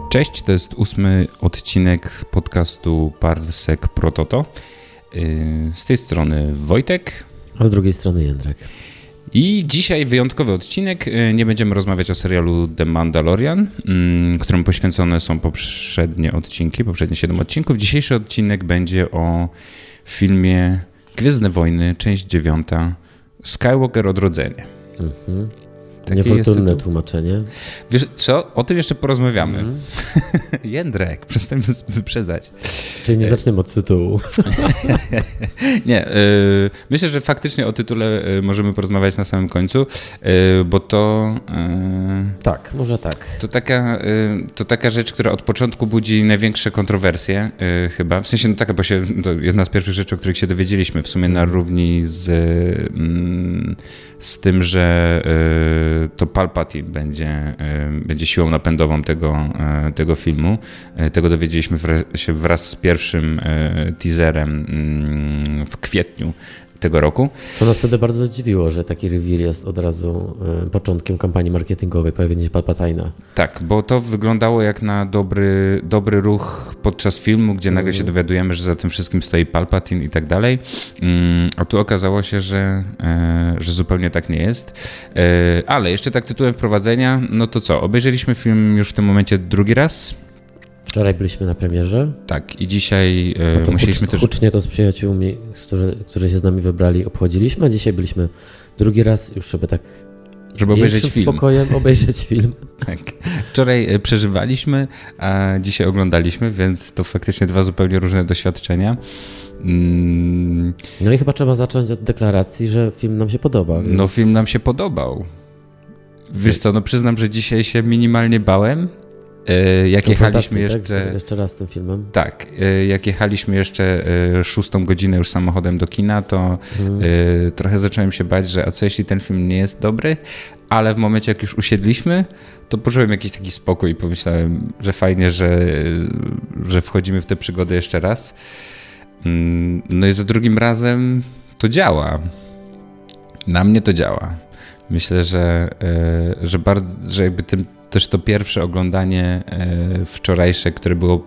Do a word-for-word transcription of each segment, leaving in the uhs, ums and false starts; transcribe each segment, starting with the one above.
Cześć, to jest ósmy odcinek podcastu Parsek Prototo. Z tej strony Wojtek. A z drugiej strony Jędrek. I dzisiaj wyjątkowy odcinek. Nie będziemy rozmawiać o serialu The Mandalorian, któremu poświęcone są poprzednie odcinki, poprzednie siedem odcinków. Dzisiejszy odcinek będzie o filmie Gwiezdne Wojny, część dziewiąta, Skywalker Odrodzenie. Mhm. Niefortunne tłumaczenie. Wiesz co? O tym jeszcze porozmawiamy. Mm. Jędrek, przestań wyprzedzać. Czyli nie zaczniemy od tytułu. Nie. Y, myślę, że faktycznie o tytule możemy porozmawiać na samym końcu, y, bo to... Y, tak, może tak. To taka, y, to taka rzecz, która od początku budzi największe kontrowersje y, chyba. W sensie, no taka, bo się, to jedna z pierwszych rzeczy, o których się dowiedzieliśmy w sumie na równi z, y, z tym, że y, to Palpatine będzie, będzie siłą napędową tego, tego filmu. Tego dowiedzieliśmy się wraz z pierwszym teaserem w kwietniu tego roku. Co nas wtedy bardzo zdziwiło, że taki reveal jest od razu początkiem kampanii marketingowej, pojawienie się Palpatine'a. Tak, bo to wyglądało jak na dobry, dobry ruch podczas filmu, gdzie nagle się dowiadujemy, że za tym wszystkim stoi Palpatine i tak dalej. A tu okazało się, że, że zupełnie tak nie jest. Ale jeszcze tak tytułem wprowadzenia, no to co, obejrzeliśmy film już w tym momencie drugi raz. Wczoraj byliśmy na premierze. Tak, i dzisiaj no musieliśmy hucz, też... Hucznie to z przyjaciółmi, którzy, którzy się z nami wybrali, obchodziliśmy, a dzisiaj byliśmy drugi raz już, żeby tak żeby obejrzeć film. spokojem obejrzeć film. Tak. Wczoraj przeżywaliśmy, a dzisiaj oglądaliśmy, więc to faktycznie dwa zupełnie różne doświadczenia. Mm. No i chyba trzeba zacząć od deklaracji, że film nam się podoba. Więc... No film nam się podobał. Wiesz co, no przyznam, że dzisiaj się minimalnie bałem. Jak jechaliśmy jeszcze... Tak? Jeszcze raz z tym filmem. Tak, jak jechaliśmy jeszcze szóstą godzinę już samochodem do kina, to hmm. trochę zacząłem się bać, że a co jeśli ten film nie jest dobry, ale w momencie jak już usiedliśmy, to poczułem jakiś taki spokój i pomyślałem, że fajnie, że, że wchodzimy w tę przygodę jeszcze raz. No i za drugim razem to działa. Na mnie to działa. Myślę, że, że, bardzo, że jakby tym też to pierwsze oglądanie e, wczorajsze, które było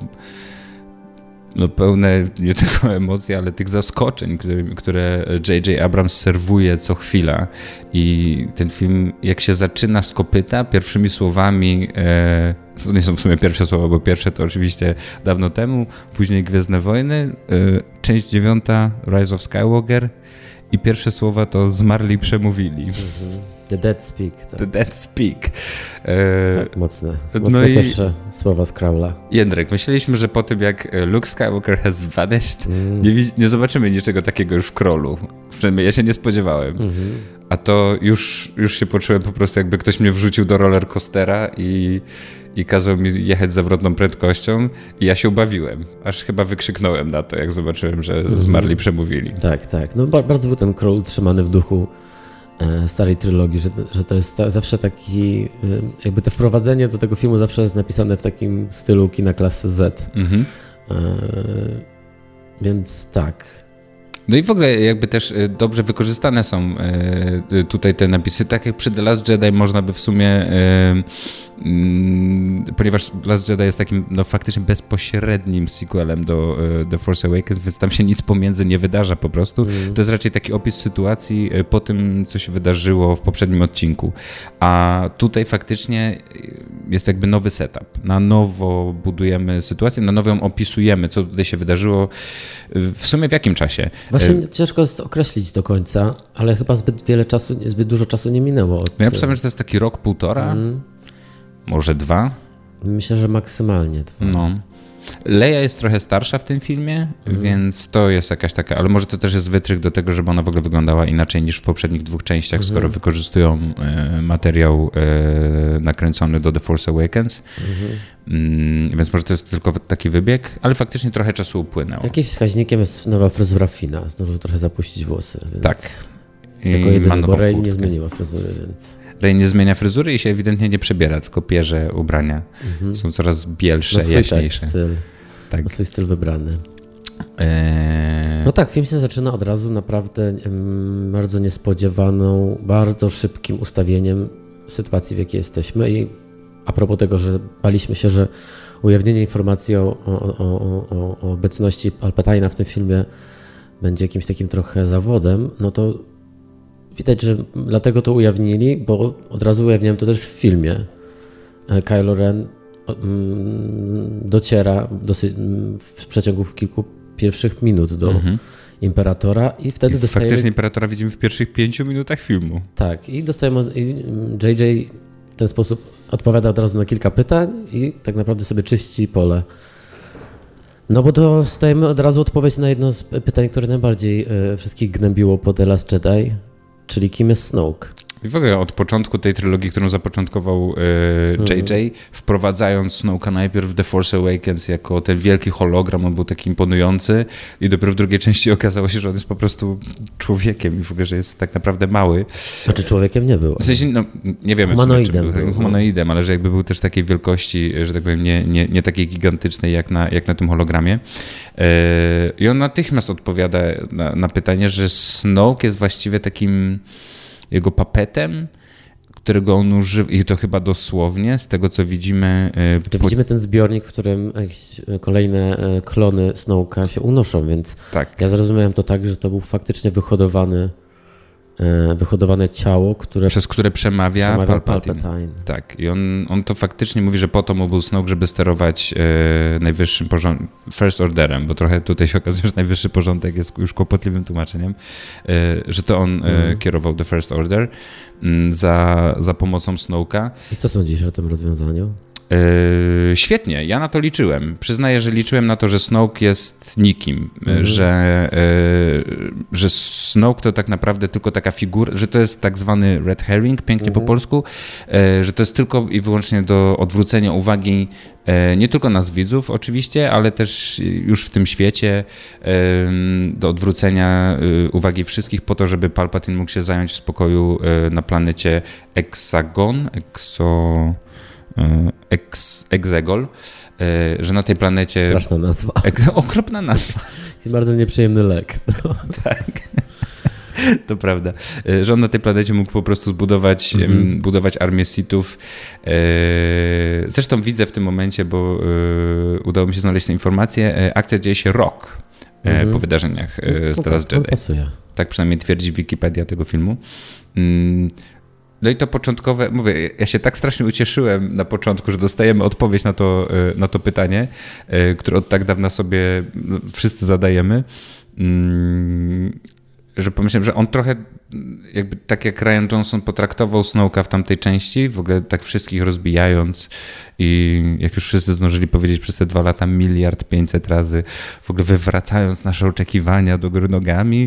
no, pełne nie tylko emocji, ale tych zaskoczeń, które, które J J Abrams serwuje co chwila. I ten film, jak się zaczyna z kopyta, pierwszymi słowami, e, to nie są w sumie pierwsze słowa, bo pierwsze to oczywiście dawno temu, później Gwiezdne Wojny, e, część dziewiąta, Rise of Skywalker i pierwsze słowa to zmarli przemówili. Mhm. The Dead Speak. Tak. The Dead Speak. E... Tak, mocne. Mocne no pierwsze i... słowa z Crowla. Jędrek, myśleliśmy, że po tym jak Luke Skywalker has vanished, mm. nie, nie zobaczymy niczego takiego już w Crawlu. Przynajmniej ja się nie spodziewałem. Mm-hmm. A to już, już się poczułem po prostu, jakby ktoś mnie wrzucił do roller coastera i, i kazał mi jechać zawrotną prędkością i ja się ubawiłem. Aż chyba wykrzyknąłem na to, jak zobaczyłem, że mm-hmm. zmarli przemówili. Tak, tak. No bardzo był ten Crawl trzymany w duchu starej trylogii, że, że to jest ta, zawsze taki, jakby to wprowadzenie do tego filmu zawsze jest napisane w takim stylu kina klasy Z. Mhm. E, więc tak. No i w ogóle jakby też dobrze wykorzystane są tutaj te napisy, tak jak przy The Last Jedi można by w sumie, ponieważ Last Jedi jest takim no faktycznie bezpośrednim sequelem do The Force Awakens, więc tam się nic pomiędzy nie wydarza po prostu. Mm. To jest raczej taki opis sytuacji po tym, co się wydarzyło w poprzednim odcinku. A tutaj faktycznie jest jakby nowy setup. Na nowo budujemy sytuację, na nowo ją opisujemy, co tutaj się wydarzyło. W sumie w jakim czasie? Właśnie ciężko jest określić do końca, ale chyba zbyt wiele czasu, zbyt dużo czasu nie minęło. Od... No ja myślałem, że to jest taki rok, półtora, mm. może dwa. Myślę, że maksymalnie dwa. No. Leia jest trochę starsza w tym filmie, mm. więc to jest jakaś taka, ale może to też jest wytrych do tego, żeby ona w ogóle wyglądała inaczej niż w poprzednich dwóch częściach, mm. skoro wykorzystują e, materiał e, nakręcony do The Force Awakens. Mm. Więc może to jest tylko taki wybieg, ale faktycznie trochę czasu upłynęło. Jakimś wskaźnikiem jest nowa fryzura Fina, zdążył trochę zapuścić włosy. Więc tak. I jako jedyny, bo Rey nie zmieniła fryzury, więc... Rey nie zmienia fryzury i się ewidentnie nie przebiera, tylko pierze ubrania. Mhm. Są coraz bielsze, ma swój jaśniejsze. Tak, styl. Tak. Ma swój styl wybrany. Eee... No tak, film się zaczyna od razu naprawdę um, bardzo niespodziewaną, bardzo szybkim ustawieniem sytuacji, w jakiej jesteśmy i a propos tego, że baliśmy się, że ujawnienie informacji o, o, o, o, o obecności Palpatine'a w tym filmie będzie jakimś takim trochę zawodem, no to widać, że dlatego to ujawnili, bo od razu ujawniałem to też w filmie. Kylo Ren dociera dosyć, w przeciągu kilku pierwszych minut do mhm. Imperatora i wtedy I dostajemy... Faktycznie Imperatora widzimy w pierwszych pięciu minutach filmu. Tak, i dostajemy... J J w ten sposób odpowiada od razu na kilka pytań i tak naprawdę sobie czyści pole. No bo dostajemy od razu odpowiedź na jedno z pytań, które najbardziej y, wszystkich gnębiło po The Last Jedi, czyli kim jest Snoke. I w ogóle od początku tej trylogii, którą zapoczątkował y, J J, mm. wprowadzając Snoke'a najpierw w The Force Awakens jako ten wielki hologram, on był taki imponujący i dopiero w drugiej części okazało się, że on jest po prostu człowiekiem i w ogóle, że jest tak naprawdę mały. Znaczy człowiekiem nie był. W sensie, no nie wiemy humanoidem, w sumie, czy był humanoidem, ale że jakby był też takiej wielkości, że tak powiem, nie, nie, nie takiej gigantycznej jak na, jak na tym hologramie. Yy, I on natychmiast odpowiada na, na pytanie, że Snoke jest właściwie takim jego papetem, którego on używa, i to chyba dosłownie, z tego co widzimy... Czy po... Widzimy ten zbiornik, w którym kolejne klony Snoke'a się unoszą, więc tak. Ja zrozumiałem to tak, że to był faktycznie wyhodowany, wyhodowane ciało, które... Przez które przemawia, przemawia Palpatine. Palpatine. Tak, i on, on to faktycznie mówi, że po to mu był Snoke, żeby sterować e, najwyższym porządkiem, First Orderem, bo trochę tutaj się okazuje, że najwyższy porządek jest już kłopotliwym tłumaczeniem, e, że to on e, mm. kierował The First Order m, za, za pomocą Snoke'a. I co sądzisz o tym rozwiązaniu? Yy, świetnie, ja na to liczyłem. Przyznaję, że liczyłem na to, że Snoke jest nikim, mm. że, yy, że Snoke to tak naprawdę tylko taka figura, że to jest tak zwany red herring, pięknie mm. po polsku, yy, że to jest tylko i wyłącznie do odwrócenia uwagi yy, nie tylko nas widzów oczywiście, ale też już w tym świecie yy, do odwrócenia yy, uwagi wszystkich po to, żeby Palpatine mógł się zająć w spokoju yy, na planecie Exagon, Exo... Ex, Exegol, że na tej planecie... Straszna nazwa. Ex, okropna nazwa. I bardzo nieprzyjemny lek. No. Tak, to prawda. Że on na tej planecie mógł po prostu zbudować mm-hmm. budować armię Sithów. Zresztą widzę w tym momencie, bo udało mi się znaleźć tę informację, akcja dzieje się rok mm-hmm. po wydarzeniach z The Last Jedi. Pasuje. Tak przynajmniej twierdzi Wikipedia tego filmu. No i to początkowe, mówię, ja się tak strasznie ucieszyłem na początku, że dostajemy odpowiedź na to, na to pytanie, które od tak dawna sobie wszyscy zadajemy, że pomyślałem, że on trochę, jakby tak jak Rian Johnson potraktował Snoke'a w tamtej części, w ogóle tak wszystkich rozbijając i jak już wszyscy zdążyli powiedzieć przez te dwa lata miliard pięćset razy, w ogóle wywracając nasze oczekiwania do góry nogami,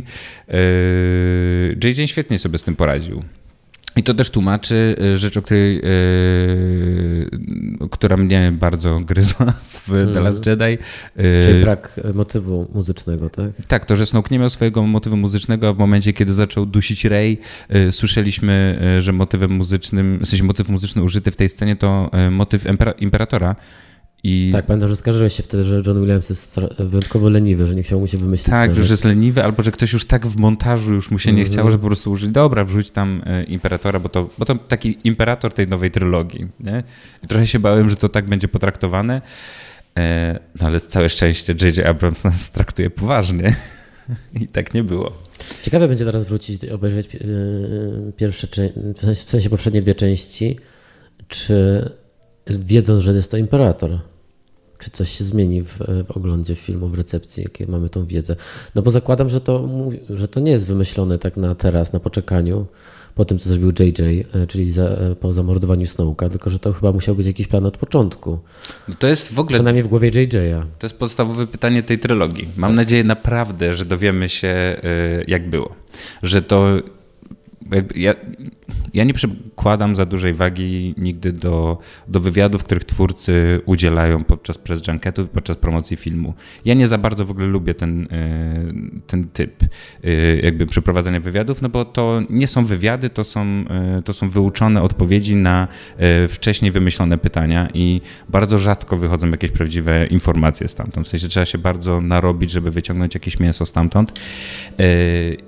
J J świetnie sobie z tym poradził. I to też tłumaczy rzecz, o której, yy, która mnie bardzo gryzła w The Last Jedi. Yy, Czyli brak motywu muzycznego, tak? Tak, to, że Snoke nie miał swojego motywu muzycznego, a w momencie, kiedy zaczął dusić Rey, yy, słyszeliśmy, yy, że motywem muzycznym, w sensie motyw muzyczny użyty w tej scenie to yy, motyw impera- Imperatora. I... Tak, pamiętam, że skarżyłeś się wtedy, że John Williams jest wyjątkowo leniwy, że nie chciał mu się wymyślić. Tak, że już jest leniwy, albo że ktoś już tak w montażu już mu się nie mm-hmm. chciało, że po prostu użyli, dobra, wrzuć tam e, Imperatora, bo to, bo to taki imperator tej nowej trylogii. Nie? I trochę się bałem, że to tak będzie potraktowane, e, no ale całe szczęście J J Abrams nas traktuje poważnie i tak nie było. Ciekawe będzie teraz wrócić, obejrzeć yy, pierwsze, w sensie poprzednie dwie części, czy wiedząc, że jest to Imperator. Czy coś się zmieni w, w oglądzie filmu, w recepcji, jakie mamy tą wiedzę? No bo zakładam, że to, że to nie jest wymyślone tak na teraz, na poczekaniu, po tym, co zrobił J J, czyli za, po zamordowaniu Snoke'a, tylko że to chyba musiał być jakiś plan od początku. No to jest w ogóle... Przynajmniej w głowie J J-a. To jest podstawowe pytanie tej trylogii. Mam tak. nadzieję naprawdę, że dowiemy się, jak było. Że to... Ja, ja nie przykładam za dużej wagi nigdy do, do wywiadów, których twórcy udzielają podczas press junketów, podczas promocji filmu. Ja nie za bardzo w ogóle lubię ten, ten typ jakby przeprowadzania wywiadów, no bo to nie są wywiady, to są, to są wyuczone odpowiedzi na wcześniej wymyślone pytania i bardzo rzadko wychodzą jakieś prawdziwe informacje stamtąd. W sensie trzeba się bardzo narobić, żeby wyciągnąć jakieś mięso stamtąd.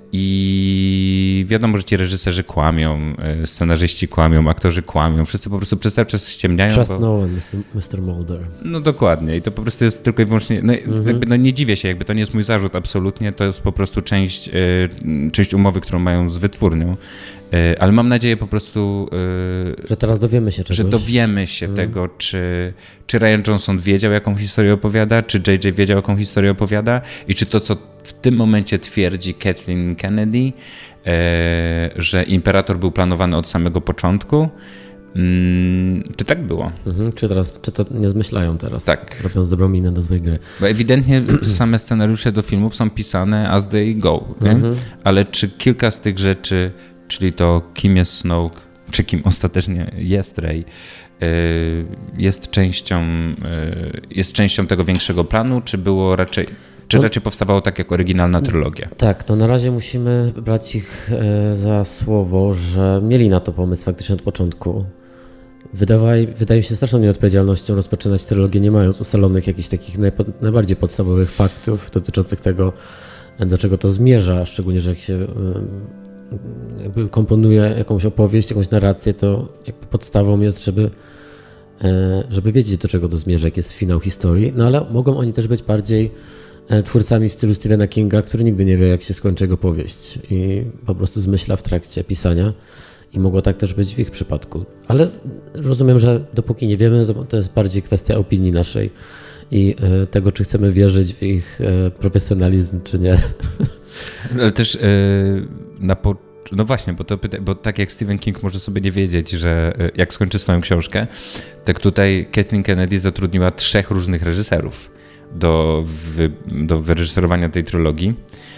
I wiadomo, że ci reżyserzy kłamią, scenarzyści kłamią, aktorzy kłamią, wszyscy po prostu przez cały czas ściemniają. Trust bo... no one, mister Mulder. No dokładnie i to po prostu jest tylko i wyłącznie, no, mm-hmm. jakby, no nie dziwię się, jakby to nie jest mój zarzut absolutnie, to jest po prostu część, część umowy, którą mają z wytwórnią, ale mam nadzieję po prostu, że teraz dowiemy się czegoś. Że dowiemy się mm. tego, czy, czy Rian Johnson wiedział, jaką historię opowiada, czy J J wiedział, jaką historię opowiada i czy to, co w tym momencie twierdzi Kathleen Kennedy, e, że Imperator był planowany od samego początku. Mm, czy tak było? Mhm, czy, teraz, czy to nie zmyślają teraz, tak. robiąc dobrą minę do złej gry? Bo ewidentnie same scenariusze do filmów są pisane as they go, mhm. ale czy kilka z tych rzeczy, czyli to kim jest Snoke, czy kim ostatecznie jest Rey, jest częścią, jest częścią tego większego planu, czy było raczej... Czy raczej powstawało tak jak oryginalna trylogia? Tak, to na razie musimy brać ich za słowo, że mieli na to pomysł faktycznie od początku. Wydawaje, wydaje mi się straszną nieodpowiedzialnością rozpoczynać trylogię, nie mając ustalonych jakichś takich najpo, najbardziej podstawowych faktów dotyczących tego, do czego to zmierza, szczególnie, że jak się jakby komponuje jakąś opowieść, jakąś narrację, to jakby podstawą jest, żeby, żeby wiedzieć, do czego to zmierza, jaki jest finał historii, no ale mogą oni też być bardziej twórcami w stylu Stephena Kinga, który nigdy nie wie, jak się skończy jego powieść i po prostu zmyśla w trakcie pisania i mogło tak też być w ich przypadku. Ale rozumiem, że dopóki nie wiemy, to jest bardziej kwestia opinii naszej i tego, czy chcemy wierzyć w ich profesjonalizm, czy nie. Ale też na po... No właśnie, bo, to pyta... bo tak jak Stephen King może sobie nie wiedzieć, że jak skończy swoją książkę, tak tutaj Kathleen Kennedy zatrudniła trzech różnych reżyserów do, wy, do wyreżyserowania tej trylogii.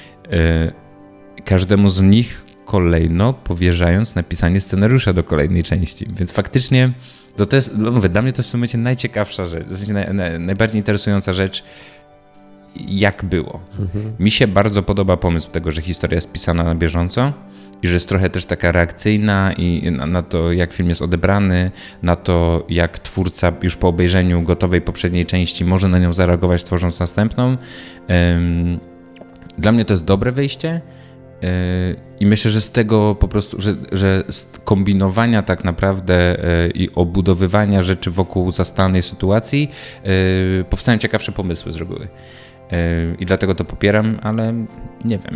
Każdemu z nich kolejno powierzając napisanie scenariusza do kolejnej części. Więc faktycznie to, to jest, no mówię, dla mnie to jest w tym momencie najciekawsza rzecz, w sensie naj, naj, najbardziej interesująca rzecz, jak było. Mhm. Mi się bardzo podoba pomysł tego, że historia jest pisana na bieżąco i że jest trochę też taka reakcyjna i na, na to, jak film jest odebrany, na to, jak twórca już po obejrzeniu gotowej poprzedniej części może na nią zareagować, tworząc następną. Dla mnie to jest dobre wyjście i myślę, że z tego po prostu, że, że z kombinowania tak naprawdę i obudowywania rzeczy wokół zastanej sytuacji powstają ciekawsze pomysły z reguły. I dlatego to popieram, ale nie wiem.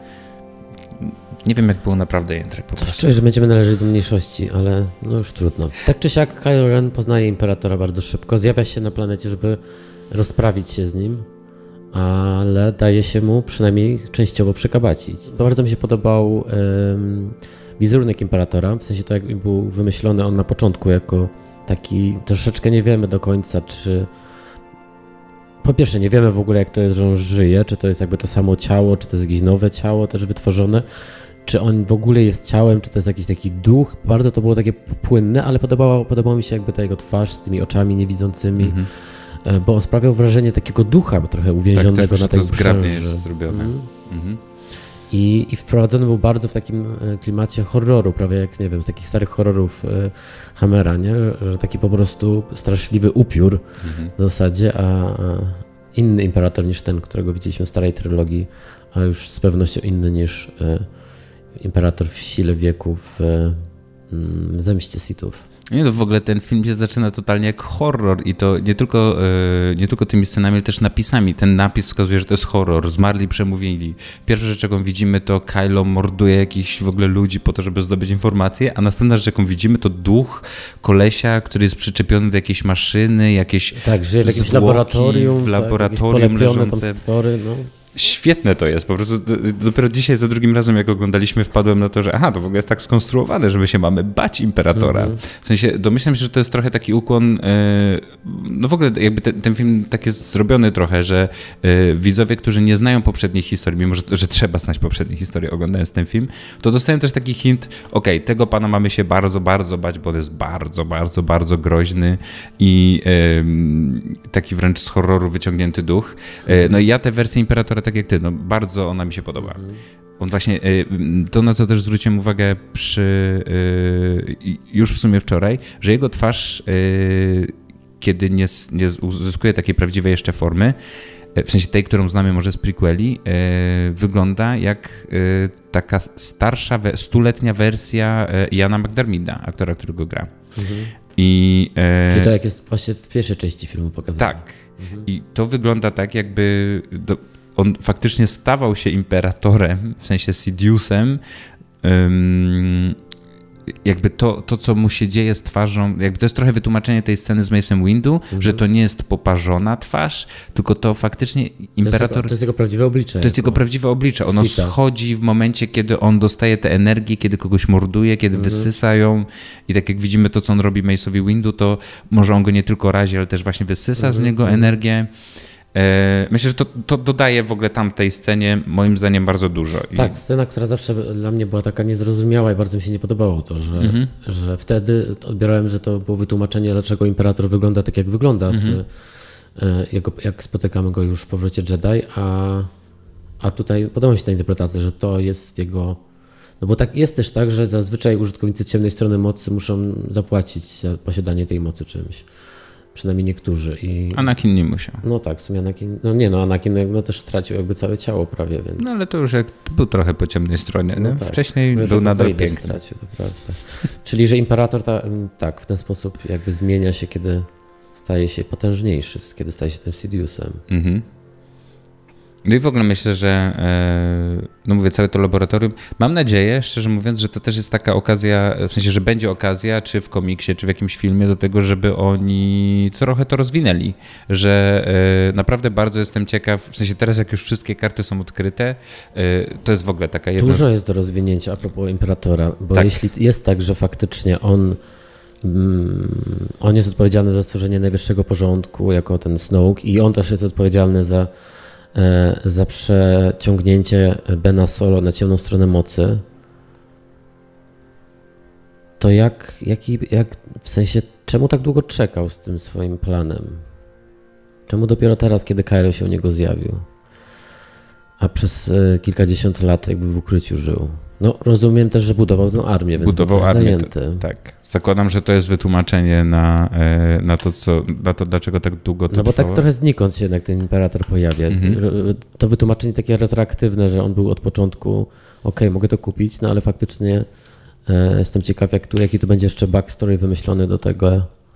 Nie wiem, jak było naprawdę Jędrek po prostu. Czuję, że będziemy należeć do mniejszości, ale no już trudno. Tak czy siak Kylo Ren poznaje Imperatora bardzo szybko. Zjawia się na planecie, żeby rozprawić się z nim, ale daje się mu przynajmniej częściowo przekabacić. Bardzo mi się podobał um, wizerunek Imperatora, w sensie to jak był wymyślony on na początku jako taki, troszeczkę nie wiemy do końca, czy po pierwsze nie wiemy w ogóle, jak to jest, że on żyje, czy to jest jakby to samo ciało, czy to jest jakieś nowe ciało też wytworzone, czy on w ogóle jest ciałem, czy to jest jakiś taki duch. Bardzo to było takie płynne, ale podobało, podobało mi się jakby ta jego twarz z tymi oczami niewidzącymi, mm-hmm. bo on sprawiał wrażenie takiego ducha trochę uwięzionego tak, na tej zgrabnie jest zrobione. Mm. Mm-hmm. I, I wprowadzony był bardzo w takim klimacie horroru, prawie jak, nie wiem, z takich starych horrorów Hammera, nie? Że, że taki po prostu straszliwy upiór mm-hmm. w zasadzie, a, a inny imperator niż ten, którego widzieliśmy w starej trylogii, a już z pewnością inny niż e, imperator w sile wieków w, w zemście Sithów. Nie, to w ogóle ten film się zaczyna totalnie jak horror i to nie tylko, nie tylko tymi scenami, ale też napisami. Ten napis wskazuje, że to jest horror. Zmarli przemówili. Pierwsza rzecz, jaką widzimy, to Kylo morduje jakichś w ogóle ludzi po to, żeby zdobyć informacje, a następna rzecz, jaką widzimy, to duch kolesia, który jest przyczepiony do jakiejś maszyny, jakieś tak, żyje w jakimś laboratorium, w laboratorium tak, leżące. Tam stwory, no. Świetne to jest, po prostu dopiero dzisiaj za drugim razem jak oglądaliśmy wpadłem na to, że aha, to w ogóle jest tak skonstruowane, że my się mamy bać Imperatora. Mm-hmm. W sensie domyślam się, że to jest trochę taki ukłon, no w ogóle jakby ten, ten film tak jest zrobiony trochę, że widzowie, którzy nie znają poprzedniej historii, mimo że, że trzeba znać poprzedniej historii oglądając ten film, to dostają też taki hint, okej, okay, tego pana mamy się bardzo, bardzo bać, bo on jest bardzo, bardzo, bardzo groźny i taki wręcz z horroru wyciągnięty duch. No i ja tę wersję Imperatora tak jak ty, no bardzo ona mi się podoba. Mhm. On właśnie, to na co też zwróciłem uwagę przy, już w sumie wczoraj, że jego twarz, kiedy nie, nie uzyskuje takiej prawdziwej jeszcze formy, w sensie tej, którą znamy może z prequeli, wygląda jak taka starsza, stuletnia wersja Iana McDermida, aktora, którego gra. Mhm. I, Czyli to jak jest właśnie w pierwszej części filmu pokazane. Tak. Mhm. I to wygląda tak, jakby do, on faktycznie stawał się imperatorem, w sensie Sidiousem, um, jakby to, to, co mu się dzieje z twarzą, jakby to jest trochę wytłumaczenie tej sceny z Mace'em Windu, mhm. że to nie jest poparzona twarz, tylko to faktycznie imperator... To jest jego, to jest jego prawdziwe oblicze. To jest jego prawdziwe oblicze. Ono Sita. schodzi w momencie, kiedy on dostaje tę energię, kiedy kogoś morduje, kiedy mhm. wysysa ją i tak jak widzimy to, co on robi Mace'owi Windu, to może on go nie tylko razi, ale też właśnie wysysa mhm. z niego energię. Myślę, że to, to dodaje w ogóle tamtej scenie moim zdaniem bardzo dużo. Tak, I... scena, która zawsze dla mnie była taka niezrozumiała i bardzo mi się nie podobało to, że, mhm. że wtedy odbierałem, że to było wytłumaczenie, dlaczego Imperator wygląda tak, jak wygląda, mhm. w, jak, jak spotykamy go już w Powrocie Jedi, a, a tutaj podoba mi się ta interpretacja, że to jest jego... No bo tak jest też tak, że zazwyczaj użytkownicy ciemnej strony mocy muszą zapłacić za posiadanie tej mocy czymś. Przynajmniej niektórzy. I... Anakin nie musiał. No tak, w sumie Anakin, no nie no, Anakin no też stracił jakby całe ciało prawie, więc... No ale to już jak był trochę po ciemnej stronie, no, tak. Wcześniej no, był nadal piękny. Stracił, to prawda. Czyli, że Imperator ta, tak, w ten sposób jakby zmienia się, kiedy staje się potężniejszy, kiedy staje się tym Sidiousem. Mhm. No i w ogóle myślę, że no mówię, całe to laboratorium, mam nadzieję, szczerze mówiąc, że to też jest taka okazja, w sensie, że będzie okazja, czy w komiksie, czy w jakimś filmie do tego, żeby oni trochę to rozwinęli, że naprawdę bardzo jestem ciekaw, w sensie teraz jak już wszystkie karty są odkryte, to jest w ogóle taka jedna... Dużo jest do rozwinięcia a propos Imperatora, bo tak. jeśli jest tak, że faktycznie on on jest odpowiedzialny za stworzenie najwyższego porządku jako ten Snoke i on też jest odpowiedzialny za za przeciągnięcie Bena Solo na ciemną stronę mocy, to jak, jaki, jak, w sensie, czemu tak długo czekał z tym swoim planem? Czemu dopiero teraz, kiedy Kylo się u niego zjawił? A przez kilkadziesiąt lat jakby w ukryciu żył. No rozumiem też, że budował tę armię, więc budował był armię, zajęty. To, tak. Zakładam, że to jest wytłumaczenie na, na to, co, na to, dlaczego tak długo to No bo trwało. tak trochę znikąd się jednak ten Imperator pojawia. Mm-hmm. To wytłumaczenie takie retroaktywne, że on był od początku, okej, okay, mogę to kupić, no ale faktycznie e, jestem ciekaw, jak tu, jaki tu będzie jeszcze backstory wymyślony do tego.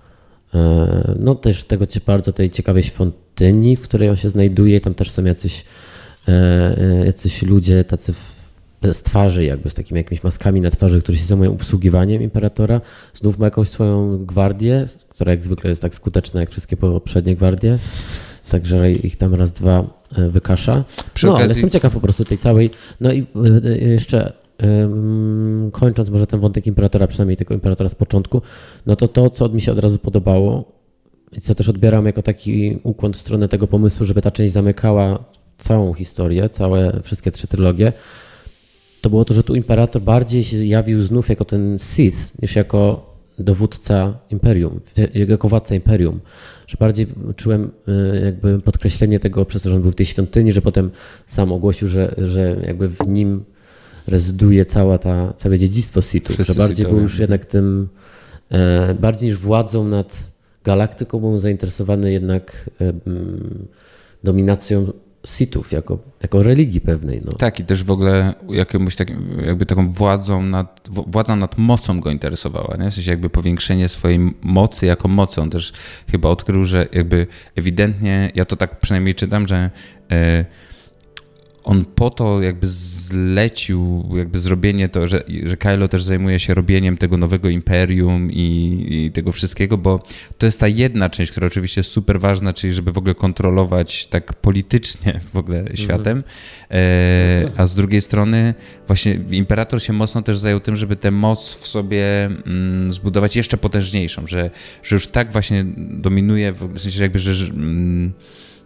E, no też tego bardzo tej ciekawej świątyni, w której on się znajduje. Tam też są jacyś, e, jacyś ludzie tacy w, z twarzy, jakby z takimi jakimiś maskami na twarzy, którzy się zajmują obsługiwaniem Imperatora. Znów ma jakąś swoją gwardię, która jak zwykle jest tak skuteczna jak wszystkie poprzednie gwardie. Także ich tam raz, dwa wykasza. Przy no, okazji... ale jestem ciekaw po prostu tej całej... No i jeszcze um, kończąc może ten wątek Imperatora, przynajmniej tego Imperatora z początku, no to to, co mi się od razu podobało i co też odbieram jako taki ukłon w stronę tego pomysłu, żeby ta część zamykała całą historię, całe, wszystkie trzy trylogie, to było to, że tu Imperator bardziej się jawił znów jako ten Sith, niż jako dowódca Imperium, jako władca Imperium. Że bardziej czułem jakby podkreślenie tego przez to, że on był w tej świątyni, że potem sam ogłosił, że, że jakby w nim rezyduje cała ta, całe dziedzictwo Sithów, że bardziej był już jednak tym, e, bardziej niż władzą nad galaktyką, był zainteresowany jednak e, dominacją Sithów jako, jako religii pewnej. No. Tak i też w ogóle jakąś tak, jakby taką władzą nad, władzą nad mocą go interesowała, nie? W sensie jakby powiększenie swojej mocy jako mocy. On też chyba odkrył, że jakby ewidentnie, ja to tak przynajmniej czytam, że e, on po to jakby zlecił jakby zrobienie to, że, że Kylo też zajmuje się robieniem tego nowego imperium i, i tego wszystkiego, bo to jest ta jedna część, która oczywiście jest super ważna, czyli żeby w ogóle kontrolować tak politycznie w ogóle światem, mhm. e, a z drugiej strony właśnie Imperator się mocno też zajął tym, żeby tę moc w sobie mm, zbudować jeszcze potężniejszą, że, że już tak właśnie dominuje, w sensie jakby, że mm,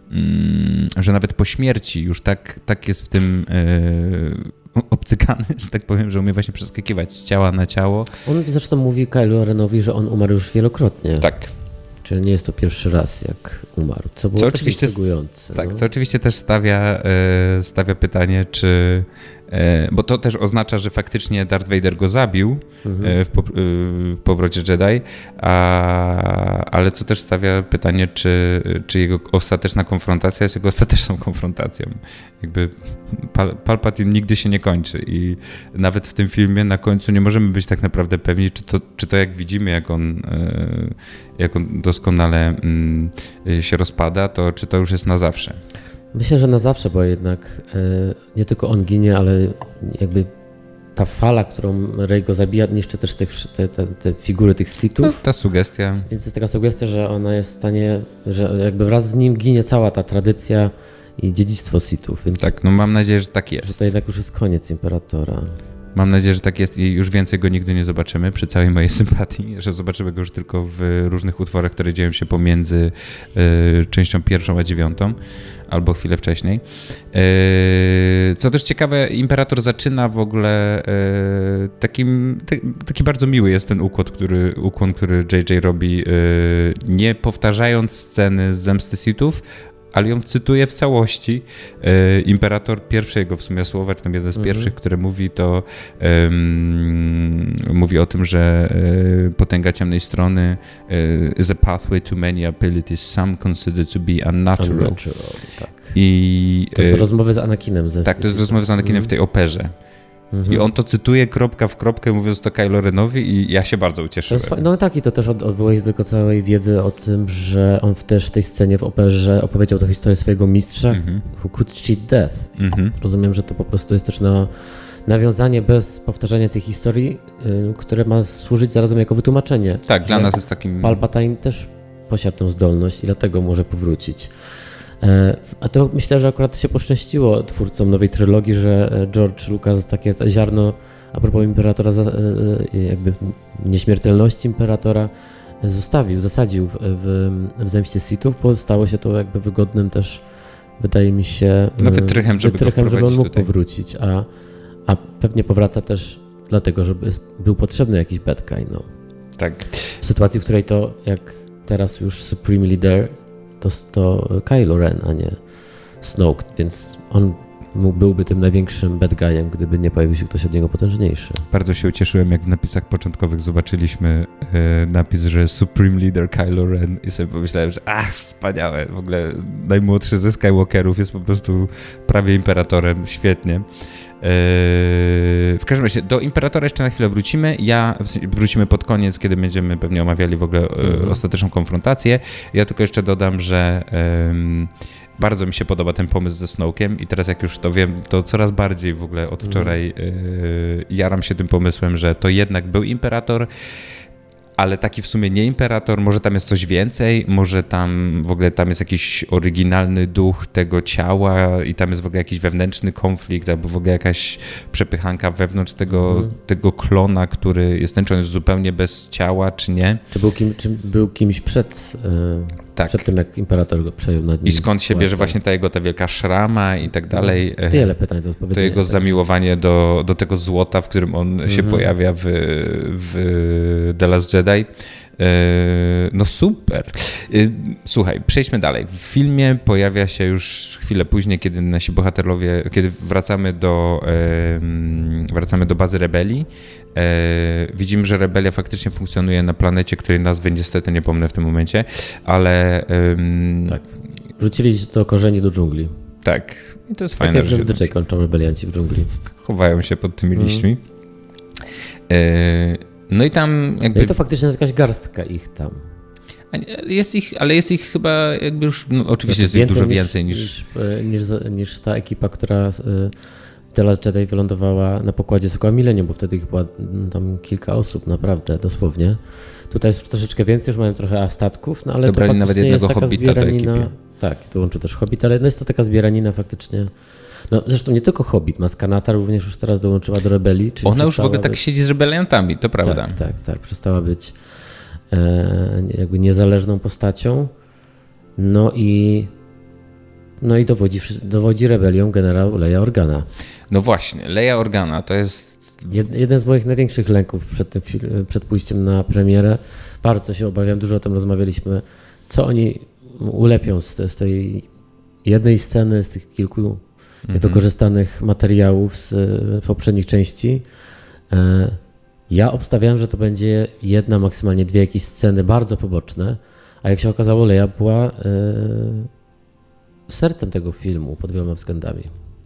że nawet po śmierci już tak, tak jest w tym yy, obcykany, że tak powiem, że umie właśnie przeskakiwać z ciała na ciało. On zresztą mówi Kylo Renowi, że on umarł już wielokrotnie. Tak. Czyli nie jest to pierwszy raz, jak umarł, co było co oczywiście intrygujące. Tak, no. Co oczywiście też stawia, yy, stawia pytanie, czy bo to też oznacza, że faktycznie Darth Vader go zabił mhm. w, po, w Powrocie Jedi, a, ale co też stawia pytanie, czy, czy jego ostateczna konfrontacja jest jego ostateczną konfrontacją. Jakby Pal, Palpatine nigdy się nie kończy i nawet w tym filmie na końcu nie możemy być tak naprawdę pewni, czy to, czy to jak widzimy, jak on, jak on doskonale się rozpada, to czy to już jest na zawsze. Myślę, że na zawsze, bo jednak nie tylko on ginie, ale jakby ta fala, którą Rey go zabija, niszczy też te, te, te, te figury tych Sithów. No, ta sugestia. Więc jest taka sugestia, że ona jest w stanie, że jakby wraz z nim ginie cała ta tradycja i dziedzictwo Sithów. Więc tak, no mam nadzieję, że tak jest. Że to jednak już jest koniec Imperatora. Mam nadzieję, że tak jest i już więcej go nigdy nie zobaczymy, przy całej mojej sympatii, że zobaczymy go już tylko w różnych utworach, które dzieją się pomiędzy y, częścią pierwszą a dziewiątą, albo chwilę wcześniej. Y, co też ciekawe, Imperator zaczyna w ogóle y, takim, t- taki bardzo miły jest ten ukłon, który, ukłon, który J J robi, y, nie powtarzając sceny z Zemsty Sithów, ale ją cytuję w całości. E, Imperator, pierwsze jego w sumie słowa, czy tam jeden z pierwszych, mm-hmm. które mówi, to um, mówi o tym, że e, potęga ciemnej strony e, is a pathway to many abilities, some consider to be unnatural. unnatural tak. I, to jest e, rozmowy z Anakinem. Z tak, to jest rozmowy z Anakinem mm-hmm. w tej operze. Mhm. I on to cytuje kropka w kropkę, mówiąc to Kylo Renowi i ja się bardzo ucieszyłem. To no tak, i to też od, odwołuje się do całej wiedzy o tym, że on też w tej scenie w operze opowiedział tę historię swojego mistrza, mhm. who could cheat death. Mhm. Rozumiem, że to po prostu jest też na, nawiązanie bez powtarzania tej historii, y, które ma służyć zarazem jako wytłumaczenie. Tak, dla nas jest takim... Palpatine też posiadł tę zdolność i dlatego może powrócić. A to myślę, że akurat się poszczęściło twórcom nowej trylogii, że George Lucas takie ziarno a propos Imperatora, jakby nieśmiertelności Imperatora zostawił, zasadził w, w Zemście Sithów, bo stało się to jakby wygodnym też, wydaje mi się, no wytrychem, żeby, wytrychem, żeby on mógł tutaj. powrócić, a, a pewnie powraca też dlatego, żeby był potrzebny jakiś bad guy, no. Tak. W sytuacji, w której to, jak teraz już Supreme Leader, to, to Kylo Ren, a nie Snoke, więc on byłby tym największym bad guyem, gdyby nie pojawił się ktoś od niego potężniejszy. Bardzo się ucieszyłem, jak w napisach początkowych zobaczyliśmy e, napis, że Supreme Leader Kylo Ren i sobie pomyślałem, że ach, wspaniałe, w ogóle najmłodszy ze Skywalkerów jest po prostu prawie imperatorem, świetnie. W każdym razie do Imperatora jeszcze na chwilę wrócimy. Ja wrócimy pod koniec, kiedy będziemy pewnie omawiali w ogóle mm-hmm. ostateczną konfrontację. Ja tylko jeszcze dodam, że um, bardzo mi się podoba ten pomysł ze Snoke'em i teraz jak już to wiem, to coraz bardziej w ogóle od wczoraj mm. y, jaram się tym pomysłem, że to jednak był Imperator, ale taki w sumie nie Imperator, może tam jest coś więcej, może tam w ogóle tam jest jakiś oryginalny duch tego ciała i tam jest w ogóle jakiś wewnętrzny konflikt albo w ogóle jakaś przepychanka wewnątrz tego, mm. tego klona, który jest ten, czy on jest zupełnie bez ciała, czy nie. Czy był, kim, czy był kimś przed, yy, tak. przed tym, jak Imperator go przejął nad nim. I skąd się bierze właśnie ta jego ta wielka szrama i tak dalej. Wiele pytań do odpowiedzenia. To jego tak. zamiłowanie do, do tego złota, w którym on mm-hmm. się pojawia w, w The Last Jedi. No super. Słuchaj, przejdźmy dalej. W filmie pojawia się już chwilę później, kiedy nasi bohaterowie, kiedy wracamy do, wracamy do bazy rebelii. Widzimy, że rebelia faktycznie funkcjonuje na planecie, której nazwy niestety nie pomnę w tym momencie, ale... Tak. Wrócili do korzeni do dżungli. Tak. I to jest tak fajne. Jak zazwyczaj kończą rebelianci w dżungli. Chowają się pod tymi mm. liśćmi. No i tam jakby... No i to faktycznie jest jakaś garstka ich tam. Jest ich, ale jest ich chyba jakby już, no oczywiście jest ich dużo niż, więcej niż... Niż, niż... niż ta ekipa, która The Last Jedi wylądowała na pokładzie Sokoła Millennium, bo wtedy chyba tam kilka osób, naprawdę, dosłownie. Tutaj jest troszeczkę więcej, już mają trochę statków, no ale Dobrali to nawet jednego jest taka hobbita zbieranina. do ekipy. Tak, to łączy też Hobbit, ale no jest to taka zbieranina faktycznie. No zresztą nie tylko Hobbit, Maskanata również już teraz dołączyła do rebelii. Czyli ona już w ogóle być... tak siedzi z rebeliantami, to prawda. Tak, tak, tak. Przestała być e, jakby niezależną postacią. No i no i dowodzi, dowodzi rebelią generał Leia Organa. No właśnie, Leia Organa to jest... Jed, jeden z moich największych lęków przed, tym, przed pójściem na premierę. Bardzo się obawiam, dużo o tym rozmawialiśmy. Co oni ulepią z, z tej jednej sceny, z tych kilku mhm. niewykorzystanych materiałów z poprzednich części. Ja obstawiałem, że to będzie jedna, maksymalnie dwie jakieś sceny bardzo poboczne, a jak się okazało, Leia była sercem tego filmu pod wieloma względami.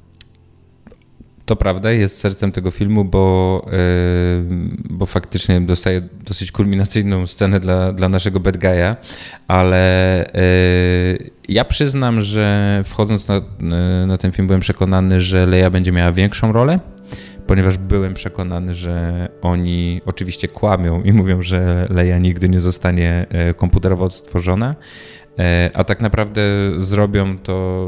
To prawda, jest sercem tego filmu, bo, yy, bo faktycznie dostaje dosyć kulminacyjną scenę dla, dla naszego bad guy'a, ale yy, ja przyznam, że wchodząc na, yy, na ten film byłem przekonany, że Leia będzie miała większą rolę, ponieważ byłem przekonany, że oni oczywiście kłamią i mówią, że Leia nigdy nie zostanie komputerowo odtworzona, a tak naprawdę zrobią to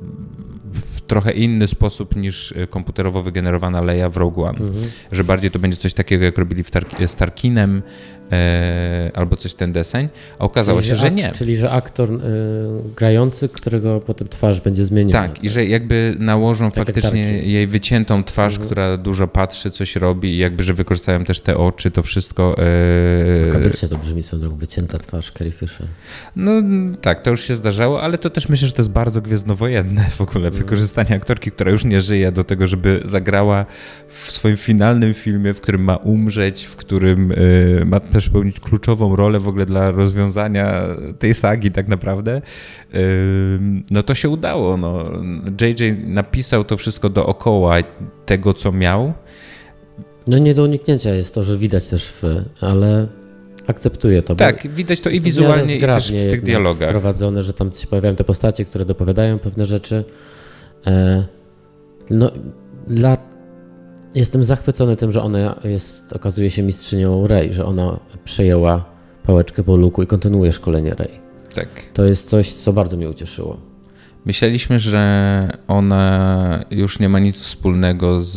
w trochę inny sposób niż komputerowo wygenerowana Leia w Rogue One. Mhm. Że bardziej to będzie coś takiego, jak robili w Tar- z Tarkinem e, albo coś ten deseń, a okazało czyli, się, że, że nie. Czyli, że aktor y, grający, którego potem twarz będzie zmieniona. Tak, i że jakby nałożą tak faktycznie jej wyciętą twarz, mhm. która dużo patrzy, coś robi i jakby, że wykorzystają też te oczy, to wszystko. E, Makabycznie to brzmi swoją drogą, wycięta twarz Carrie Fisher. No tak, to już się zdarzało, ale to też myślę, że to jest bardzo gwiezdnowojenne w ogóle, mhm. wykorzystanie aktorki, która już nie żyje, do tego, żeby zagrała w swoim finalnym filmie, w którym ma umrzeć, w którym y, ma też pełnić kluczową rolę w ogóle dla rozwiązania tej sagi tak naprawdę, y, no to się udało. No. J J napisał to wszystko dookoła tego, co miał. No nie do uniknięcia jest to, że widać też w, ale akceptuję to. Tak, widać to i wizualnie, i też w tych dialogach. Wprowadzone, że tam się pojawiają te postacie, które dopowiadają pewne rzeczy. E, no, dla, jestem zachwycony tym, że ona jest, okazuje się mistrzynią Rey, że ona przejęła pałeczkę po Luke'u i kontynuuje szkolenie Rey. Tak. To jest coś, co bardzo mnie ucieszyło. Myśleliśmy, że ona już nie ma nic wspólnego z,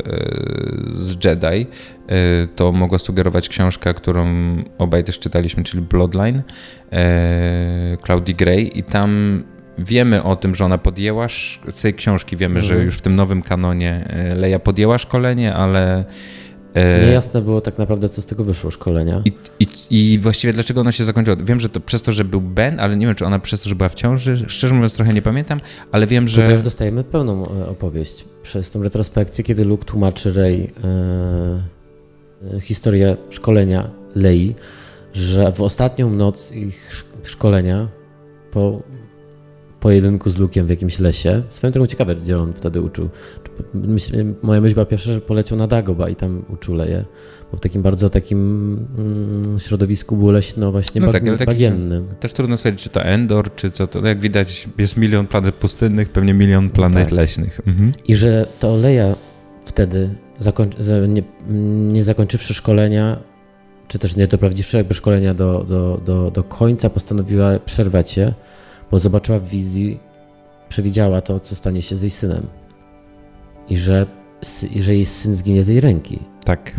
z Jedi. To mogła sugerować książka, którą obaj też czytaliśmy, czyli Bloodline, Claudii Gray, i tam wiemy o tym, że ona podjęła, z tej książki wiemy, mhm. że już w tym nowym kanonie Leia podjęła szkolenie, ale niejasne było tak naprawdę, co z tego wyszło szkolenia. I, i, I właściwie dlaczego ono się zakończyło? Wiem, że to przez to, że był Ben, ale nie wiem, czy ona przez to, że była w ciąży. Szczerze mówiąc, trochę nie pamiętam, ale wiem, że... Tutaj już dostajemy pełną opowieść przez tą retrospekcję, kiedy Luke tłumaczy Rey e, historię szkolenia Lei, że w ostatnią noc ich szkolenia po pojedynku z Luke'iem w jakimś lesie. Swoją drogą ciekawe, gdzie on wtedy uczył. Myśl, moja myśl była pierwsza, że poleciał na Dagoba i tam uczył Leję, bo w takim bardzo takim mm, środowisku było leśno właśnie no bag, tak, bagiennym. Też trudno stwierdzić, czy to Endor, czy co to. Jak widać, jest milion planet pustynnych, pewnie milion planet tak. leśnych. Mhm. I że to Leja wtedy, zakończy, nie, nie zakończywszy szkolenia, czy też nie doprowadziwszy jakby szkolenia do, do, do, do końca, postanowiła przerwać je, bo zobaczyła w wizji, przewidziała to, co stanie się z jej synem. I że, i że jej syn zginie z jej ręki. Tak.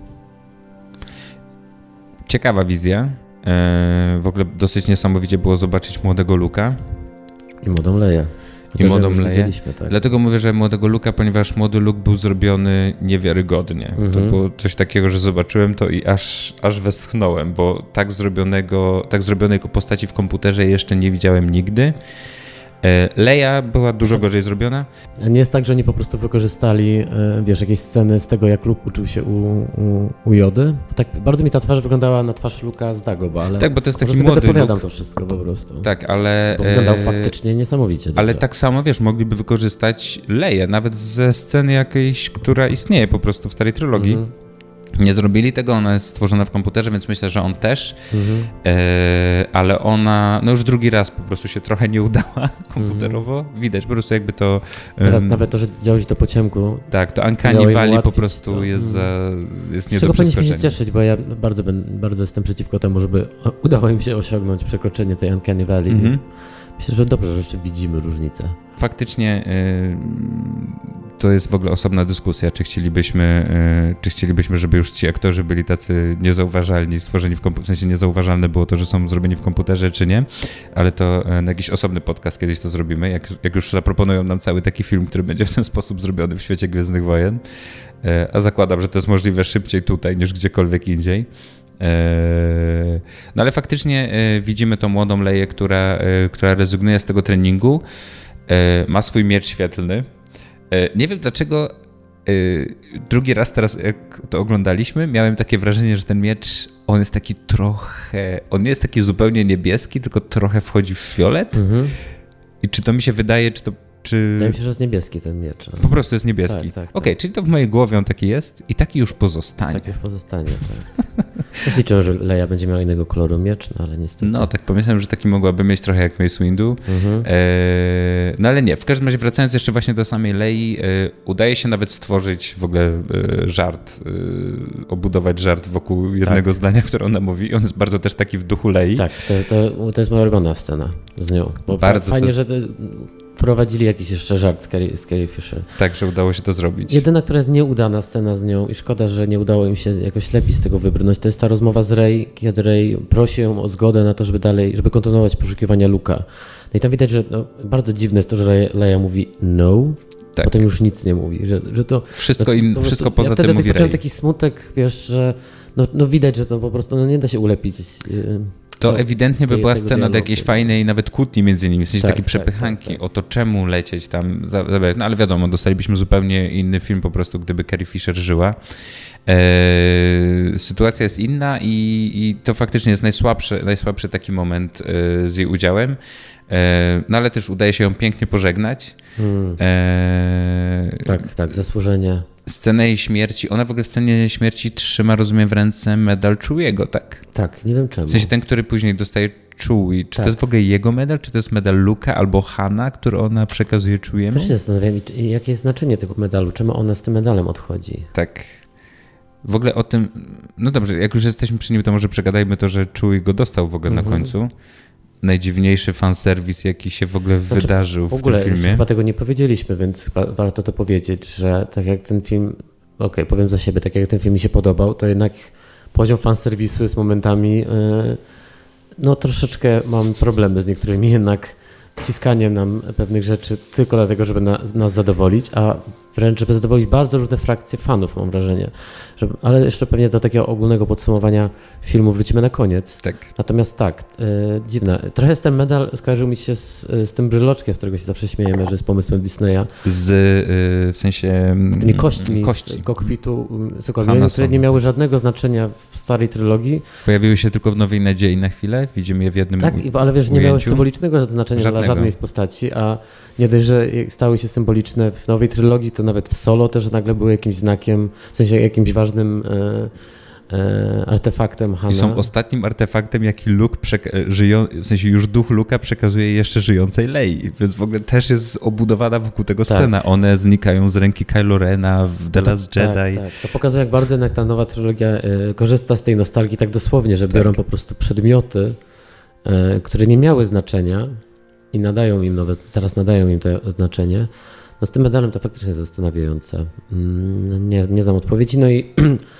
Ciekawa wizja. W ogóle dosyć niesamowicie było zobaczyć młodego Luka. I młodą Leję. I młodą Leję. Tak. Dlatego mówię, że młodego Luka, ponieważ młody Luke był zrobiony niewiarygodnie. Mhm. To było coś takiego, że zobaczyłem to i aż, aż westchnąłem, bo tak zrobionego, tak zrobionej postaci w komputerze jeszcze nie widziałem nigdy. Leia była dużo gorzej zrobiona. Nie jest tak, że oni po prostu wykorzystali, wiesz, jakieś sceny z tego, jak Luke uczył się u, u, u Jody. Tak bardzo mi ta twarz wyglądała na twarz Luka z Dagoba, ale tak, bo to jest taki młody Luke. Dopowiadam to wszystko po prostu. Tak, ale... Bo wyglądał faktycznie niesamowicie dobrze. Ale tak samo, wiesz, mogliby wykorzystać Leię, nawet ze sceny jakiejś, która istnieje po prostu w starej trylogii. Mhm. Nie zrobili tego, ona jest stworzona w komputerze, więc myślę, że on też, mhm. e, ale ona no już drugi raz po prostu się trochę nie udała komputerowo. Mhm. Widać po prostu jakby to... Teraz um, nawet to, że działo się to po ciemku. Tak, to Uncanny Valley po prostu to, jest, za, jest nie do przeskoczenia. Powinniśmy się cieszyć, bo ja bardzo, bardzo jestem przeciwko temu, żeby udało im się osiągnąć przekroczenie tej Uncanny Valley. Mhm. Myślę, że dobrze, że jeszcze widzimy różnicę. Faktycznie y, to jest w ogóle osobna dyskusja, czy chcielibyśmy, y, czy chcielibyśmy, żeby już ci aktorzy byli tacy niezauważalni, stworzeni w komputerze, w sensie niezauważalne było to, że są zrobieni w komputerze, czy nie, ale to y, na jakiś osobny podcast kiedyś to zrobimy, jak, jak już zaproponują nam cały taki film, który będzie w ten sposób zrobiony w świecie Gwiezdnych Wojen, y, a zakładam, że to jest możliwe szybciej tutaj niż gdziekolwiek indziej. No ale faktycznie widzimy tą młodą Leię, która, która rezygnuje z tego treningu, ma swój miecz świetlny Nie wiem dlaczego drugi raz teraz, jak to oglądaliśmy, miałem takie wrażenie, że ten miecz, on jest taki trochę, on nie jest taki zupełnie niebieski, tylko trochę wchodzi w fiolet. Mhm. I czy to mi się wydaje, czy to Czy... Wydaje mi się, że jest niebieski ten miecz. Po prostu jest niebieski. Tak, tak, Okej, tak. Czyli to w mojej głowie on taki jest i taki już pozostanie. Tak już pozostanie, tak. Liczę, że Leia będzie miała innego koloru miecz, no ale niestety. No tak pomyślałem, że taki mogłaby mieć trochę jak Mace Windu. Mhm. E, no ale nie, w każdym razie wracając jeszcze właśnie do samej Lei, e, udaje się nawet stworzyć w ogóle e, żart, e, obudować żart wokół jednego tak. zdania, które ona mówi. On jest bardzo też taki w duchu Lei. Tak, to, to, to jest moja ulubiona scena z nią. Bo bardzo fajnie, jest... że... Wprowadzili jakiś jeszcze żart z Carrie, z Carrie Fisher. Tak, że udało się to zrobić. Jedyna, która jest nieudana scena z nią i szkoda, że nie udało im się jakoś lepiej z tego wybrnąć, to jest ta rozmowa z Rey, kiedy Rey prosi ją o zgodę na to, żeby dalej, żeby kontynuować poszukiwania Luka. No i tam widać, że no, bardzo dziwne jest to, że Leia mówi no, tak. Potem już nic nie mówi. Że, że to, wszystko no, in, po wszystko prostu, poza ja tym wtedy mówi poczułem Rey. taki smutek, wiesz, że no, no widać, że to po prostu no, nie da się ulepić. Yy, To ewidentnie by była scena do jakiejś fajnej nawet kłótni między nimi, w sensie tak, takie tak, przepychanki tak, tak. o to, czemu lecieć tam, zabrać. No ale wiadomo, dostalibyśmy zupełnie inny film po prostu, gdyby Carrie Fisher żyła. Eee, sytuacja jest inna i, i to faktycznie jest najsłabszy, najsłabszy taki moment e, z jej udziałem. E, no ale też udaje się ją pięknie pożegnać. Hmm. E, tak, tak, zasłużenie. Scenę jej śmierci, ona w ogóle w scenie śmierci trzyma, rozumiem, w ręce medal Chewiego, tak? Tak, nie wiem czemu. W sensie ten, który później dostaje Chewie. Czy tak. to jest w ogóle jego medal, czy to jest medal Luka albo Hana, który ona przekazuje Chewiemu? Też się zastanawiam, jakie jest znaczenie tego medalu, czemu ona z tym medalem odchodzi. Tak. W ogóle o tym, no dobrze, jak już jesteśmy przy nim, to może przegadajmy to, że Chewie go dostał w ogóle mhm. na końcu. Najdziwniejszy fanserwis, jaki się w ogóle znaczy, wydarzył w, w ogóle, tym filmie. Chyba tego nie powiedzieliśmy, więc chyba warto to powiedzieć, że tak jak ten film, okej, okay, powiem za siebie, tak jak ten film mi się podobał, to jednak poziom fanserwisu jest momentami, yy, no troszeczkę mam problemy z niektórymi jednak wciskaniem nam pewnych rzeczy tylko dlatego, żeby na, nas zadowolić, a wręcz żeby zadowolić bardzo różne frakcje fanów, mam wrażenie. Że, ale jeszcze pewnie do takiego ogólnego podsumowania filmu wrócimy na koniec. Tak. Natomiast tak, yy, dziwne. Trochę ten medal skojarzył mi się z, z tym bryloczkiem, z którego się zawsze śmiejemy, że jest pomysłem Disneya. Z, yy, w sensie... Z tymi kośćmi kości. z kokpitu Sokołowskiego, które nie miały żadnego znaczenia w starej trylogii. Pojawiły się tylko w Nowej Nadziei na chwilę, widzimy je w jednym Tak, u- ale wiesz, nie ujęciu. miały symbolicznego znaczenia żadnego. Dla żadnej z postaci, a nie dość, że stały się symboliczne w nowej trylogii, to nawet w Solo też nagle były jakimś znakiem, w sensie jakimś ważnym e, e, artefaktem Hana. I są ostatnim artefaktem, jaki Luke, przeka- żyją, w sensie już duch Luka przekazuje jeszcze żyjącej Lei, więc w ogóle też jest obudowana wokół tego tak. scena. One znikają z ręki Kylo Rena w The to, Last Jedi. Tak, tak. To pokazuje, jak bardzo jednak ta nowa trylogia e, korzysta z tej nostalgii tak dosłownie, że biorą tak. po prostu przedmioty, e, które nie miały znaczenia i nadają im nowe, teraz nadają im to znaczenie. No z tym medalem to faktycznie jest zastanawiające. Nie, nie znam odpowiedzi. No i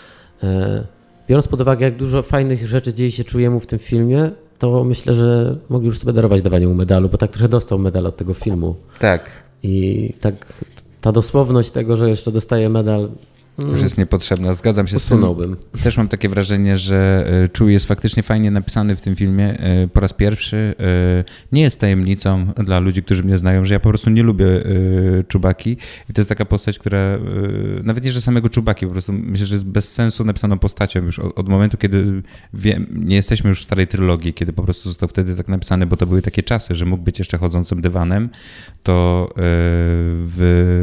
e, biorąc pod uwagę, jak dużo fajnych rzeczy dzieje się Chewiemu w tym filmie, to myślę, że mogli już sobie darować dawanie mu medalu, bo tak trochę dostał medal od tego filmu. Tak. I tak ta dosłowność tego, że jeszcze dostaje medal... Już jest niepotrzebna, zgadzam się usunąłbym. z tym. Też mam takie wrażenie, że Chewie jest faktycznie fajnie napisany w tym filmie po raz pierwszy. Nie jest tajemnicą dla ludzi, którzy mnie znają, że ja po prostu nie lubię Chewbacki i to jest taka postać, która nawet nie, że samego Chewbacki, po prostu myślę, że jest bez sensu napisaną postacią już od, od momentu, kiedy wiem, nie jesteśmy już w starej trylogii, kiedy po prostu został wtedy tak napisany, bo to były takie czasy, że mógł być jeszcze chodzącym dywanem, to w...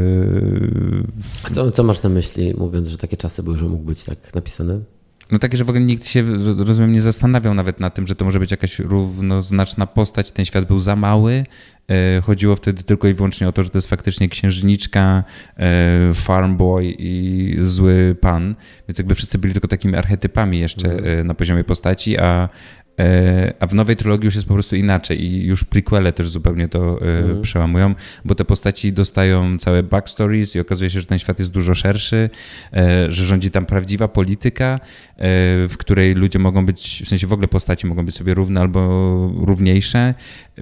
w... Co, co masz na myśli, mówiąc, że takie czasy były, że mógł być tak napisane? No takie, że w ogóle nikt się, rozumiem, nie zastanawiał nawet nad tym, że to może być jakaś równoznaczna postać. Ten świat był za mały. Chodziło wtedy tylko i wyłącznie o to, że to jest faktycznie księżniczka, farm boy i zły pan. Więc jakby wszyscy byli tylko takimi archetypami jeszcze mm. na poziomie postaci, a A w nowej trylogii już jest po prostu inaczej i już prequele też zupełnie to mm. przełamują, bo te postaci dostają całe backstories i okazuje się, że ten świat jest dużo szerszy, że rządzi tam prawdziwa polityka, w której ludzie mogą być, w sensie w ogóle postaci mogą być sobie równe albo równiejsze.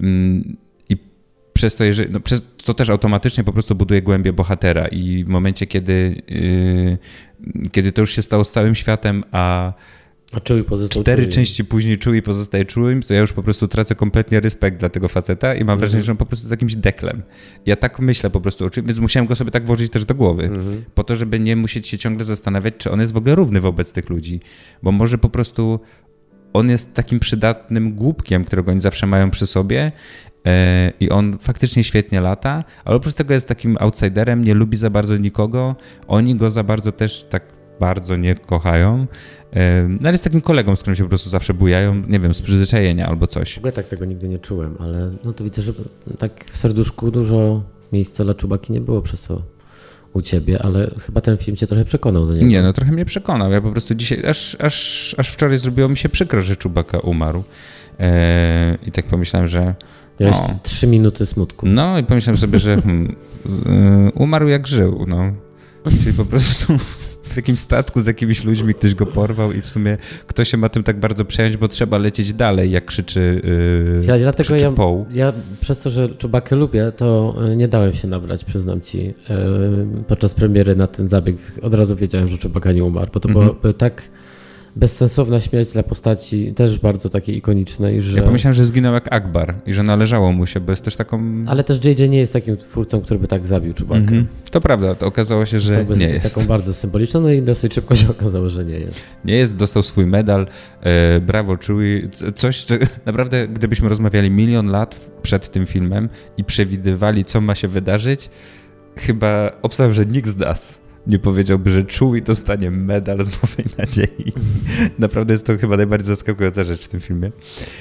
I przez to, jeżeli, no przez to też automatycznie po prostu buduje głębię bohatera i w momencie, kiedy, kiedy to już się stało z całym światem, a A Chewie pozostał cztery Chewie. części później Chewie pozostaje czułym, to ja już po prostu tracę kompletnie respekt dla tego faceta i mam mhm. wrażenie, że on po prostu jest jakimś deklem. Ja tak myślę po prostu o czym, więc musiałem go sobie tak włożyć też do głowy, mhm. po to, żeby nie musieć się ciągle zastanawiać, czy on jest w ogóle równy wobec tych ludzi, bo może po prostu on jest takim przydatnym głupkiem, którego oni zawsze mają przy sobie i on faktycznie świetnie lata, ale oprócz tego jest takim outsiderem, nie lubi za bardzo nikogo, oni go za bardzo też tak bardzo nie kochają, no ale jest takim kolegą, z którym się po prostu zawsze bujają, nie wiem, z przyzwyczajenia albo coś. W ogóle tak tego nigdy nie czułem, ale no to widzę, że tak w serduszku dużo miejsca dla Chewbacki nie było przez to u ciebie, ale chyba ten film cię trochę przekonał do niego. Nie, no trochę mnie przekonał. Ja po prostu dzisiaj, aż, aż, aż wczoraj zrobiło mi się przykro, że Chewbacca umarł. Eee, I tak pomyślałem, że... Miałeś trzy minuty smutku. No i pomyślałem sobie, że hmm, y, umarł jak żył, no. Czyli po prostu w jakimś statku z jakimiś ludźmi ktoś go porwał i w sumie kto się ma tym tak bardzo przejąć, bo trzeba lecieć dalej, jak krzyczy, yy, ja, dlatego krzyczy ja, Poe. Ja przez to, że Chewbackę lubię, to nie dałem się nabrać, przyznam ci, yy, podczas premiery na ten zabieg. Od razu wiedziałem, że Chewbacca nie umarł, bo to mhm. było tak bezsensowna śmierć dla postaci, też bardzo takiej ikonicznej, że... Ja pomyślałem, że zginął jak Akbar i że należało mu się, bo jest też taką... Ale też J J nie jest takim twórcą, który by tak zabił Chewbackę. Mm-hmm. To prawda, to okazało się, że to nie jest. Taką bardzo symboliczną, no i dosyć szybko się okazało, że nie jest. Nie jest, dostał swój medal, e, brawo Chewie, coś, co naprawdę gdybyśmy rozmawiali milion lat przed tym filmem i przewidywali, co ma się wydarzyć, chyba obstawiam, że nikt z nas nie powiedziałby, że Chewie dostanie medal z Nowej Nadziei. Naprawdę jest to chyba najbardziej zaskakująca rzecz w tym filmie.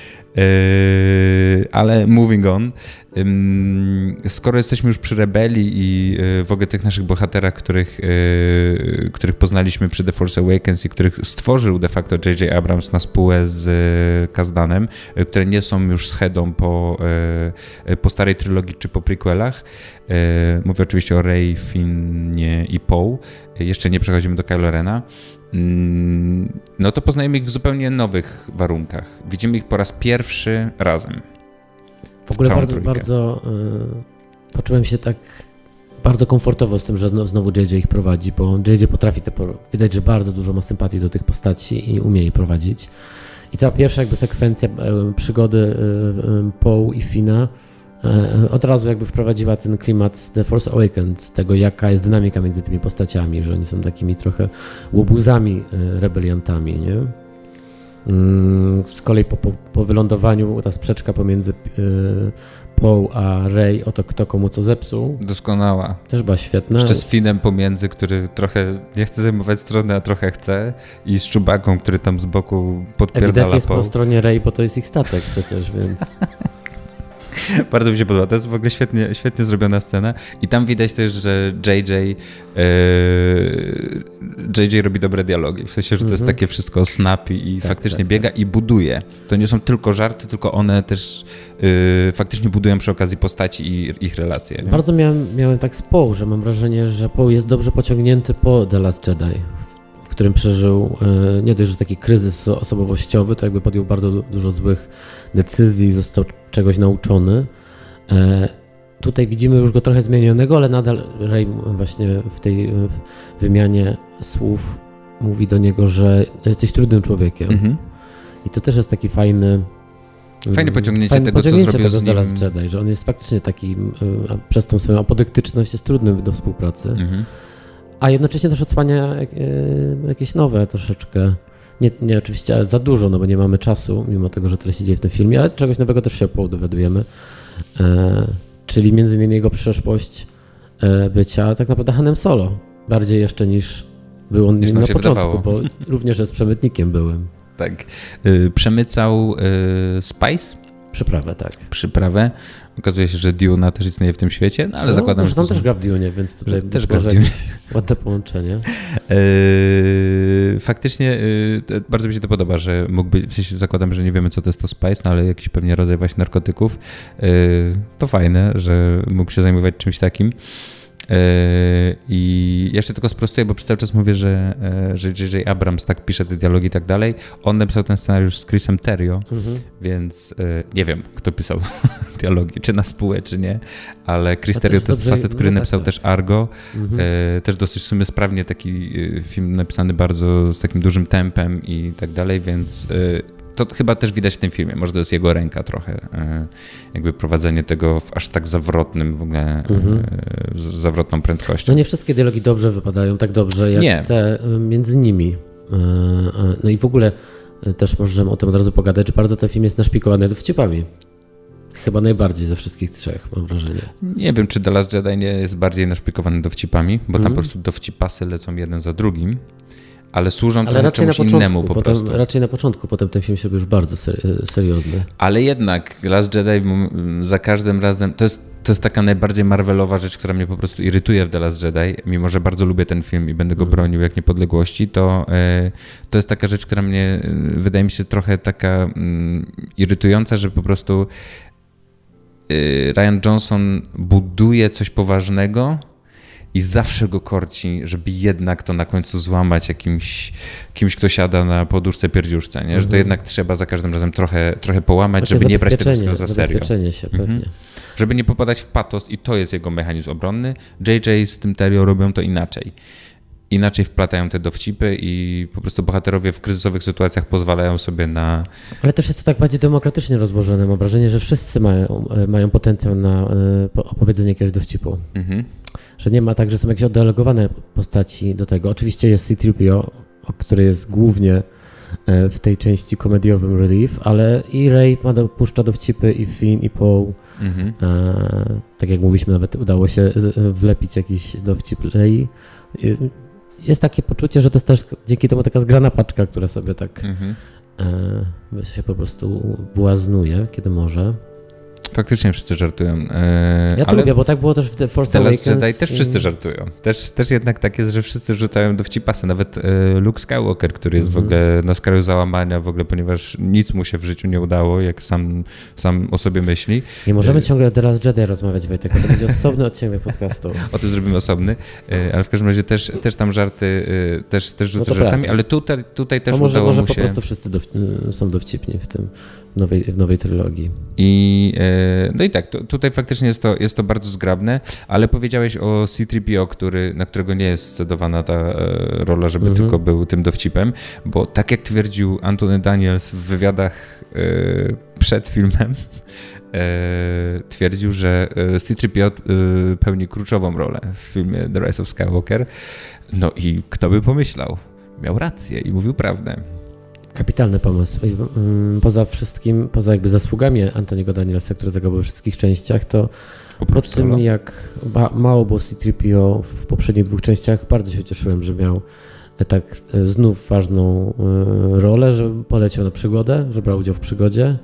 Yy, ale moving on, yy, skoro jesteśmy już przy Rebelii i yy, w ogóle tych naszych bohaterach, których, yy, których poznaliśmy przy The Force Awakens i których stworzył de facto J J Abrams na spółę z yy, Kazdanem, yy, które nie są już z Hedą po, yy, po starej trylogii czy po prequelach. Yy, mówię oczywiście o Rey, Finnie i Poe. Yy, jeszcze nie przechodzimy do Kylo Rena. No to poznajemy ich w zupełnie nowych warunkach. Widzimy ich po raz pierwszy razem. W ogóle bardzo, trójkę. bardzo yy, poczułem się tak bardzo komfortowo z tym, że no, znowu J J ich prowadzi, bo J J potrafi te, widać, że bardzo dużo ma sympatii do tych postaci i umie je prowadzić. I cała pierwsza jakby sekwencja yy, przygody yy, Poe i Finna od razu jakby wprowadziła ten klimat The Force Awakens, tego jaka jest dynamika między tymi postaciami, że oni są takimi trochę łobuzami, rebeliantami, nie? Z kolei po, po, po wylądowaniu ta sprzeczka pomiędzy Poe a Rey o to, kto komu co zepsuł. Doskonała. Też była świetna. Jeszcze z Finnem pomiędzy, który trochę nie chce zajmować strony, a trochę chce, i z Chewbacką, który tam z boku podpierdala Ewidentnie jest Poe. po stronie Rey, bo to jest ich statek przecież, więc... Bardzo mi się podoba. To jest w ogóle świetnie, świetnie zrobiona scena. I tam widać też, że J J yy, J J robi dobre dialogi. W sensie, że to mm-hmm. jest takie wszystko snappy i tak, faktycznie tak, biega tak. i buduje. To nie są tylko żarty, tylko one też yy, faktycznie budują przy okazji postaci i ich relacje. Nie? Bardzo miałem, miałem tak z Poe, że mam wrażenie, że Poe jest dobrze pociągnięty po The Last Jedi, w którym przeżył yy, nie dość, że taki kryzys osobowościowy, to jakby podjął bardzo du- dużo złych decyzji, został czegoś nauczony. E, tutaj widzimy już go trochę zmienionego, ale nadal Rey właśnie w tej w wymianie słów mówi do niego, że jesteś trudnym człowiekiem. Mm-hmm. I to też jest taki fajny Fajne pociągnięcie fajne tego, pociągnięcie co zrobił tego z nim. The Last Jedi, że on jest faktycznie taki, a przez tą swoją apodyktyczność jest trudny do współpracy. Mm-hmm. A jednocześnie też odsłania jakieś nowe troszeczkę. Nie, nie oczywiście za dużo, no bo nie mamy czasu, mimo tego, że tyle się dzieje w tym filmie, ale czegoś nowego też się dowiadujemy. E, czyli między innymi jego przyszłość e, bycia tak naprawdę Hanem Solo. Bardziej jeszcze niż był on niż na początku, wydawało. Bo również jest przemytnikiem byłym. Tak. Y, przemycał y, Spice? Przyprawę, tak. Przyprawę. Okazuje się, że Duna też istnieje w tym świecie, no ale no, zakładam, że... że... też gra w Dune, więc tutaj też gra w Dune. Ładne połączenie. Yy, faktycznie yy, bardzo mi się to podoba, że mógłby, w sensie zakładam, że nie wiemy, co to jest to Spice, no ale jakiś pewnie rodzaj właśnie narkotyków. Yy, to fajne, że mógł się zajmować czymś takim. I jeszcze tylko sprostuję, bo przez cały czas mówię, że, że J J Abrams tak pisze te dialogi i tak dalej. On napisał ten scenariusz z Chrisem Terrio, mhm. więc nie wiem, kto pisał dialogi, czy na spółę, czy nie, ale Chris Terrio to jest facet, który no tak, napisał tak. też Argo, mhm. też dosyć w sumie sprawnie taki film napisany bardzo z takim dużym tempem i tak dalej, więc to chyba też widać w tym filmie. Może to jest jego ręka trochę, jakby prowadzenie tego w aż tak zawrotnym w ogóle, mhm. z zawrotną prędkością. No nie wszystkie dialogi dobrze wypadają, tak dobrze jak nie. te między nimi. No i w ogóle też możemy o tym od razu pogadać, że bardzo ten film jest naszpikowany dowcipami. Chyba najbardziej ze wszystkich trzech, mam wrażenie. Nie wiem, czy The Last Jedi nie jest bardziej naszpikowany dowcipami, bo tam mhm. po prostu dowcipasy lecą jeden za drugim. Ale służą ale trochę czemuś innemu po potem, prostu. Raczej na początku, potem ten film się już bardzo ser- seriozny. Ale jednak Last Jedi za każdym razem, to jest, to jest taka najbardziej Marvelowa rzecz, która mnie po prostu irytuje w The Last Jedi, mimo że bardzo lubię ten film i będę go bronił jak niepodległości, to, to jest taka rzecz, która mnie, wydaje mi się trochę taka irytująca, że po prostu Rian Johnson buduje coś poważnego i zawsze go korci, żeby jednak to na końcu złamać jakimś, kimś, kto siada na poduszce pierdziuszce, nie? Mm-hmm. Że to jednak trzeba za każdym razem trochę, trochę połamać, Właśnie żeby nie brać tego wszystkiego za serio. Zabezpieczenie się pewnie. Mm-hmm. Żeby nie popadać w patos i to jest jego mechanizm obronny. J J z tym Terrio robią to inaczej. Inaczej wplatają te dowcipy i po prostu bohaterowie w kryzysowych sytuacjach pozwalają sobie na... Ale też jest to tak bardziej demokratycznie rozłożone. Mam wrażenie, że wszyscy mają, mają potencjał na opowiedzenie jakiegoś dowcipu. Mhm. Że nie ma tak, że są jakieś oddelegowane postaci do tego. Oczywiście jest C trzy P O, który jest głównie w tej części komediowym relief, ale i Rey ma dopuszcza dowcipy, i Finn, i Poe. Mhm. E, tak jak mówiliśmy, nawet udało się wlepić jakiś dowcip Rey. Jest takie poczucie, że to jest też dzięki temu taka zgrana paczka, która sobie tak mhm. e, się po prostu błaznuje, kiedy może. Faktycznie wszyscy żartują. E, ja to ale lubię, bo tak było też w The Force Awakens. The Last Jedi też wszyscy żartują. Też, też jednak tak jest, że wszyscy rzucają dowcipasy. Nawet e, Luke Skywalker, który jest mm-hmm. w ogóle na skraju załamania, w ogóle, ponieważ nic mu się w życiu nie udało, jak sam, sam o sobie myśli. Nie możemy e, ciągle o The Last Jedi rozmawiać, Wojtek, to będzie osobny odcinek podcastu. O tym zrobimy osobny, e, ale w każdym razie też, też tam żarty, e, też, też rzuca no żartami, prawda. Ale tutaj, tutaj też może, udało może mu się... Może po prostu wszyscy dow, są dowcipni w tym. W nowej, w nowej trylogii. I, no i tak, to, tutaj faktycznie jest to, jest to bardzo zgrabne, ale powiedziałeś o C trzy P O, który, na którego nie jest scedowana ta rola, żeby mhm. tylko był tym dowcipem, bo tak jak twierdził Anthony Daniels w wywiadach przed filmem, twierdził, że C trzy P O pełni kluczową rolę w filmie The Rise of Skywalker. No i kto by pomyślał? Miał rację i mówił prawdę. Kapitalny pomysł. Poza wszystkim, poza jakby zasługami Antoniego Danielsa, który zagrał we wszystkich częściach, to pod tym jak mało było C trzy P O w poprzednich dwóch częściach, bardzo się cieszyłem, że miał tak znów ważną rolę, że poleciał na przygodę, że brał udział w przygodzie.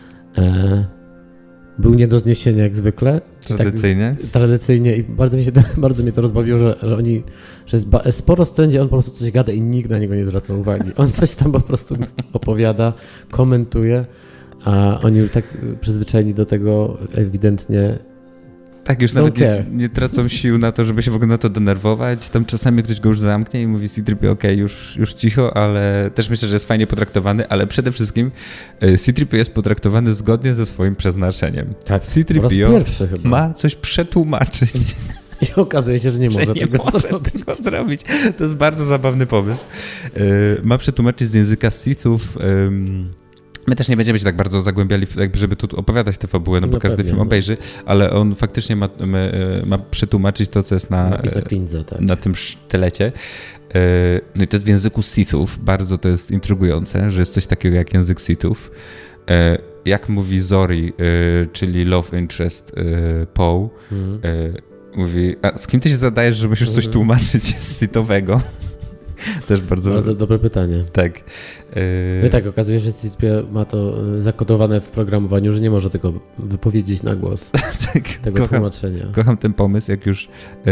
Był nie do zniesienia jak zwykle. Tradycyjnie. Tak, tradycyjnie i bardzo, mi się to, bardzo mnie to rozbawiło, że, że oni, że jest ba- sporo scen, gdzie on po prostu coś gada i nikt na niego nie zwraca uwagi. On coś tam po prostu opowiada, komentuje, a oni tak przyzwyczajeni do tego ewidentnie. Tak, już nawet nie, nie tracą sił na to, żeby się w ogóle na to denerwować. Tam czasami ktoś go już zamknie i mówi C trzy P O, okej, okay, już, już cicho, ale też myślę, że jest fajnie potraktowany, ale przede wszystkim C trzy P O jest potraktowany zgodnie ze swoim przeznaczeniem. Tak, C trzy P O ma coś przetłumaczyć. I okazuje się, że nie może, że nie tego, może zrobić. tego zrobić. To jest bardzo zabawny pomysł. Ma przetłumaczyć z języka Sithów. My też nie będziemy się tak bardzo zagłębiali, jakby żeby tu opowiadać tę fabułę, no bo no każdy pewnie, film obejrzy, ale on faktycznie ma, ma, ma przetłumaczyć to, co jest na, Klindze, tak. na tym sztylecie. No i to jest w języku Sithów. Bardzo to jest intrygujące, że jest coś takiego jak język Sithów. Jak mówi Zori, czyli love interest Poe, mhm. mówi, a z kim ty się zadajesz, że musisz coś tłumaczyć z Sithowego? Też bardzo... bardzo dobre pytanie. Tak. No i tak, okazuje się, że C trzy P O ma to zakodowane w programowaniu, że nie może tego wypowiedzieć na głos, tak, tego kocham, tłumaczenia. Kocham ten pomysł, jak już yy,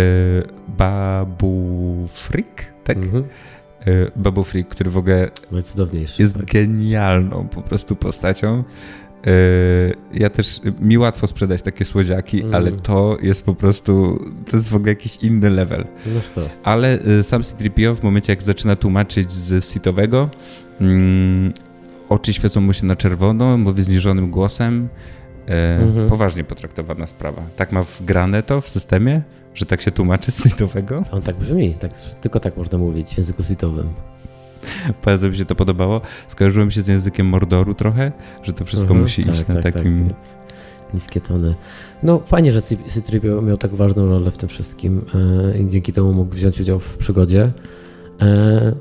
Babu Frick, tak? Mhm. Yy, Babu Frick, który w ogóle najcudowniejszy, jest tak. genialną po prostu postacią. Ja też, mi łatwo sprzedać takie słodziaki, mm. ale to jest po prostu, to jest w ogóle jakiś inny level. No sztos. Ale sam C trzy P O w momencie, jak zaczyna tłumaczyć z sitowego, mm, oczy świecą mu się na czerwono, mówi zniżonym głosem. E, mm-hmm. Poważnie potraktowana sprawa. Tak ma wgrane to w systemie, że tak się tłumaczy z sitowego? On tak brzmi, tak, tylko tak można mówić w języku sitowym. Bardzo mi się to podobało. Skojarzyłem się z językiem Mordoru trochę, że to wszystko mhm, musi tak, iść na tak, takim... Tak. Niskie tony. No fajnie, że C trzy P O miał tak ważną rolę w tym wszystkim e, i dzięki temu mógł wziąć udział w przygodzie. E,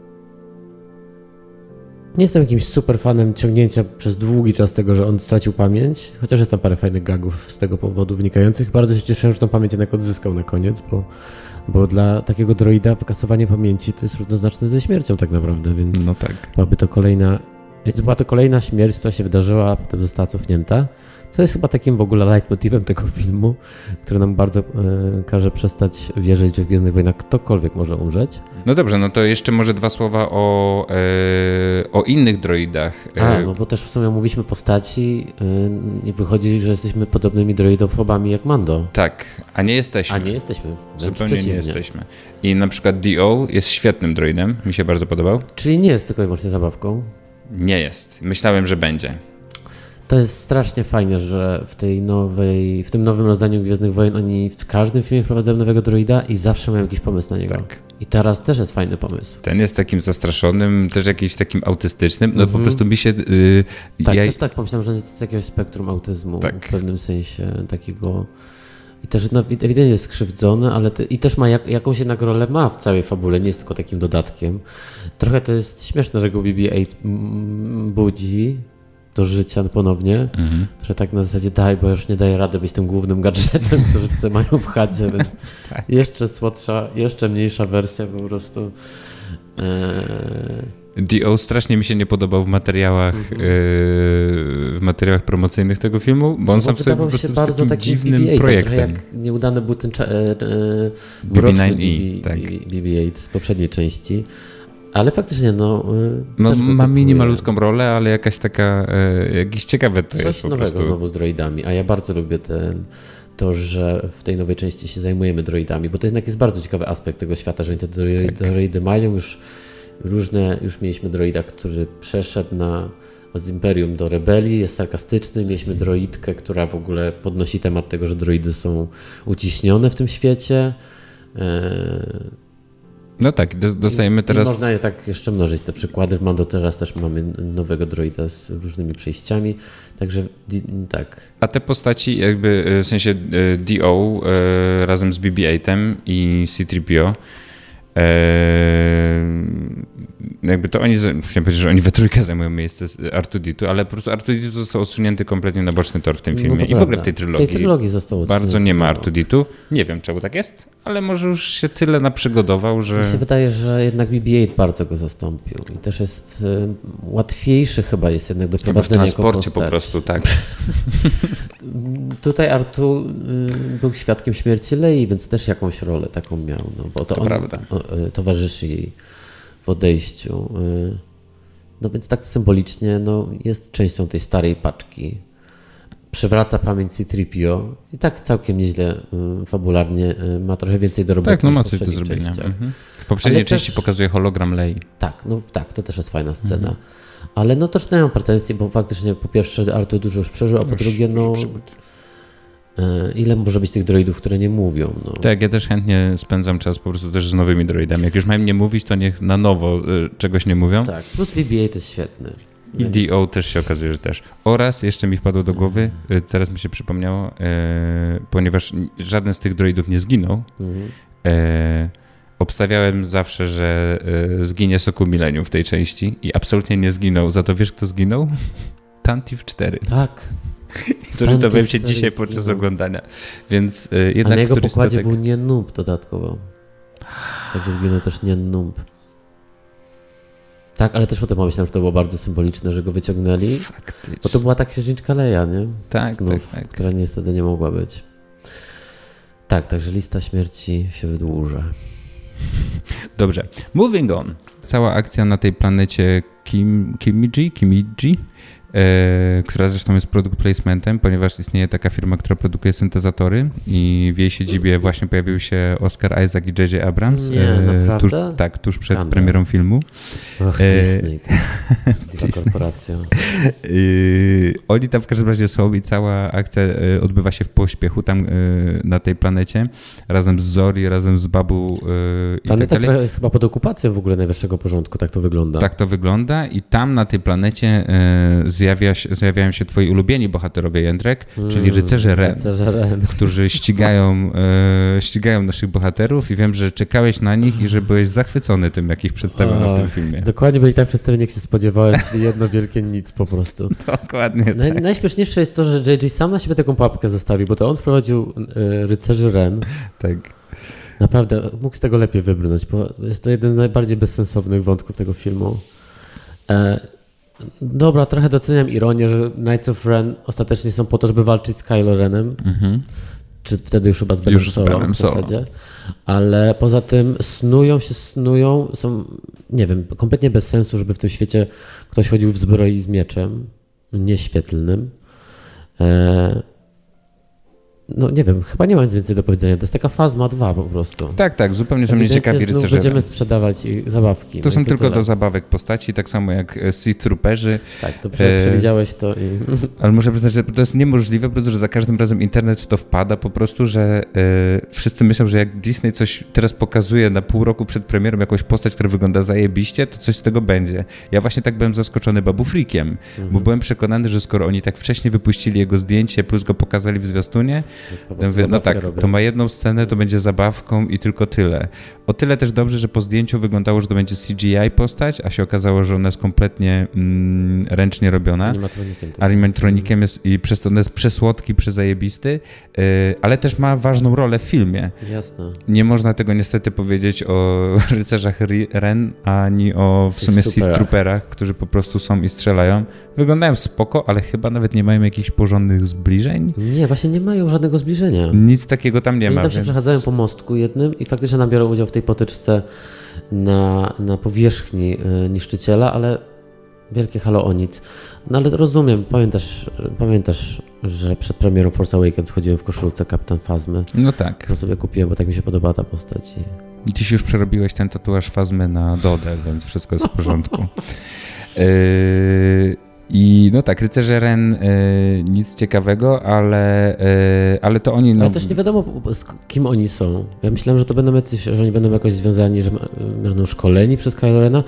nie jestem jakimś super fanem ciągnięcia przez długi czas tego, że on stracił pamięć, chociaż jest tam parę fajnych gagów z tego powodu wynikających. Bardzo się cieszę, że tą pamięć jednak odzyskał na koniec, bo Bo dla takiego droida wykasowanie pamięci to jest równoznaczne ze śmiercią tak naprawdę, więc no tak. byłaby to kolejna, więc była to kolejna śmierć, która się wydarzyła, a potem została cofnięta. Co jest chyba takim w ogóle leitmotivem tego filmu, który nam bardzo e, każe przestać wierzyć, że w Gwiezdnych Wojnach ktokolwiek może umrzeć. No dobrze, no to jeszcze może dwa słowa o, e, o innych droidach. A, no bo też w sumie mówiliśmy postaci e, i wychodzi, że jesteśmy podobnymi droidofobami jak Mando. Tak, a nie jesteśmy. A nie jesteśmy. Zupełnie nie jesteśmy. I na przykład D O jest świetnym droidem, mi się bardzo podobał. Czyli nie jest tylko i wyłącznie zabawką? Nie jest. Myślałem, że będzie. To jest strasznie fajne, że w tej nowej, w tym nowym rozdaniu Gwiezdnych Wojen oni w każdym filmie wprowadzają nowego droida i zawsze mają jakiś pomysł na niego. Tak. I teraz też jest fajny pomysł. Ten jest takim zastraszonym, też jakimś takim autystycznym, no mm-hmm. po prostu mi się... Yy, tak, ja... też tak pomyślałem, że jest z jakiegoś spektrum autyzmu tak. w pewnym sensie takiego... I też no, ewidentnie jest skrzywdzony, ale te, i też ma jak, jakąś jednak rolę ma w całej fabule, nie jest tylko takim dodatkiem. Trochę to jest śmieszne, że go B B osiem budzi do życia ponownie, mhm. że tak na zasadzie daj, bo już nie daje rady być tym głównym gadżetem, który wszyscy mają w chacie, więc tak. jeszcze słodsza, jeszcze mniejsza wersja po prostu. Eee... D O strasznie mi się nie podobał w materiałach mhm. yy, w materiałach promocyjnych tego filmu, bo on no, sam sobie po prostu jest takim dziwnym B B osiem, projektem. Jak nieudany był ten e, e, B B dziewięć E, tak. B B osiem z poprzedniej części. Ale faktycznie, no... no ma mini malutką rolę, ale jakaś taka, e, jakiś ciekawe to Coś jest po nowego prostu. Znowu z droidami, a ja bardzo lubię ten, to, że w tej nowej części się zajmujemy droidami, bo to jednak jest bardzo ciekawy aspekt tego świata, że oni te droidy, tak. droidy mają już różne, już mieliśmy droida, który przeszedł na, z Imperium do rebelii, jest sarkastyczny, mieliśmy droidkę, która w ogóle podnosi temat tego, że droidy są uciśnione w tym świecie. E, No tak, dostajemy teraz... I można je tak jeszcze mnożyć, te przykłady. W Mando teraz też mamy nowego droida z różnymi przejściami, także tak. A te postaci jakby, w sensie D O e, razem z B B osiem i C trzy P O, e, jakby to oni, chciałem powiedzieć, że oni we trójkę zajmują miejsce z R dwa D dwa, ale po prostu R dwa D dwa został osunięty kompletnie na boczny tor w tym filmie. No I w ogóle w tej trylogii, w tej trylogii zostało bardzo nie ma R dwa D dwa. Nie wiem, czemu tak jest, ale może już się tyle naprzygodował, że... Mi się wydaje, że jednak B B osiem bardzo go zastąpił i też jest y, łatwiejszy chyba jest jednak do prowadzenia jako postać. W transporcie po prostu, tak. Tutaj Artu y, był świadkiem śmierci Lei, więc też jakąś rolę taką miał, no, bo to, to on prawda. O, y, towarzyszy jej w odejściu. Y, no więc tak symbolicznie no, jest częścią tej starej paczki. Przywraca pamięć C trzy P O i tak całkiem nieźle y, fabularnie y, ma trochę więcej do roboty. Tak, no ma coś do zrobienia. Mhm. W poprzedniej Ale części też, pokazuje hologram Lei. Tak, no tak, to też jest fajna scena. Mhm. Ale no też nie mam pretensji, bo faktycznie po pierwsze Artur dużo już przeżył, a po już, drugie no y, ile może być tych droidów, które nie mówią. No. Tak, ja też chętnie spędzam czas po prostu też z nowymi droidami. Jak już mają nie mówić, to niech na nowo y, czegoś nie mówią. Tak, plus B B osiem to jest świetny. I Więc... D O też się okazuje, że też. Oraz jeszcze mi wpadło do głowy, teraz mi się przypomniało, e, ponieważ żaden z tych droidów nie zginął, mhm. e, obstawiałem zawsze, że e, zginie Soku Millennium w tej części i absolutnie nie zginął. Za to wiesz, kto zginął? Tantive cztery. Tak. Zorientowałem się dzisiaj podczas zginął. oglądania. Więc e, jednak A na jego pokładzie statek... był nie noob dodatkowo. Także zginął też nie noob. Tak, ale też potem pomyślałem, że to było bardzo symboliczne, że go wyciągnęli. Faktycznie. Bo to była ta księżniczka Leia, nie? Tak, Znów, tak, tak. Która niestety nie mogła być. Tak, także lista śmierci się wydłuża. Dobrze, moving on. Cała akcja na tej planecie Kim, Kimiji, Kimiji e, która zresztą jest product placementem, ponieważ istnieje taka firma, która produkuje syntezatory i w jej siedzibie właśnie pojawił się Oscar Isaac i J J Abrams. Nie, e, naprawdę? Tuż, tak, tuż przed Skandal. premierą filmu. Och, Disney. Ta korporacja. E, oni tam w każdym razie są i cała akcja e, odbywa się w pośpiechu tam e, na tej planecie, razem z Zori, razem z Babu e, i Planeta, tak dalej. jest chyba pod okupacją w ogóle najwyższego porządku, tak to wygląda. Tak to wygląda i tam na tej planecie e, zjawia się, zjawiają się twoi ulubieni bohaterowie, Jędrek, mm, czyli rycerze Ren, rycerze Ren, którzy ścigają, e, ścigają naszych bohaterów i wiem, że czekałeś na nich i że byłeś zachwycony tym, jak ich przedstawiono w tym filmie. Dokładnie byli tak przedstawieni, jak się spodziewałem, czyli jedno wielkie nic po prostu. Dokładnie Naj, tak. Najśmieszniejsze jest to, że J J sam na siebie taką pułapkę zostawił, bo to on wprowadził e, rycerzy Ren. Tak. Naprawdę mógł z tego lepiej wybrnąć, bo jest to jeden z najbardziej bezsensownych wątków tego filmu. E, dobra, trochę doceniam ironię, że Knights of Ren ostatecznie są po to, żeby walczyć z Kylo Renem. Mhm. Czy wtedy już chyba z Benem już Solo z Benem w zasadzie. Solo. Ale poza tym snują się, snują, są, nie wiem, kompletnie bez sensu, żeby w tym świecie ktoś chodził w zbroi z mieczem nieświetlnym. E, No nie wiem, chyba nie ma nic więcej do powiedzenia. To jest taka Phasma dwa po prostu. Tak, tak, zupełnie są mnie ciekawi rycerze. Będziemy sprzedawać zabawki. To no są to tylko tyle. do zabawek postaci, tak samo jak Sea Trooperzy. Tak, to przewidziałeś to. I... Ale muszę przyznać, że to jest niemożliwe, po prostu, że za każdym razem internet w to wpada po prostu, że yy, wszyscy myślą, że jak Disney coś teraz pokazuje na pół roku przed premierą jakąś postać, która wygląda zajebiście, to coś z tego będzie. Ja właśnie tak byłem zaskoczony Babu Freakiem, mhm. bo byłem przekonany, że skoro oni tak wcześnie wypuścili jego zdjęcie, plus go pokazali w zwiastunie, to mówię, no tak, robię. To ma jedną scenę, to będzie zabawką i tylko tyle. O tyle też dobrze, że po zdjęciu wyglądało, że to będzie C G I postać, a się okazało, że ona jest kompletnie mm, ręcznie robiona. Animatronikiem. Tak. Animatronikiem jest i przez to on jest przesłodki, przezajebisty, yy, ale też ma ważną rolę w filmie. Jasne. Nie można tego niestety powiedzieć o rycerzach Ren, ani o w sumie Sea Trooperach, którzy po prostu są i strzelają. Wyglądają spoko, ale chyba nawet nie mają jakichś porządnych zbliżeń. Nie, właśnie nie mają żadnego zbliżenia. Nic takiego tam nie Oni ma. tam więc... się przechadzają po mostku jednym i faktycznie nam biorą udział w tej potyczce na, na powierzchni y, niszczyciela, ale wielkie halo o nic. No ale rozumiem, pamiętasz, pamiętasz, że przed premierą Force Awakens chodziłem w koszulce Kapitan Phasmy. No tak. Którą sobie kupiłem, bo tak mi się podobała ta postać. I... Dziś już przerobiłeś ten tatuaż Phasmy na Dodę, więc wszystko jest w porządku. yy... I no tak, rycerze Ren y, nic ciekawego, ale, y, ale to oni... No... Ale też nie wiadomo, z kim oni są. Ja myślałem, że to będą jacyś, że oni będą jakoś związani, że będą szkoleni przez Kylo Rena.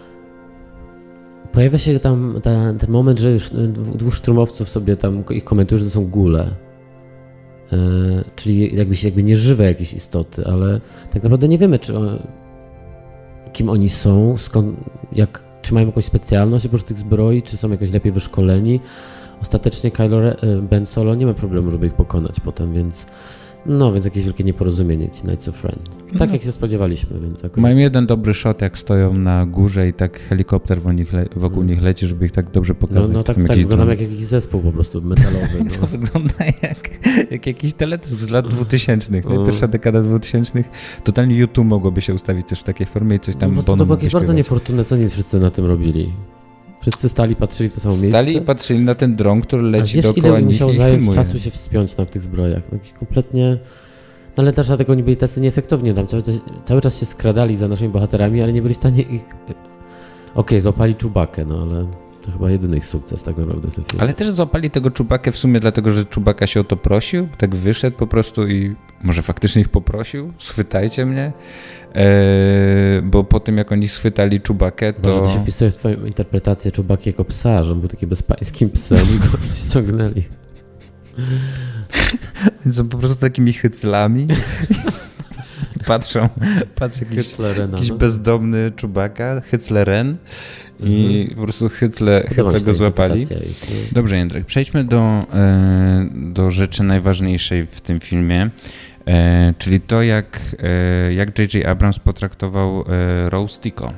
Pojawia się tam ta, ten moment, że już dwóch szturmowców sobie tam ich komentuje, że to są gule. Y, czyli jakby się jakby nieżywe jakieś istoty, ale tak naprawdę nie wiemy, czy on, kim oni są, skąd, jak czy mają jakąś specjalność oprócz tych zbroi, czy są jakoś lepiej wyszkoleni. Ostatecznie Kylo Ren, Ben Solo nie ma problemu, żeby ich pokonać potem, więc no, więc jakieś wielkie nieporozumienie ci Knights of Ren. Tak no. jak się spodziewaliśmy. Więc akurat... Mają jeden dobry shot, jak stoją na górze i tak helikopter wokół nich, le- wokół nich leci, żeby ich tak dobrze pokazać. No, no tak, tak wygląda jak jakiś zespół po prostu metalowy. No. To wygląda jak, jak jakiś teledysk z lat dwutysięcznych, mm. pierwsza dekada dwutysięcznych. Totalnie YouTube mogłoby się ustawić też w takiej formie i coś tam... No, to, to było jakieś bardzo niefortunne, co nie wszyscy na tym robili. Wszyscy stali, patrzyli w to samo miejsce. Stali i patrzyli na ten dron, który leci wiesz, dookoła ile nich musiał i zająć filmuje. czasu się wspiąć tam w tych zbrojach. No, kompletnie... No ale też dlatego oni byli tacy nieefektowni. Tam cały, cały czas się skradali za naszymi bohaterami, ale nie byli w stanie ich... Okej, okay, złapali Chewbackę, no ale to chyba jedyny ich sukces tak naprawdę w tym filmie. Ale też złapali tego Chewbackę w sumie dlatego, że Chewbacca się o to prosił, tak wyszedł po prostu i może faktycznie ich poprosił, schwytajcie mnie, eee, bo po tym jak oni schwytali Chewbackę, to... Może to się wpisuje w twoją interpretację Chewbacki jako psa, że on był takim bezpańskim psem i go ściągnęli. Są po prostu takimi hyclami. Patrzą, patrz jakiś, jakiś no. bezdomny Chewbacca, hycleren i mm-hmm. po prostu hycle, hycle go złapali. Dobrze, Jędrek, przejdźmy do, e, do rzeczy najważniejszej w tym filmie, e, czyli to, jak, e, jak J J Abrams potraktował e, Rose Tico.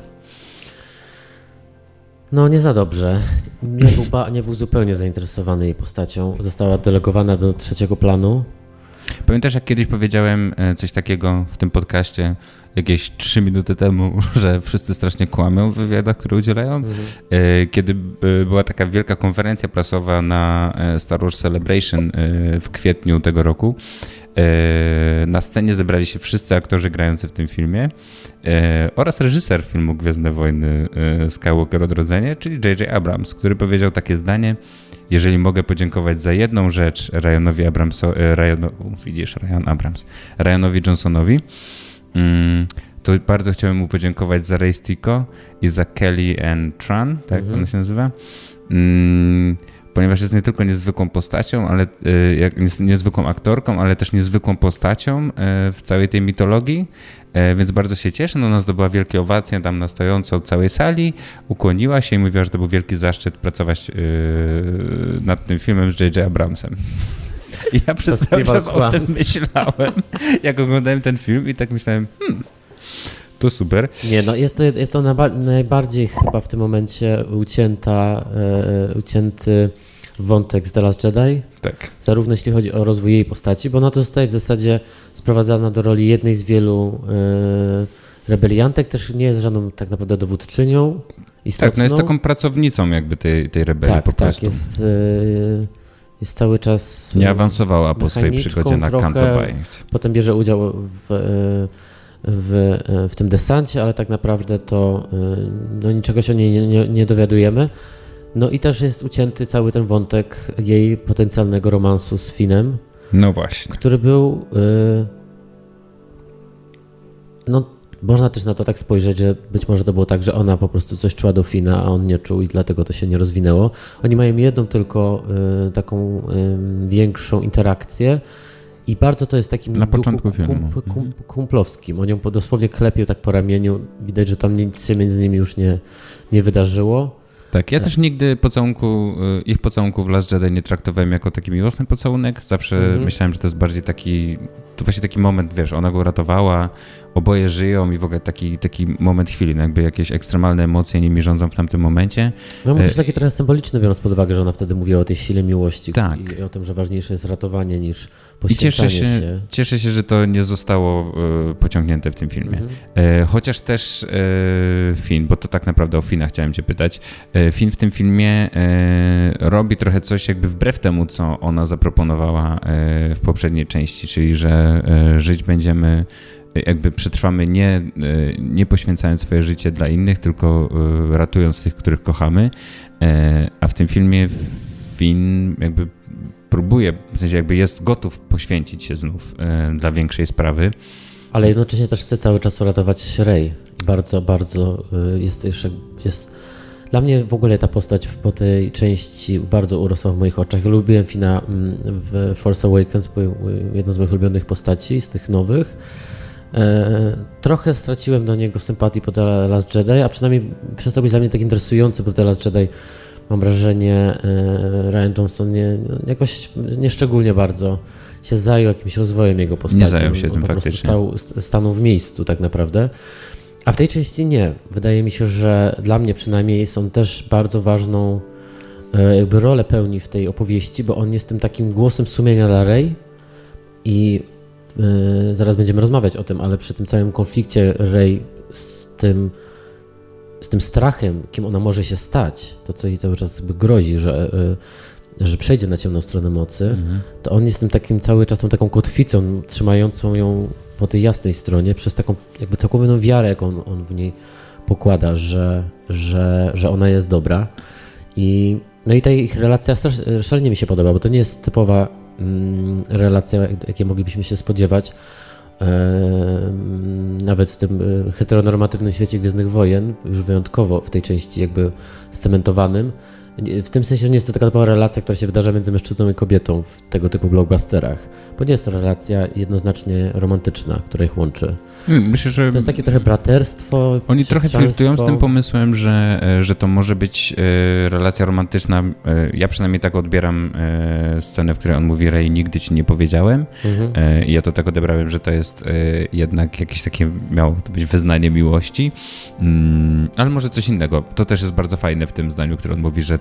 No nie za dobrze. Nie był, ba- nie był zupełnie zainteresowany jej postacią. Została delegowana do trzeciego planu. Pamiętasz, jak kiedyś powiedziałem coś takiego w tym podcaście jakieś trzy minuty temu, że wszyscy strasznie kłamią w wywiadach, które udzielają? Mhm. Kiedy była taka wielka konferencja prasowa na Star Wars Celebration w kwietniu tego roku, na scenie zebrali się wszyscy aktorzy grający w tym filmie oraz reżyser filmu Gwiezdne Wojny Skywalker Odrodzenie, czyli J J Abrams, który powiedział takie zdanie: jeżeli mogę podziękować za jedną rzecz Ryanowi Abramsowi, Ryan, widzisz, Ryan Abrams, Ryanowi Johnsonowi, to bardzo chciałem mu podziękować za Rey Stico i za Kelly Ann Tran, tak mhm. ona się nazywa, ponieważ jest nie tylko niezwykłą postacią, ale niezwykłą aktorką, ale też niezwykłą postacią w całej tej mitologii, więc bardzo się cieszę. No, ona zdobyła wielkie owacje tam na stojąco od całej sali, ukłoniła się i mówiła, że to był wielki zaszczyt pracować nad tym filmem z J J Abramsem. I ja przez cały czas o tym myślałem, jak oglądałem ten film i tak myślałem, hmm, to super. Nie, no jest to, jest to najbardziej chyba w tym momencie ucięta, e, ucięty wątek z The Last Jedi. Tak. Zarówno jeśli chodzi o rozwój jej postaci, bo ona to zostaje w zasadzie sprowadzana do roli jednej z wielu e, rebeliantek, też nie jest żadną tak naprawdę dowódczynią istotną. Tak, no jest taką pracownicą jakby tej, tej rebelii tak, po tak, prostu. Tak, jest... E, Jest cały czas... Nie awansowała po swojej przygodzie na Canto Bight. Potem bierze udział w, w, w tym desancie, ale tak naprawdę to no, niczego się nie, nie, nie dowiadujemy. No i też jest ucięty cały ten wątek jej potencjalnego romansu z Finnem. No właśnie. Który był... No, można też na to tak spojrzeć, że być może to było tak, że ona po prostu coś czuła do Finna, a on nie czuł i dlatego to się nie rozwinęło. Oni mają jedną tylko y, taką y, większą interakcję i bardzo to jest takim na początku filmu. Kump, kump, kumplowskim. On ją dosłownie klepił tak po ramieniu. Widać, że tam nic się między nimi już nie, nie wydarzyło. Tak, ja też nigdy pocałunku, ich pocałunku w Last Jedi nie traktowałem jako taki miłosny pocałunek. Zawsze mhm. myślałem, że to jest bardziej taki, to właśnie taki moment, wiesz, ona go ratowała, oboje żyją i w ogóle taki, taki moment chwili, no jakby jakieś ekstremalne emocje nimi rządzą w tamtym momencie. No też taki trochę symboliczny, biorąc pod uwagę, że ona wtedy mówiła o tej sile miłości tak. i o tym, że ważniejsze jest ratowanie niż poświęcanie I cieszę się, się. Cieszę się, że to nie zostało y, pociągnięte w tym filmie. Mhm. Y, chociaż też y, Finn, bo to tak naprawdę o Finna chciałem cię pytać, y, Finn w tym filmie y, robi trochę coś jakby wbrew temu, co ona zaproponowała y, w poprzedniej części, czyli że y, żyć będziemy jakby przetrwamy nie, nie poświęcając swoje życie dla innych, tylko ratując tych, których kochamy. A w tym filmie Finn jakby próbuje, w sensie jakby jest gotów poświęcić się znów dla większej sprawy. Ale jednocześnie też chce cały czas uratować Rey. Bardzo, bardzo jest jeszcze... Jest... Dla mnie w ogóle ta postać po tej części bardzo urosła w moich oczach. Ja lubiłem Finna w Force Awakens, był jedną z moich ulubionych postaci z tych nowych. Trochę straciłem do niego sympatii po The Last Jedi, a przynajmniej przestał być dla mnie tak interesujący, bo w The Last Jedi mam wrażenie Rian Johnson nie, jakoś nieszczególnie bardzo się zajął jakimś rozwojem jego postaci. Nie zajął się tym po faktycznie. Po prostu stał, stanął w miejscu tak naprawdę. A w tej części nie. Wydaje mi się, że dla mnie przynajmniej są też bardzo ważną jakby rolę pełni w tej opowieści, bo on jest tym takim głosem sumienia dla Rey i Yy, zaraz będziemy rozmawiać o tym, ale przy tym całym konflikcie Rey z tym, z tym strachem, kim ona może się stać, to co jej cały czas jakby grozi, że, yy, że przejdzie na ciemną stronę mocy, mhm. to on jest tym takim cały czas tą taką kotwicą trzymającą ją po tej jasnej stronie przez taką jakby całkowitą wiarę, jaką on, on w niej pokłada, że, że, że ona jest dobra. I, no i ta ich relacja szalenie mi się podoba, bo to nie jest typowa relacja, jakie moglibyśmy się spodziewać nawet w tym heteronormatywnym świecie Gwiezdnych Wojen, już wyjątkowo w tej części jakby scementowanym. W tym sensie, że nie jest to taka typowa relacja, która się wydarza między mężczyzną i kobietą w tego typu blockbusterach, bo nie jest to relacja jednoznacznie romantyczna, która ich łączy. Myślę, że to jest takie trochę braterstwo. Oni trochę flirtują z tym pomysłem, że, że to może być relacja romantyczna. Ja przynajmniej tak odbieram scenę, w której on mówi: Rey, nigdy ci nie powiedziałem. Mhm. I ja to tak odebrałem, że to jest jednak jakieś takie, miało to być wyznanie miłości, ale może coś innego. To też jest bardzo fajne w tym zdaniu, które on mówi, że to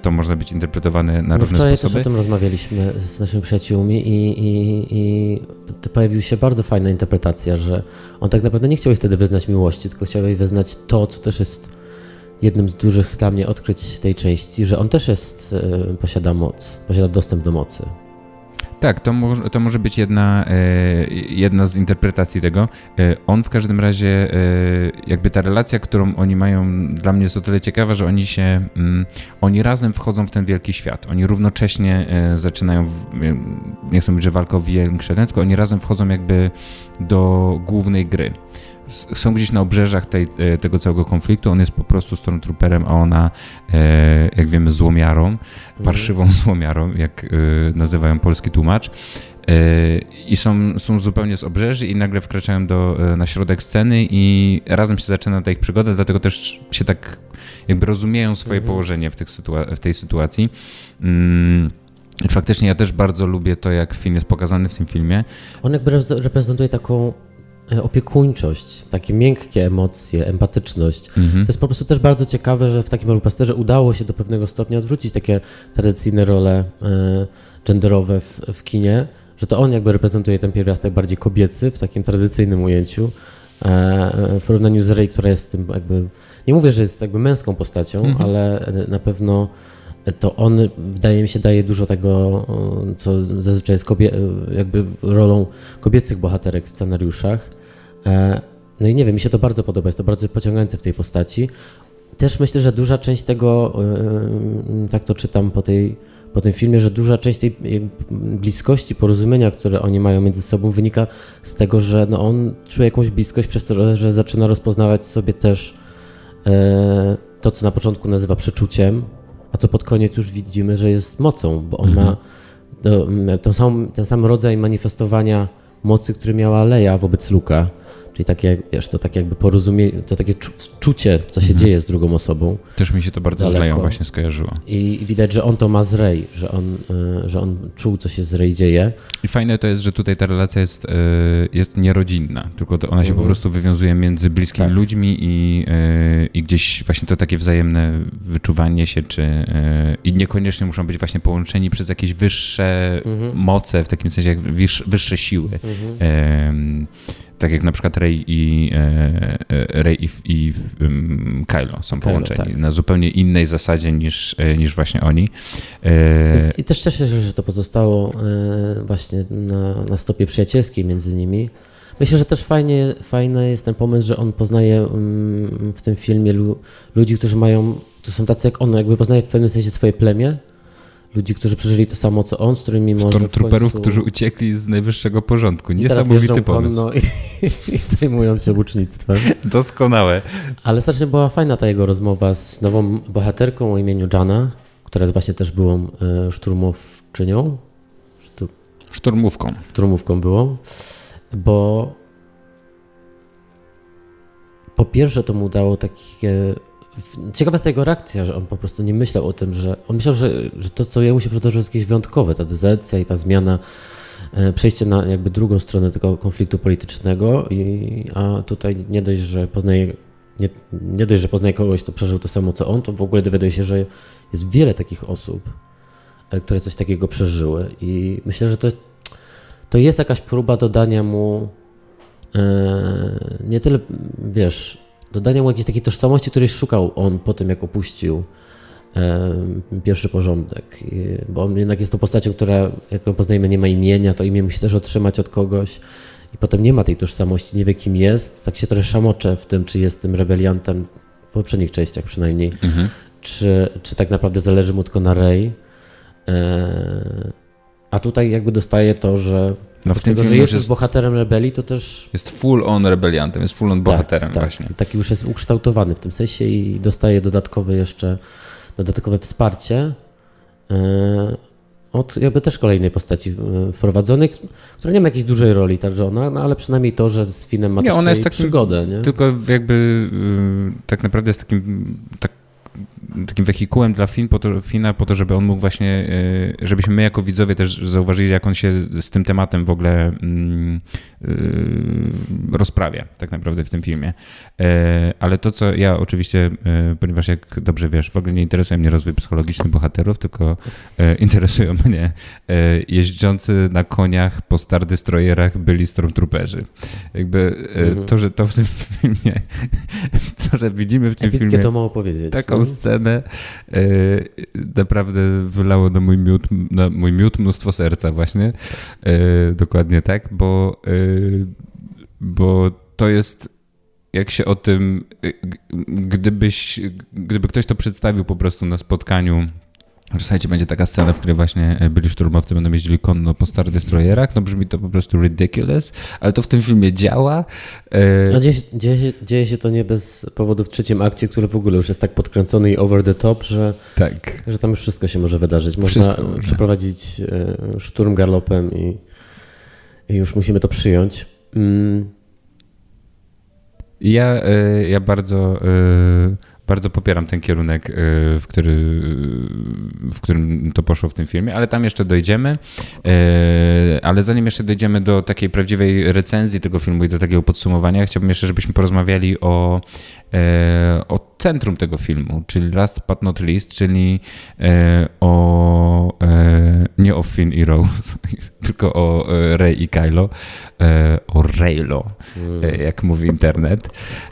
to można być interpretowane na no różne wczoraj sposoby. Wczoraj też o tym rozmawialiśmy z naszymi przyjaciółmi i, i, i pojawiła się bardzo fajna interpretacja, że on tak naprawdę nie chciał jej wtedy wyznać miłości, tylko chciał jej wyznać to, co też jest jednym z dużych dla mnie odkryć tej części, że on też jest, posiada moc, posiada dostęp do mocy. Tak, to, mo- to może być jedna, e, jedna z interpretacji tego. E, on w każdym razie, e, jakby ta relacja, którą oni mają, dla mnie jest o tyle ciekawa, że oni się, mm, oni razem wchodzą w ten wielki świat. Oni równocześnie e, zaczynają, w, nie chcę mówić, że walka o większe, tylko oni razem wchodzą jakby do głównej gry. Są gdzieś na obrzeżach tej, tego całego konfliktu. On jest po prostu stormtrooperem, a ona, e, jak wiemy, złomiarą, parszywą mm. złomiarą, jak e, nazywają polski tłumacz. E, I są, są zupełnie z obrzeży i nagle wkraczają do, na środek sceny i razem się zaczyna ta ich przygoda, dlatego też się tak jakby rozumieją swoje mm. położenie w, tych sytua- w tej sytuacji. Mm. Faktycznie ja też bardzo lubię to, jak film jest pokazany w tym filmie. On jakby reprezentuje taką opiekuńczość, takie miękkie emocje, empatyczność. Mhm. To jest po prostu też bardzo ciekawe, że w takim blockbusterze udało się do pewnego stopnia odwrócić takie tradycyjne role e, genderowe w, w kinie, że to on jakby reprezentuje ten pierwiastek bardziej kobiecy w takim tradycyjnym ujęciu, e, w porównaniu z Rey, która jest tym jakby, nie mówię, że jest jakby męską postacią, mhm. ale na pewno to on, wydaje mi się, daje dużo tego, co zazwyczaj jest kobie- jakby rolą kobiecych bohaterek w scenariuszach. No i nie wiem, mi się to bardzo podoba, jest to bardzo pociągające w tej postaci. Też myślę, że duża część tego, tak to czytam po, tej, po tym filmie, że duża część tej bliskości, porozumienia, które oni mają między sobą, wynika z tego, że no on czuje jakąś bliskość przez to, że zaczyna rozpoznawać sobie też to, co na początku nazywa przeczuciem, a co pod koniec już widzimy, że jest mocą, bo on mhm. ma to, ten, sam, ten sam rodzaj manifestowania mocy, który miała Leia wobec Luke'a, czyli takie, wiesz, to takie jakby porozumienie, to takie czucie, co się mhm. dzieje z drugą osobą. Też mi się to bardzo z Leią właśnie skojarzyło. I widać, że on to ma z Rey, że on, że on czuł, co się z Rey dzieje. I fajne to jest, że tutaj ta relacja jest, jest nierodzinna, tylko to ona się mhm. po prostu wywiązuje między bliskimi tak. ludźmi i, i gdzieś właśnie to takie wzajemne wyczuwanie się, czy i niekoniecznie muszą być właśnie połączeni przez jakieś wyższe mhm. moce, w takim sensie jak wyższe siły. Mhm. Tak jak na przykład Rey i, Rey i, i Kylo są Kylo, połączeni tak. na zupełnie innej zasadzie niż, niż właśnie oni. Więc, I też cieszę się, że to pozostało właśnie na, na stopie przyjacielskiej między nimi. Myślę, że też fajnie, fajny jest ten pomysł, że on poznaje w tym filmie ludzi, którzy mają, to są tacy jak on, jakby poznaje w pewnym sensie swoje plemię. Ludzi, którzy przeżyli to samo, co on, z którymi może Stormtrooperów, końcu... którzy uciekli z najwyższego porządku. Niesamowity pomysł. I, i zajmują się łucznictwem. Doskonałe. Ale strasznie była fajna ta jego rozmowa z nową bohaterką o imieniu Jana, która jest właśnie też byłą y, szturmowczynią. Sztur... Szturmówką. Szturmówką było, bo po pierwsze to mu dało takie... Ciekawa jest ta jego reakcja, że on po prostu nie myślał o tym, że on myślał, że, że to, co jemu się przydarzyło, jest jakieś wyjątkowe, ta dezercja i ta zmiana, przejście na jakby drugą stronę tego konfliktu politycznego, i, a tutaj nie dość, że poznaje, nie, nie dość, że poznaje kogoś, kto przeżył to samo, co on, to w ogóle dowiaduje się, że jest wiele takich osób, które coś takiego przeżyły, i myślę, że to, to jest jakaś próba dodania mu e, nie tyle, wiesz, dodania mu jakiejś takiej tożsamości, której szukał on po tym, jak opuścił e, pierwszy porządek. I, bo on jednak jest tą postacią, która, jak ją poznajemy, nie ma imienia, to imię musi też otrzymać od kogoś i potem nie ma tej tożsamości, nie wie, kim jest. Tak się trochę szamocze w tym, czy jest tym rebeliantem, w poprzednich częściach przynajmniej, mhm. czy, czy tak naprawdę zależy mu tylko na Rey. E, a tutaj jakby dostaje to, że no w tym tego, że jest, jest bohaterem rebelii, to też... Jest full on rebeliantem, jest full on bohaterem tak, właśnie. Tak, taki już jest ukształtowany w tym sensie i dostaje dodatkowe jeszcze, dodatkowe wsparcie yy, od jakby też kolejnej postaci wprowadzonej, która nie ma jakiejś dużej roli, także ona, no ale przynajmniej to, że z Finem ma nie, ona jest takim, przygodę. Nie? Tylko jakby yy, tak naprawdę jest takim... Tak, takim wehikułem dla Finn po to, Finna po to, żeby on mógł właśnie, żebyśmy my jako widzowie też zauważyli, jak on się z tym tematem w ogóle mm, rozprawia tak naprawdę w tym filmie. Ale to, co ja oczywiście, ponieważ jak dobrze wiesz, w ogóle nie interesuje mnie rozwój psychologiczny bohaterów, tylko interesują mnie jeźdzący na koniach po Star Destroyerach byli Stormtrooperzy. Jakby mhm. to, że to w tym filmie, to, że widzimy w tym Epickie filmie to mało powiedzieć. Taką no? scenę naprawdę wylało na mój miód, na mój miód mnóstwo serca właśnie. Dokładnie tak, bo bo to jest, jak się o tym, gdybyś, gdyby ktoś to przedstawił po prostu na spotkaniu, że słuchajcie, będzie taka scena, w której właśnie byli szturmowcy, będą jeździli konno po Star Destroyerach, no brzmi to po prostu ridiculous, ale to w tym filmie działa. A dzieje, dzieje, dzieje się to nie bez powodu w trzecim akcie, który w ogóle już jest tak podkręcony i over the top, że, tak. że tam już wszystko się może wydarzyć. Można wszystko przeprowadzić szturm galopem i, i już musimy to przyjąć. Mm. Ja, ja bardzo, bardzo popieram ten kierunek, w, który, w którym to poszło w tym filmie, ale tam jeszcze dojdziemy. Ale zanim jeszcze dojdziemy do takiej prawdziwej recenzji tego filmu i do takiego podsumowania, chciałbym jeszcze, żebyśmy porozmawiali o, o centrum tego filmu, czyli last but not least, czyli o nie o Finn i Rose, tylko o Rey i Kylo, o Reylo, mm. jak mówi internet.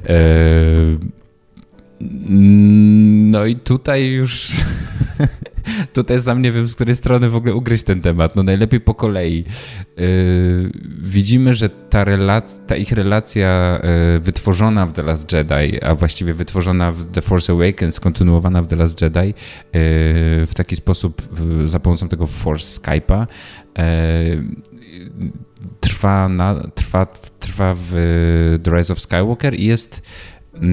No i tutaj już tutaj sam nie wiem, z której strony w ogóle ugryźć ten temat. No najlepiej po kolei. Yy, widzimy, że ta, relac- ta ich relacja yy, wytworzona w The Last Jedi, a właściwie wytworzona w The Force Awakens, kontynuowana w The Last Jedi yy, w taki sposób yy, za pomocą tego Force Skype'a yy, trwa, na, trwa, trwa w The Rise of Skywalker i jest yy,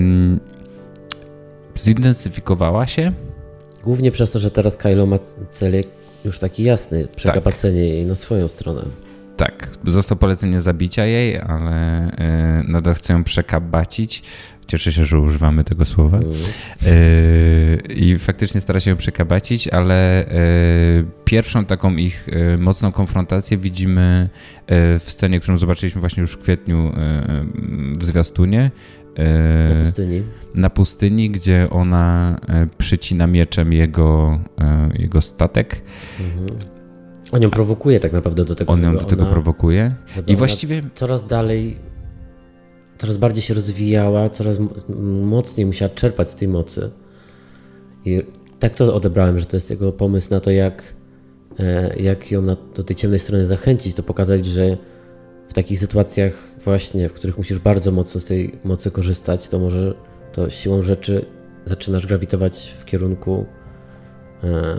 zintensyfikowała się. Głównie przez to, że teraz Kylo ma cel już taki jasny, przekapacenie tak. jej na swoją stronę. Tak, zostało polecenie zabicia jej, ale y, nadal chcę ją przekabacić. Cieszę się, że używamy tego słowa. Mm. Y, I faktycznie stara się ją przekabacić, ale y, pierwszą taką ich y, mocną konfrontację widzimy y, w scenie, którą zobaczyliśmy właśnie już w kwietniu y, w zwiastunie. Na pustyni. Na pustyni, gdzie ona przycina mieczem jego, jego statek. Mhm. On ją prowokuje tak naprawdę do tego. On ją do tego ona, prowokuje. I właściwie coraz dalej, coraz bardziej się rozwijała, coraz mocniej musiała czerpać z tej mocy. I tak to odebrałem, że to jest jego pomysł na to, jak, jak ją na, do tej ciemnej strony zachęcić, to pokazać, że w takich sytuacjach właśnie, w których musisz bardzo mocno z tej mocy korzystać, to może to siłą rzeczy zaczynasz grawitować w kierunku e...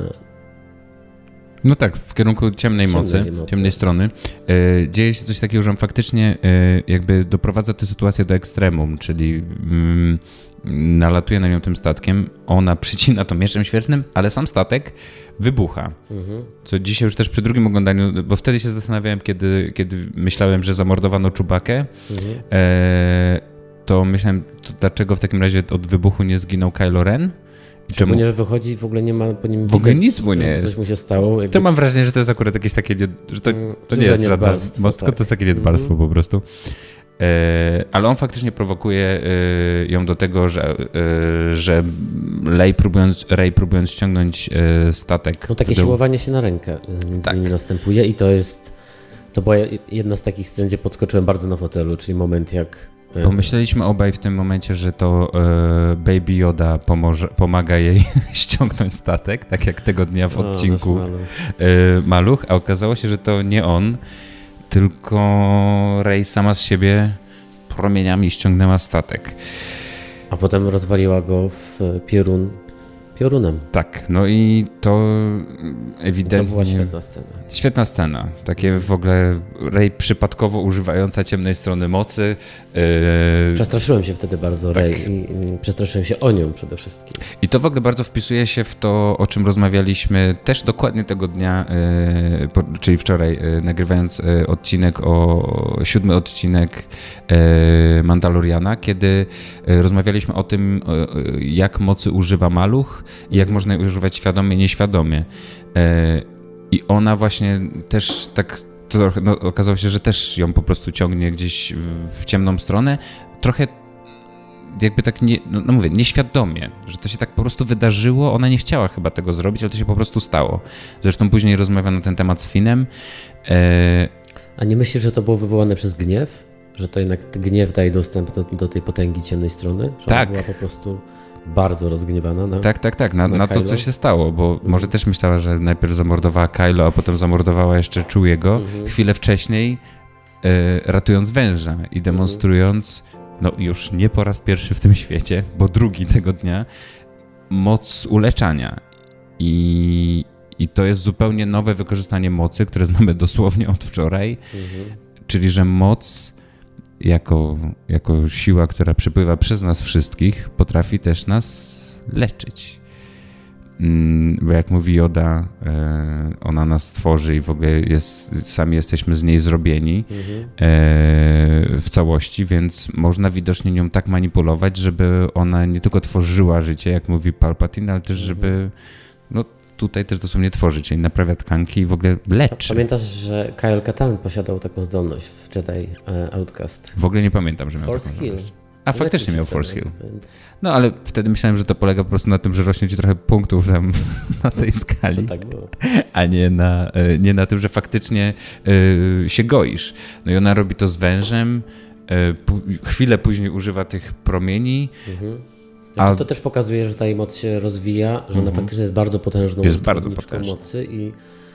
no tak, w kierunku ciemnej, ciemnej mocy, mocy, ciemnej strony. E, dzieje się coś takiego, że on faktycznie e, jakby doprowadza tę sytuację do ekstremum, czyli mm, nalatuje na nią tym statkiem, ona przycina to mieczem świetnym, ale sam statek wybucha. Mhm. Co dzisiaj już też przy drugim oglądaniu, bo wtedy się zastanawiałem, kiedy, kiedy myślałem, że zamordowano Chewbackę, mhm. e, to myślałem, to dlaczego w takim razie od wybuchu nie zginął Kylo Ren? Czemu? Ponieważ wychodzi, w ogóle nie ma po nim w ogóle widać, nic mu nie jest. Coś mu się stało. Jakby... To mam wrażenie, że to jest akurat jakieś takie, że to, to nie jest żadne mostko, tak. To jest takie niedbalstwo mm-hmm. po prostu. E, ale on faktycznie prowokuje e, ją do tego, że, e, że Rey próbując, Rey próbując ściągnąć e, statek. No takie do... siłowanie się na rękę między tak. nimi następuje i to jest, to była jedna z takich scen, gdzie podskoczyłem bardzo na fotelu, czyli moment jak Pomyśleliśmy obaj w tym momencie, że to e, Baby Yoda pomoże, pomaga jej ściągnąć statek, tak jak tego dnia w odcinku o, maluch. E, Maluch, a okazało się, że to nie on, tylko Rey sama z siebie promieniami ściągnęła statek. A potem rozwaliła go w piorun. Piorunem. Tak, no i to ewidentnie... To była świetna scena. Świetna scena. Takie w ogóle Rey przypadkowo używająca ciemnej strony mocy. Yy... Przestraszyłem się wtedy bardzo tak. Rey i, i przestraszyłem się o nią przede wszystkim. I to w ogóle bardzo wpisuje się w to, o czym rozmawialiśmy też dokładnie tego dnia, yy, po, czyli wczoraj, yy, nagrywając yy, odcinek o siódmy odcinek yy, Mandaloriana, kiedy yy, rozmawialiśmy o tym, yy, jak mocy używa Maluch i jak można je używać świadomie, nieświadomie. I ona właśnie też tak trochę, no, okazało się, że też ją po prostu ciągnie gdzieś w, w ciemną stronę. Trochę jakby tak, nie, no, no mówię, nieświadomie, że to się tak po prostu wydarzyło. Ona nie chciała chyba tego zrobić, ale to się po prostu stało. Zresztą później rozmawia na ten temat z Finnem. E... A nie myślisz, że to było wywołane przez gniew? Że to jednak gniew daje dostęp do, do tej potęgi ciemnej strony? Że tak. Ona była po prostu bardzo rozgniewana na Tak, tak, tak, na, na, na to, co się stało, bo mhm. może też myślała, że najpierw zamordowała Kylo, a potem zamordowała jeszcze Chewie'ego, mhm. chwilę wcześniej e, ratując węża i demonstrując, mhm. no już nie po raz pierwszy w tym świecie, bo drugi tego dnia, moc uleczania. I, i to jest zupełnie nowe wykorzystanie mocy, które znamy dosłownie od wczoraj, mhm. czyli że moc Jako, jako siła, która przepływa przez nas wszystkich, potrafi też nas leczyć. Bo jak mówi Yoda, ona nas tworzy i w ogóle jest, sami jesteśmy z niej zrobieni mhm. w całości, więc można widocznie nią tak manipulować, żeby ona nie tylko tworzyła życie, jak mówi Palpatine, ale też żeby no, tutaj też dosłownie tworzy, czyli naprawia tkanki i w ogóle leczy. Pamiętasz, że Kyle Katarn posiadał taką zdolność w Jedi Outcast? W ogóle nie pamiętam, że miał Force taką Hill. zdolność. A no faktycznie miał Force Hill. Więc... No ale wtedy myślałem, że to polega po prostu na tym, że rośnie ci trochę punktów tam na tej skali, no tak było. A nie na, nie na tym, że faktycznie y, się goisz. No i ona robi to z wężem, y, chwilę później używa tych promieni. Mhm. Znaczy, a... To też pokazuje, że ta jej moc się rozwija, że ona mm-hmm. faktycznie jest bardzo potężną jest bardzo potężna mocy i,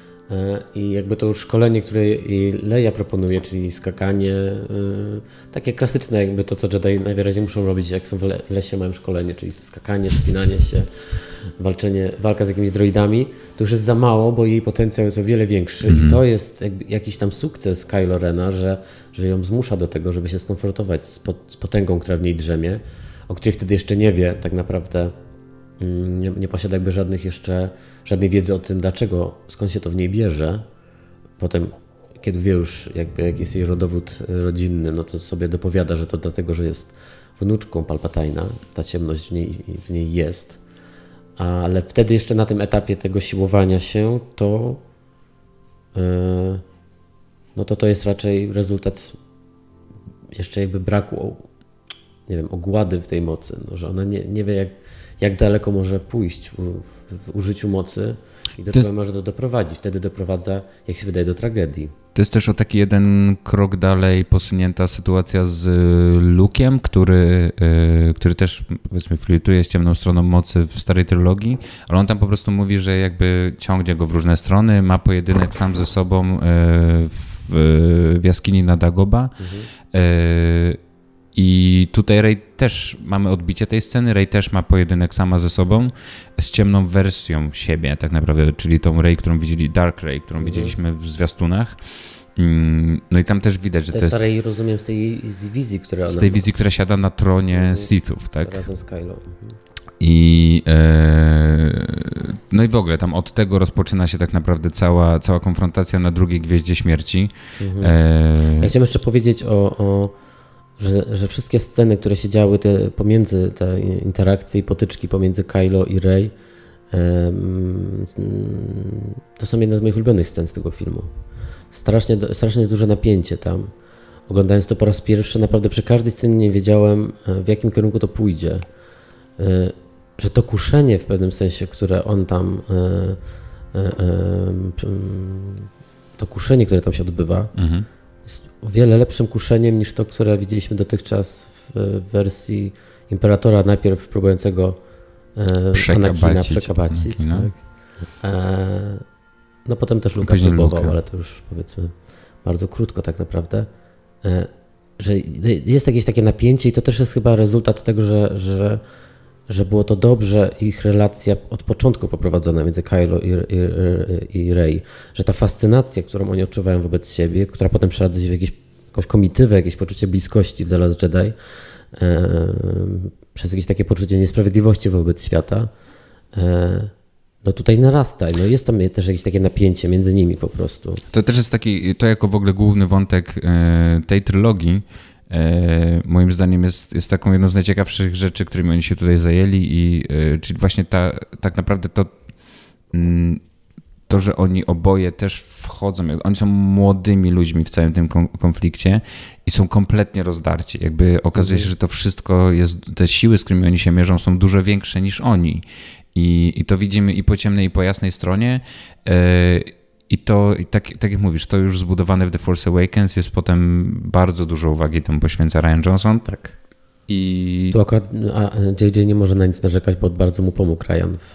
i jakby to szkolenie, które jej Leia proponuje, czyli skakanie, takie klasyczne jakby to, co Jedi najwyraźniej muszą robić, jak są w, le- w lesie, mają szkolenie, czyli skakanie, spinanie się, walczenie, walka z jakimiś droidami, to już jest za mało, bo jej potencjał jest o wiele większy mm-hmm. i to jest jakby jakiś tam sukces Kylo Rena, że, że ją zmusza do tego, żeby się skonfrontować z, pot- z potęgą, która w niej drzemie, o której wtedy jeszcze nie wie, tak naprawdę nie, nie posiada jakby żadnych jeszcze, żadnej wiedzy o tym, dlaczego, skąd się to w niej bierze. Potem, kiedy wie już jakby jaki jest jej rodowód rodzinny, no to sobie dopowiada, że to dlatego, że jest wnuczką Palpatina, ta ciemność w niej, w niej jest. Ale wtedy jeszcze na tym etapie tego siłowania się, to yy, no to to jest raczej rezultat jeszcze jakby braku nie wiem, ogłady w tej mocy, no, że ona nie, nie wie jak, jak daleko może pójść w, w, w użyciu mocy i do czego jest... może to doprowadzić. Wtedy doprowadza, jak się wydaje, do tragedii. To jest też o taki jeden krok dalej posunięta sytuacja z Luke'em, który, yy, który też powiedzmy flirtuje z ciemną stroną mocy w starej trylogii, ale on tam po prostu mówi, że jakby ciągnie go w różne strony, ma pojedynek sam ze sobą yy, w, w jaskini na Dagoba. Mhm. Yy, I tutaj Rey też, mamy odbicie tej sceny, Rey też ma pojedynek sama ze sobą z ciemną wersją siebie tak naprawdę, czyli tą Rey, którą widzieli, Dark Rey, którą mhm. widzieliśmy w zwiastunach. No i tam też widać, że to jest... To jest Rey, rozumiem, z tej z wizji, która Z tej ma... wizji, która siada na tronie mhm. Sithów, tak? Razem z Kylo. Mhm. I e, no i w ogóle tam od tego rozpoczyna się tak naprawdę cała, cała konfrontacja na drugiej Gwieździe Śmierci. Mhm. E... Ja chciałem jeszcze powiedzieć o... o... Że, że wszystkie sceny, które się działy te, pomiędzy, te interakcje i potyczki pomiędzy Kylo i Rey, um, to są jedne z moich ulubionych scen z tego filmu. Strasznie, strasznie jest duże napięcie tam. Oglądając to po raz pierwszy, naprawdę przy każdej scenie nie wiedziałem, w jakim kierunku to pójdzie. Że to kuszenie w pewnym sensie, które on tam, to kuszenie, które tam się odbywa, mhm. jest o wiele lepszym kuszeniem niż to, które widzieliśmy dotychczas w wersji Imperatora, najpierw próbującego Anakina przekabacić. Tak. No potem też Luka próbował, ale to już powiedzmy bardzo krótko tak naprawdę. Że jest jakieś takie napięcie i to też jest chyba rezultat tego, że, że, że było to dobrze ich relacja od początku poprowadzona między Kylo i, i, i Rey. Że ta fascynacja, którą oni odczuwają wobec siebie, która potem przeradza się w jakieś, jakąś komitywę, jakieś poczucie bliskości w The Last Jedi, e, przez jakieś takie poczucie niesprawiedliwości wobec świata, e, no tutaj narasta. No jest tam też jakieś takie napięcie między nimi po prostu. To też jest taki, to jako w ogóle główny wątek e, tej trylogii, e, moim zdaniem jest, jest taką jedną z najciekawszych rzeczy, którymi oni się tutaj zajęli i e, czyli właśnie ta, tak naprawdę to mm, to, że oni oboje też wchodzą, oni są młodymi ludźmi w całym tym konflikcie i są kompletnie rozdarci. Jakby okazuje się, że to wszystko jest, te siły, z którymi oni się mierzą, są dużo większe niż oni. I, i to widzimy i po ciemnej, i po jasnej stronie. I to, i tak, tak jak mówisz, to już zbudowane w The Force Awakens, jest potem bardzo dużo uwagi temu poświęca Rian Johnson. Tak. I... Tu akurat J J nie może na nic narzekać, bo bardzo mu pomógł Ryan w...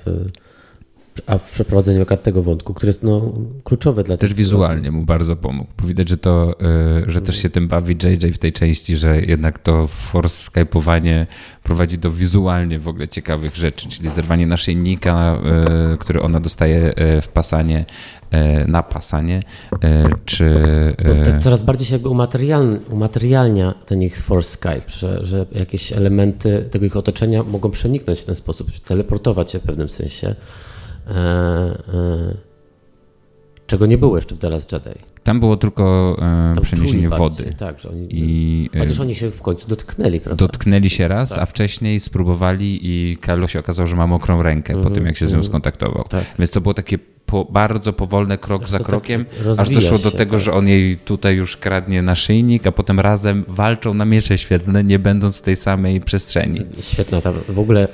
A w przeprowadzeniu akurat tego wątku, który jest no, kluczowy dla Też wizualnie mu bardzo pomógł. Bo widać, że, to, yy, że też się tym bawi J J w tej części, że jednak to force skype'owanie prowadzi do wizualnie w ogóle ciekawych rzeczy, czyli zerwanie naszyjnika, yy, który ona dostaje yy, w pasanie, yy, na pasanie, yy, czy... Yy... No, coraz bardziej się jakby umaterialnia, umaterialnia ten ich force Skype, że, że jakieś elementy tego ich otoczenia mogą przeniknąć w ten sposób, teleportować się w pewnym sensie. E, e, czego nie było jeszcze w The Last Jedi. Tam było tylko e, przeniesienie wody. Bardziej, tak, że oni, I, chociaż oni się w końcu dotknęli, prawda? Dotknęli się raz, tak. A wcześniej spróbowali i Kylo się okazał, że ma mokrą rękę mm, po tym, jak się z nią skontaktował. Tak. Więc to było takie po, bardzo powolne krok że za krokiem, tak aż doszło do się, tego, tak. że on jej tutaj już kradnie naszyjnik, a potem razem walczą na miecze świetlne, nie będąc w tej samej przestrzeni. Świetna ta w ogóle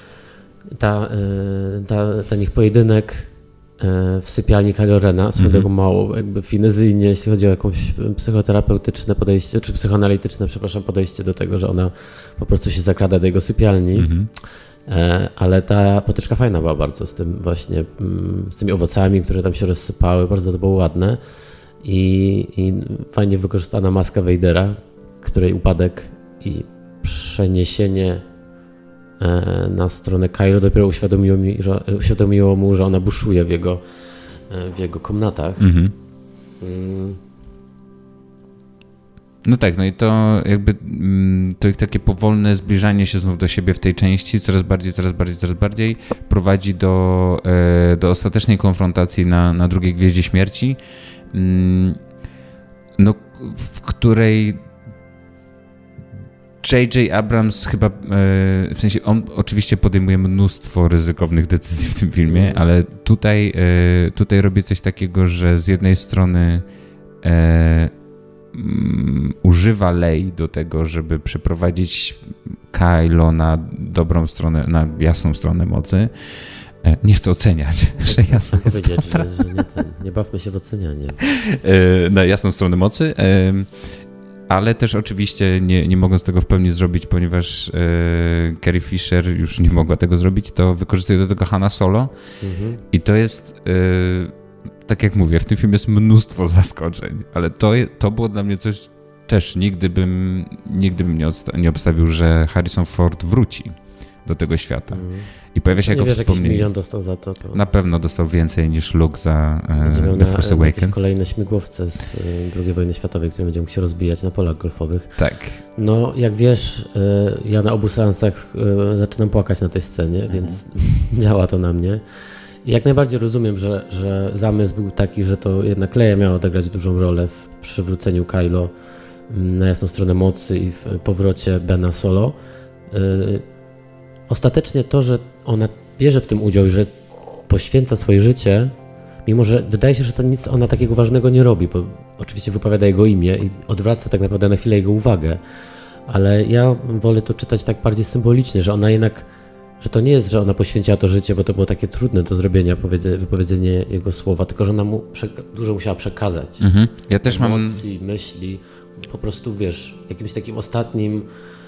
ta, ta, ten ich pojedynek w sypialni Kylo Rena, swoją drogą mało jakby finezyjnie, jeśli chodzi o jakąś psychoterapeutyczne podejście, czy psychoanalityczne, przepraszam, podejście do tego, że ona po prostu się zakrada do jego sypialni. Mm-hmm. Ale ta potyczka fajna była bardzo z tym właśnie, z tymi owocami, które tam się rozsypały, bardzo to było ładne i, i fajnie wykorzystana maska Vadera, której upadek i przeniesienie na stronę Kylo dopiero uświadomiło, mi, że, uświadomiło mu, że ona buszuje w jego, w jego komnatach. Mm-hmm. Mm. No tak, no i to jakby to ich takie powolne zbliżanie się znów do siebie w tej części coraz bardziej, coraz bardziej, coraz bardziej prowadzi do, do ostatecznej konfrontacji na, na drugiej Gwieździe Śmierci, no, w której J J Abrams chyba, w sensie on oczywiście podejmuje mnóstwo ryzykownych decyzji w tym filmie, ale tutaj, tutaj robi coś takiego, że z jednej strony e, um, używa Lei do tego, żeby przeprowadzić Kylo na dobrą stronę, na jasną stronę mocy. E, nie chcę oceniać, że jasno jest powiedzieć, że, że nie, ten, nie bawmy się w ocenianie. E, na jasną stronę mocy. E, Ale też oczywiście nie, nie mogąc tego w pełni zrobić, ponieważ e, Carrie Fisher już nie mogła tego zrobić, to wykorzystuje do tego Hanna Solo. Mhm. I to jest, e, tak jak mówię, w tym filmie jest mnóstwo zaskoczeń, ale to, to było dla mnie coś, też nigdy bym, nigdy bym nie, odsta- nie obstawił, że Harrison Ford wróci do tego świata. Mhm. I pojawia się jako wspomnienie. Jakiś milion dostał za to, to... Na pewno dostał więcej niż Luke za e, The Force Awakens. Kolejne śmigłowce z e, drugiej wojny światowej, które będzie mógł się rozbijać na polach golfowych. Tak. No, jak wiesz, e, ja na obu seansach e, zaczynam płakać na tej scenie, mhm. więc działa to na mnie. I jak najbardziej rozumiem, że, że zamysł był taki, że to jednak Leia miała odegrać dużą rolę w przywróceniu Kylo na jasną stronę mocy i w powrocie Bena Solo. E, Ostatecznie to, że ona bierze w tym udział i że poświęca swoje życie, mimo że wydaje się, że to nic ona takiego ważnego nie robi, bo oczywiście wypowiada jego imię i odwraca tak naprawdę na chwilę jego uwagę, ale ja wolę to czytać tak bardziej symbolicznie, że ona jednak, że to nie jest, że ona poświęciła to życie, bo to było takie trudne do zrobienia, wypowiedzenie jego słowa, tylko że ona mu przeka- dużo musiała przekazać. Mhm. Ja też emocji, mam... Emocji, myśli, po prostu wiesz, jakimś takim ostatnim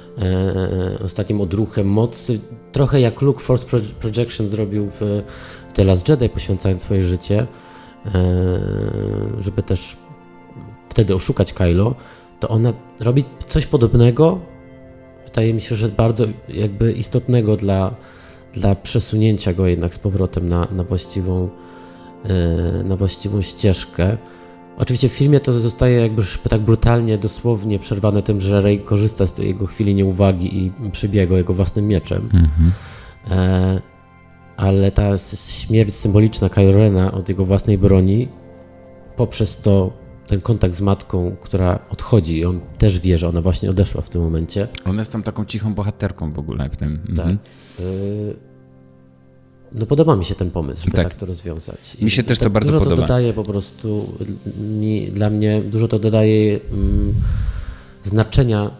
E, ostatnim odruchem mocy, trochę jak Luke Force Projection zrobił w, w The Last Jedi, poświęcając swoje życie, e, żeby też wtedy oszukać Kylo, to ona robi coś podobnego, wydaje mi się, że bardzo jakby istotnego dla, dla przesunięcia go jednak z powrotem na, na, właściwą, e, na właściwą ścieżkę. Oczywiście w filmie to zostaje jakby tak brutalnie, dosłownie przerwane tym, że Rey korzysta z tej jego chwili nieuwagi i przybiega jego własnym mieczem. Mm-hmm. E, ale ta śmierć symboliczna Kylo Rena od jego własnej broni poprzez to, ten kontakt z matką, która odchodzi i on też wie, że ona właśnie odeszła w tym momencie. Ona jest tam taką cichą bohaterką w ogóle w tym. Tak. Mhm. No podoba mi się ten pomysł, żeby tak, tak to rozwiązać. I mi się też to, to bardzo dużo podoba. Dużo to dodaje po prostu, mi, dla mnie dużo to dodaje um, znaczenia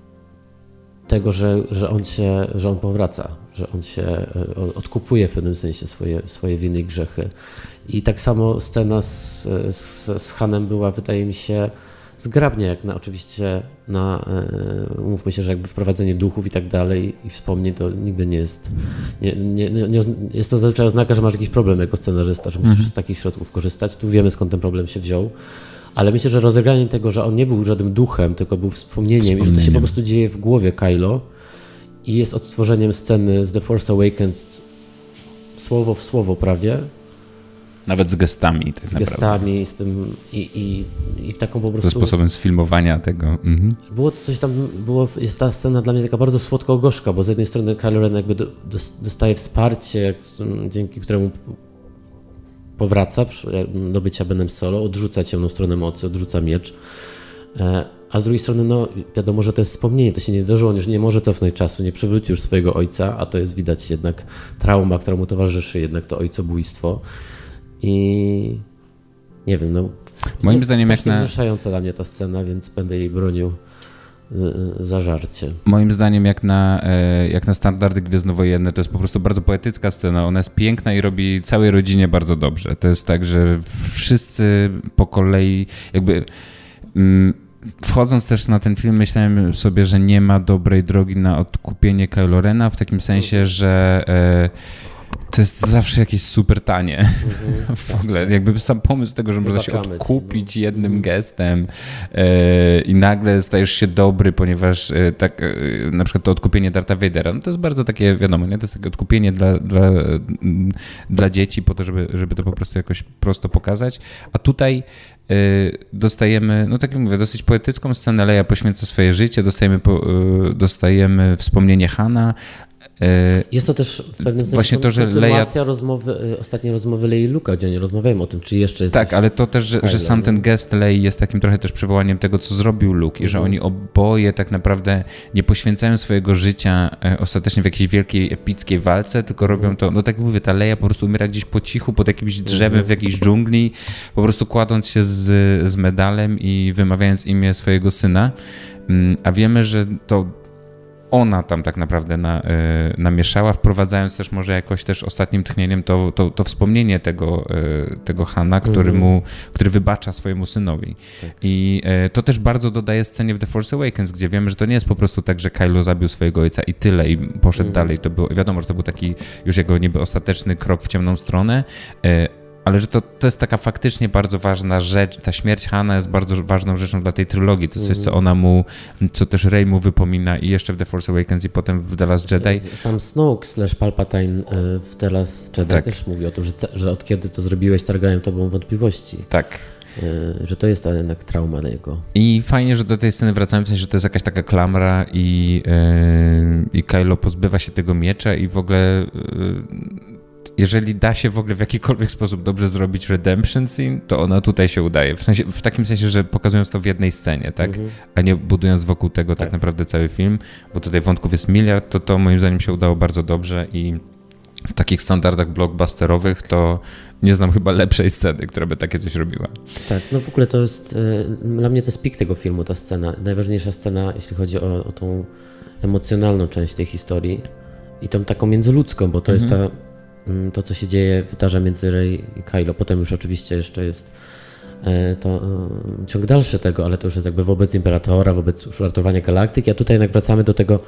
tego, że, że, on się, że on powraca, że on się odkupuje w pewnym sensie swoje, swoje winy i grzechy. I tak samo scena z, z, z Hanem była, wydaje mi się, zgrabnie, jak na oczywiście na, umówmy się, że jakby wprowadzenie duchów i tak dalej i wspomnień to nigdy nie jest, nie, nie, nie, nie, jest to zazwyczaj oznaka, że masz jakiś problem jako scenarzysta, że musisz z takich środków korzystać. Tu wiemy, skąd ten problem się wziął. Ale myślę, że rozegranie tego, że on nie był żadnym duchem, tylko był wspomnieniem, wspomnieniem. i że to się po prostu dzieje w głowie Kylo i jest odtworzeniem sceny z The Force Awakens słowo w słowo prawie. Nawet z gestami. Tak z naprawdę. gestami, z tym i, i, i taką po prostu... Ze sposobem sfilmowania tego. Mhm. Było to coś tam, było, jest ta scena dla mnie taka bardzo słodko-gorzka, bo z jednej strony Kylo Ren jakby do, dostaje wsparcie, dzięki któremu powraca do bycia Benem Solo, odrzuca ciemną stronę mocy, odrzuca miecz, a z drugiej strony no wiadomo, że to jest wspomnienie, to się nie zdarzyło, on już nie może cofnąć czasu, nie przywrócił już swojego ojca, a to jest widać jednak trauma, która mu towarzyszy, jednak to ojcobójstwo i nie wiem, no moim jest zdaniem jak na... wzruszająca dla mnie ta scena, więc będę jej bronił zażarcie. Moim zdaniem jak na, jak na standardy gwiezdnowojenne to jest po prostu bardzo poetycka scena, ona jest piękna i robi całej rodzinie bardzo dobrze. To jest tak, że wszyscy po kolei jakby... Mm, wchodząc też na ten film myślałem sobie, że nie ma dobrej drogi na odkupienie Kylo Rena w takim sensie, że e, to jest zawsze jakieś super tanie. Mhm, w ogóle jakby sam pomysł tego, że można się odkupić no. jednym gestem e, i nagle stajesz się dobry, ponieważ e, tak e, na przykład to odkupienie Dartha Vadera, no to jest bardzo takie, wiadomo, nie? To jest takie odkupienie dla, dla, dla dzieci po to, żeby, żeby to po prostu jakoś prosto pokazać, a tutaj e, dostajemy, no tak jak mówię, dosyć poetycką scenę, Leia poświęca swoje życie, dostajemy, po, e, dostajemy wspomnienie Hana. Jest to też w pewnym sensie właśnie to, że kontynuacja Leia... rozmowy, ostatniej rozmowy Lei i Luka, gdzie nie rozmawiałem o tym, czy jeszcze jest... Tak, ale to też, że, że sam ten gest Lei jest takim trochę też przywołaniem tego, co zrobił Luke i mhm. że oni oboje tak naprawdę nie poświęcają swojego życia ostatecznie w jakiejś wielkiej, epickiej walce, tylko robią mhm. to, no tak jak mówię, ta Leia po prostu umiera gdzieś po cichu, pod jakimś drzewem, mhm. w jakiejś dżungli, po prostu kładąc się z, z medalem i wymawiając imię swojego syna, a wiemy, że to ona tam tak naprawdę na, y, namieszała, wprowadzając też może jakoś też ostatnim tchnieniem to, to, to wspomnienie tego, y, tego Hana, który, mm. mu, który wybacza swojemu synowi. Tak. I y, to też bardzo dodaje scenie w The Force Awakens, gdzie wiemy, że to nie jest po prostu tak, że Kylo zabił swojego ojca i tyle i poszedł mm. dalej. To było, wiadomo, że to był taki już jego niby ostateczny krok w ciemną stronę, y, ale że to, to jest taka faktycznie bardzo ważna rzecz. Ta śmierć Hana jest bardzo ważną rzeczą dla tej trylogii. To jest coś, co ona mu, co też Rey mu wypomina i jeszcze w The Force Awakens i potem w The Last Jedi. Sam Snoke slash Palpatine w The Last Jedi tak. też mówi o tym, że, że od kiedy to zrobiłeś, targają tobą wątpliwości. Tak. Że to jest jednak trauma jego. I fajnie, że do tej sceny wracamy, w sensie, że to jest jakaś taka klamra i, yy, i Kylo pozbywa się tego miecza i w ogóle... Yy, jeżeli da się w ogóle w jakikolwiek sposób dobrze zrobić redemption scene, to ona tutaj się udaje. W, sensie, w takim sensie, że pokazując to w jednej scenie, tak? Mhm. A nie budując wokół tego tak. tak naprawdę cały film, bo tutaj wątków jest miliard, to to moim zdaniem się udało bardzo dobrze i w takich standardach blockbusterowych to nie znam chyba lepszej sceny, która by takie coś robiła. Tak, no w ogóle to jest, dla mnie to jest pik tego filmu, ta scena. Najważniejsza scena, jeśli chodzi o, o tą emocjonalną część tej historii i tą taką międzyludzką, bo to mhm. jest ta to, co się dzieje, wydarza między Rey i Kylo. Potem już oczywiście jeszcze jest to ciąg dalszy tego, ale to już jest jakby wobec Imperatora, wobec uszartowania galaktyki, a tutaj jednak wracamy do tego,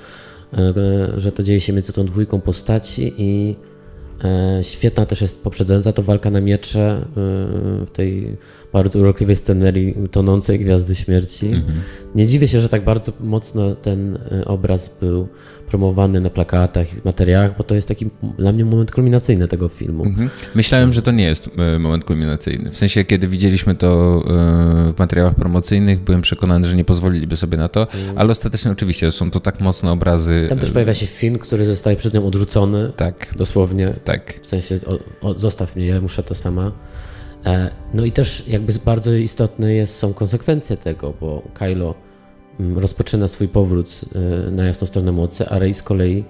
że to dzieje się między tą dwójką postaci i świetna też jest poprzedzająca to walka na miecze w tej bardzo urokliwej scenerii tonącej Gwiazdy Śmierci. Mm-hmm. Nie dziwię się, że tak bardzo mocno ten obraz był promowany na plakatach i materiałach, bo to jest taki dla mnie moment kulminacyjny tego filmu. Mm-hmm. Myślałem, że to nie jest moment kulminacyjny. W sensie, kiedy widzieliśmy to w materiałach promocyjnych, byłem przekonany, że nie pozwoliliby sobie na to, mm. ale ostatecznie oczywiście są to tak mocne obrazy. Tam też pojawia się Finn, który zostaje przez nią odrzucony. Tak. Dosłownie. Tak. W sensie o, o, zostaw mnie, ja muszę to sama. No i też jakby bardzo istotne jest, są konsekwencje tego, bo Kylo rozpoczyna swój powrót na jasną stronę mocy, a Rey z kolei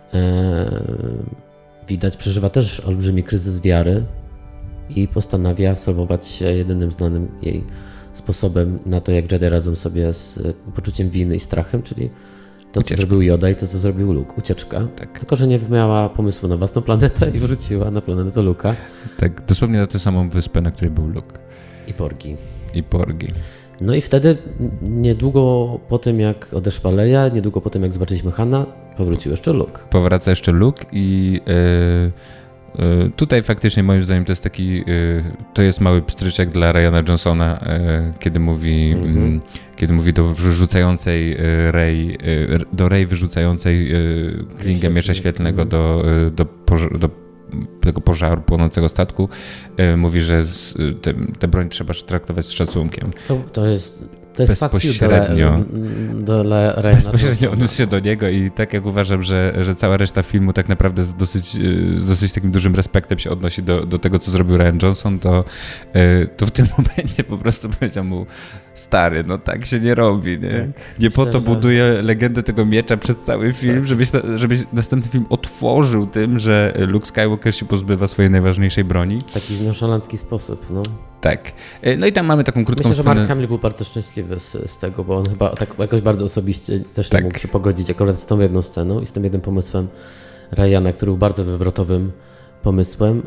widać przeżywa też olbrzymi kryzys wiary i postanawia salwować się jedynym znanym jej sposobem na to, jak Jedi radzą sobie z poczuciem winy i strachem, czyli to, Ucieczka. co zrobił Yoda i to, co zrobił Luke. Ucieczka. Tak. Tylko, że nie miała pomysłu na własną planetę i wróciła na planetę Luke'a. Tak, dosłownie na tę samą wyspę, na której był Luke. I Porgi. I Porgi. No i wtedy niedługo po tym, jak odeszła Leia, niedługo po tym, jak zobaczyliśmy Hana, powrócił jeszcze Luke. Powraca jeszcze Luke i... Yy... Tutaj faktycznie moim zdaniem to jest taki, to jest mały pstryczek dla Ryana Johnsona, kiedy mówi, mm-hmm. kiedy mówi do wyrzucającej Rey, do Rey wyrzucającej klingę miecza świetlnego mm-hmm. do, do, poż- do tego pożaru płonącego statku, mówi, że tę broń trzeba traktować z szacunkiem. To, to jest... To jest bezpośrednio, do, do Ryana bezpośrednio odniósł się do niego i tak jak uważam, że, że cała reszta filmu tak naprawdę z dosyć, z dosyć takim dużym respektem się odnosi do, do tego, co zrobił Rian Johnson, to, to w tym momencie po prostu powiedział mu: stary, no tak się nie robi, nie? Tak, nie po to buduje legendę tego miecza przez cały film, żebyś, żebyś następny film otworzył tym, że Luke Skywalker się pozbywa swojej najważniejszej broni. W taki nonszalancki sposób, no. Tak. No i tam mamy taką krótką Myślę, scenę. że Mark Hamill był bardzo szczęśliwy z, z tego, bo on chyba tak jakoś bardzo osobiście też tak. nie mógł się pogodzić akurat z tą jedną sceną i z tym jednym pomysłem Ryana, który był bardzo wywrotowym pomysłem.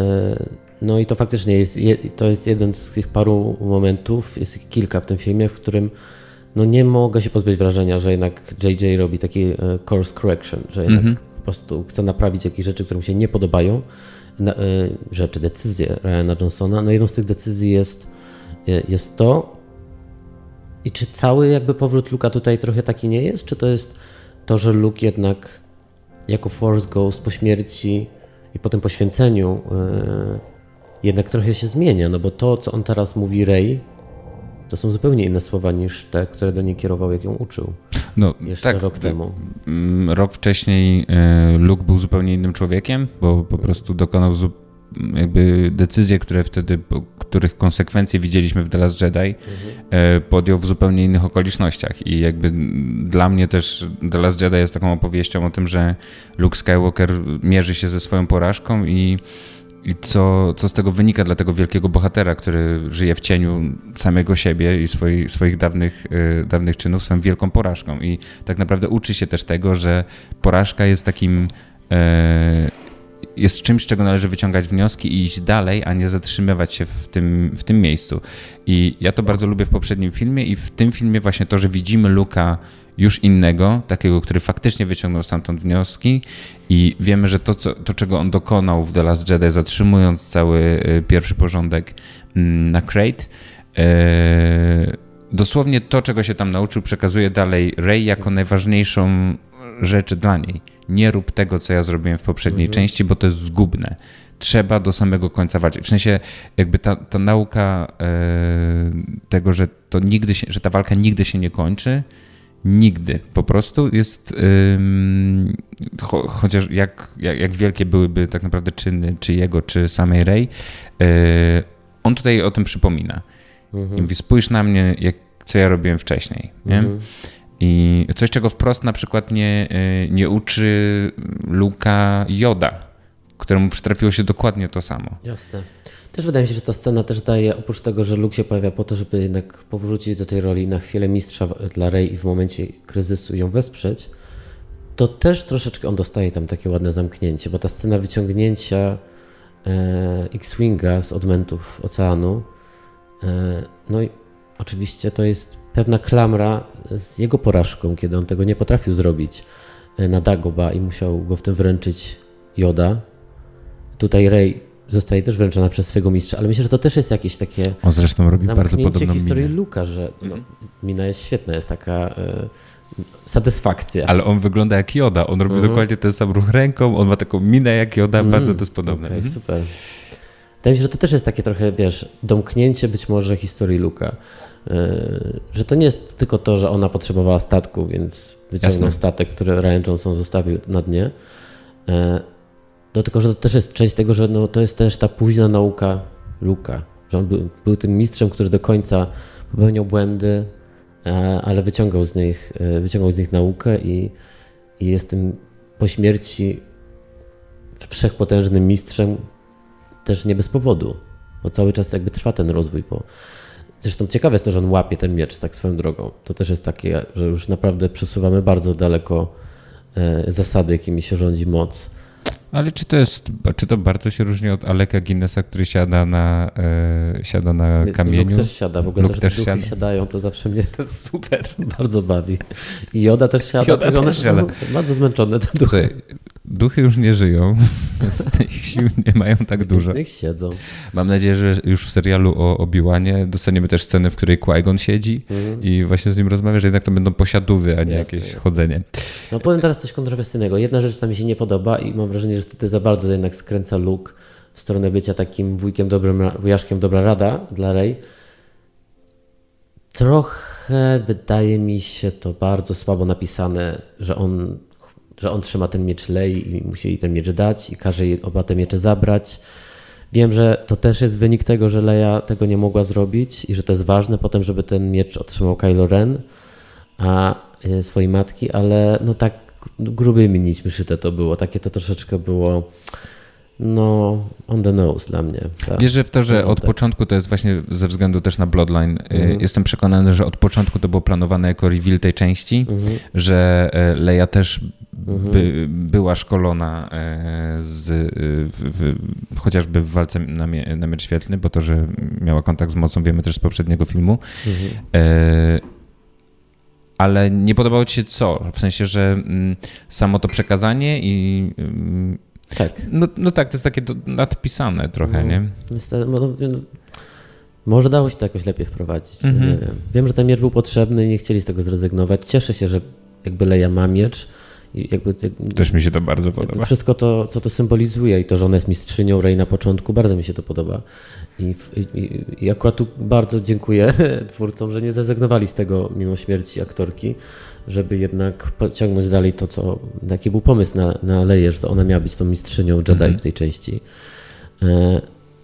No i to faktycznie jest, to jest jeden z tych paru momentów, jest ich kilka w tym filmie, w którym no nie mogę się pozbyć wrażenia, że jednak J J robi taki course correction, że jednak mm-hmm. po prostu chce naprawić jakieś rzeczy, które mu się nie podobają. Na, y, rzeczy, decyzje Ryana Johnsona. No jedną z tych decyzji jest, y, jest to i czy cały jakby powrót Luke'a tutaj trochę taki nie jest? Czy to jest to, że Luke jednak jako Force Ghost po śmierci i po tym poświęceniu y, jednak trochę się zmienia, no bo to, co on teraz mówi Rey, to są zupełnie inne słowa niż te, które do niej kierował, jak ją uczył. No, jeszcze tak, rok temu. Rok wcześniej Luke był zupełnie innym człowiekiem, bo po prostu dokonał jakby decyzje, które wtedy, których konsekwencje widzieliśmy w The Last Jedi, mhm. podjął w zupełnie innych okolicznościach. I jakby dla mnie też The Last Jedi jest taką opowieścią o tym, że Luke Skywalker mierzy się ze swoją porażką i I co, co z tego wynika dla tego wielkiego bohatera, który żyje w cieniu samego siebie i swoich, swoich dawnych, yy, dawnych czynów, swoją wielką porażką. I tak naprawdę uczy się też tego, że porażka jest takim, yy, jest czymś, z czego należy wyciągać wnioski i iść dalej, a nie zatrzymywać się w tym, w tym miejscu. I ja to bardzo lubię w poprzednim filmie i w tym filmie właśnie to, że widzimy Luke'a już innego, takiego, który faktycznie wyciągnął stamtąd wnioski i wiemy, że to, co, to czego on dokonał w The Last Jedi, zatrzymując cały y, pierwszy porządek y, na Crate, y, dosłownie to, czego się tam nauczył, przekazuje dalej Rey jako najważniejszą rzecz dla niej. Nie rób tego, co ja zrobiłem w poprzedniej mhm. części, bo to jest zgubne. Trzeba do samego końca walczyć. W sensie jakby ta, ta nauka y, tego, że, to nigdy się, że ta walka nigdy się nie kończy, nigdy po prostu jest, ym, cho, chociaż jak, jak, jak wielkie byłyby tak naprawdę czyny, czy jego, czy samej Rey, yy, on tutaj o tym przypomina. Mhm. I mówi, spójrz na mnie, jak, co ja robiłem wcześniej. Nie? Mhm. I coś, czego wprost na przykład nie, yy, nie uczy Luke'a Yoda, któremu przytrafiło się dokładnie to samo. Jasne. Też wydaje mi się, że ta scena też daje, oprócz tego, że Luke się pojawia po to, żeby jednak powrócić do tej roli na chwilę mistrza dla Rey i w momencie kryzysu ją wesprzeć, to też troszeczkę on dostaje tam takie ładne zamknięcie, bo ta scena wyciągnięcia e, X-Winga z odmętów oceanu, e, no i oczywiście to jest pewna klamra z jego porażką, kiedy on tego nie potrafił zrobić e, na Dagobah i musiał go w tym wręczyć Yoda. Tutaj Rey zostaje też wręczona przez swojego mistrza, ale myślę, że to też jest jakieś takie on zresztą robi bardzo podobną historii minę. Luke'a, że no, mina jest świetna, jest taka y, satysfakcja. Ale on wygląda jak Yoda, on robi mhm. dokładnie ten sam ruch ręką, on ma taką minę jak Yoda, mhm. bardzo to jest podobne. Okay, mhm. Super. Wydaje mi się, że to też jest takie trochę, wiesz, domknięcie być może historii Luke'a. Yy, że to nie jest tylko to, że ona potrzebowała statku, więc wyciągnął Jasne. statek, który Rian Johnson zostawił na dnie. Yy, No tylko, że to też jest część tego, że no, to jest też ta późna nauka Luke'a, że on był, był tym mistrzem, który do końca popełniał błędy, ale wyciągał z nich, wyciągał z nich naukę i, i jest tym po śmierci wszechpotężnym mistrzem też nie bez powodu, bo cały czas jakby trwa ten rozwój. Bo zresztą ciekawe jest to, że on łapie ten miecz tak swoją drogą. To też jest takie, że już naprawdę przesuwamy bardzo daleko zasady, jakimi się rządzi moc. Ale czy to jest, czy to bardzo się różni od Aleka Guinnessa, który siada na, e, siada na kamieniu? Luke też siada, w ogóle Luke to, że też te duchy siada. siadają, to zawsze mnie To jest super. bardzo bawi. I Yoda też siada, Yoda one też siada. są bardzo zmęczone te duchy. Słuchaj, duchy już nie żyją, więc tych sił nie mają tak dużo. Z nich siedzą. Mam nadzieję, że już w serialu o Obi-Wanie dostaniemy też scenę, w której Qui-Gon siedzi Mhm. i właśnie z nim rozmawia, że jednak to będą posiadówy, a nie Jasne, jakieś jasne. chodzenie. No powiem teraz coś kontrowersyjnego. Jedna rzecz, która mi się nie podoba i mam wrażenie, że wtedy za bardzo jednak skręca Luke w stronę bycia takim wujkiem dobrym, wujaszkiem dobra rada dla Rey. Trochę wydaje mi się to bardzo słabo napisane, że on, że on trzyma ten miecz Lei i musi jej ten miecz dać i każe jej oba te miecze zabrać. Wiem, że to też jest wynik tego, że Leia tego nie mogła zrobić i że to jest ważne potem, żeby ten miecz otrzymał Kylo Ren, a e, swojej matki, ale no tak grubymi nićmi szyte to było. Takie to troszeczkę było no on the nose dla mnie. Tak. Wierzę w to, że od tak. początku to jest właśnie ze względu też na Bloodline. Mhm. Jestem przekonany, że od początku to było planowane jako reveal tej części, Mhm. że Leia też Mhm. by, była szkolona z, w, w, chociażby w walce na, mie, na miecz świetlny, bo to, że miała kontakt z mocą, wiemy też z poprzedniego filmu. Mhm. E, ale nie podobało ci się co? W sensie, że mm, samo to przekazanie i... Mm, Tak. no, no tak, to jest takie do, nadpisane trochę, No, nie? Niestety, no, no, może dało się to jakoś lepiej wprowadzić. No, Mhm. nie wiem. Wiem, że ten miecz był potrzebny i nie chcieli z tego zrezygnować. Cieszę się, że jakby Leia ma miecz i jakby, jakby Też mi się to bardzo jakby podoba. wszystko to, co to symbolizuje i to, że ona jest mistrzynią Rey na początku, bardzo mi się to podoba. I, i, i akurat tu bardzo dziękuję twórcom, że nie zrezygnowali z tego mimo śmierci aktorki, żeby jednak pociągnąć dalej to, co, jaki był pomysł na, na Leię, że to ona miała być tą mistrzynią Jedi Mhm. w tej części. E,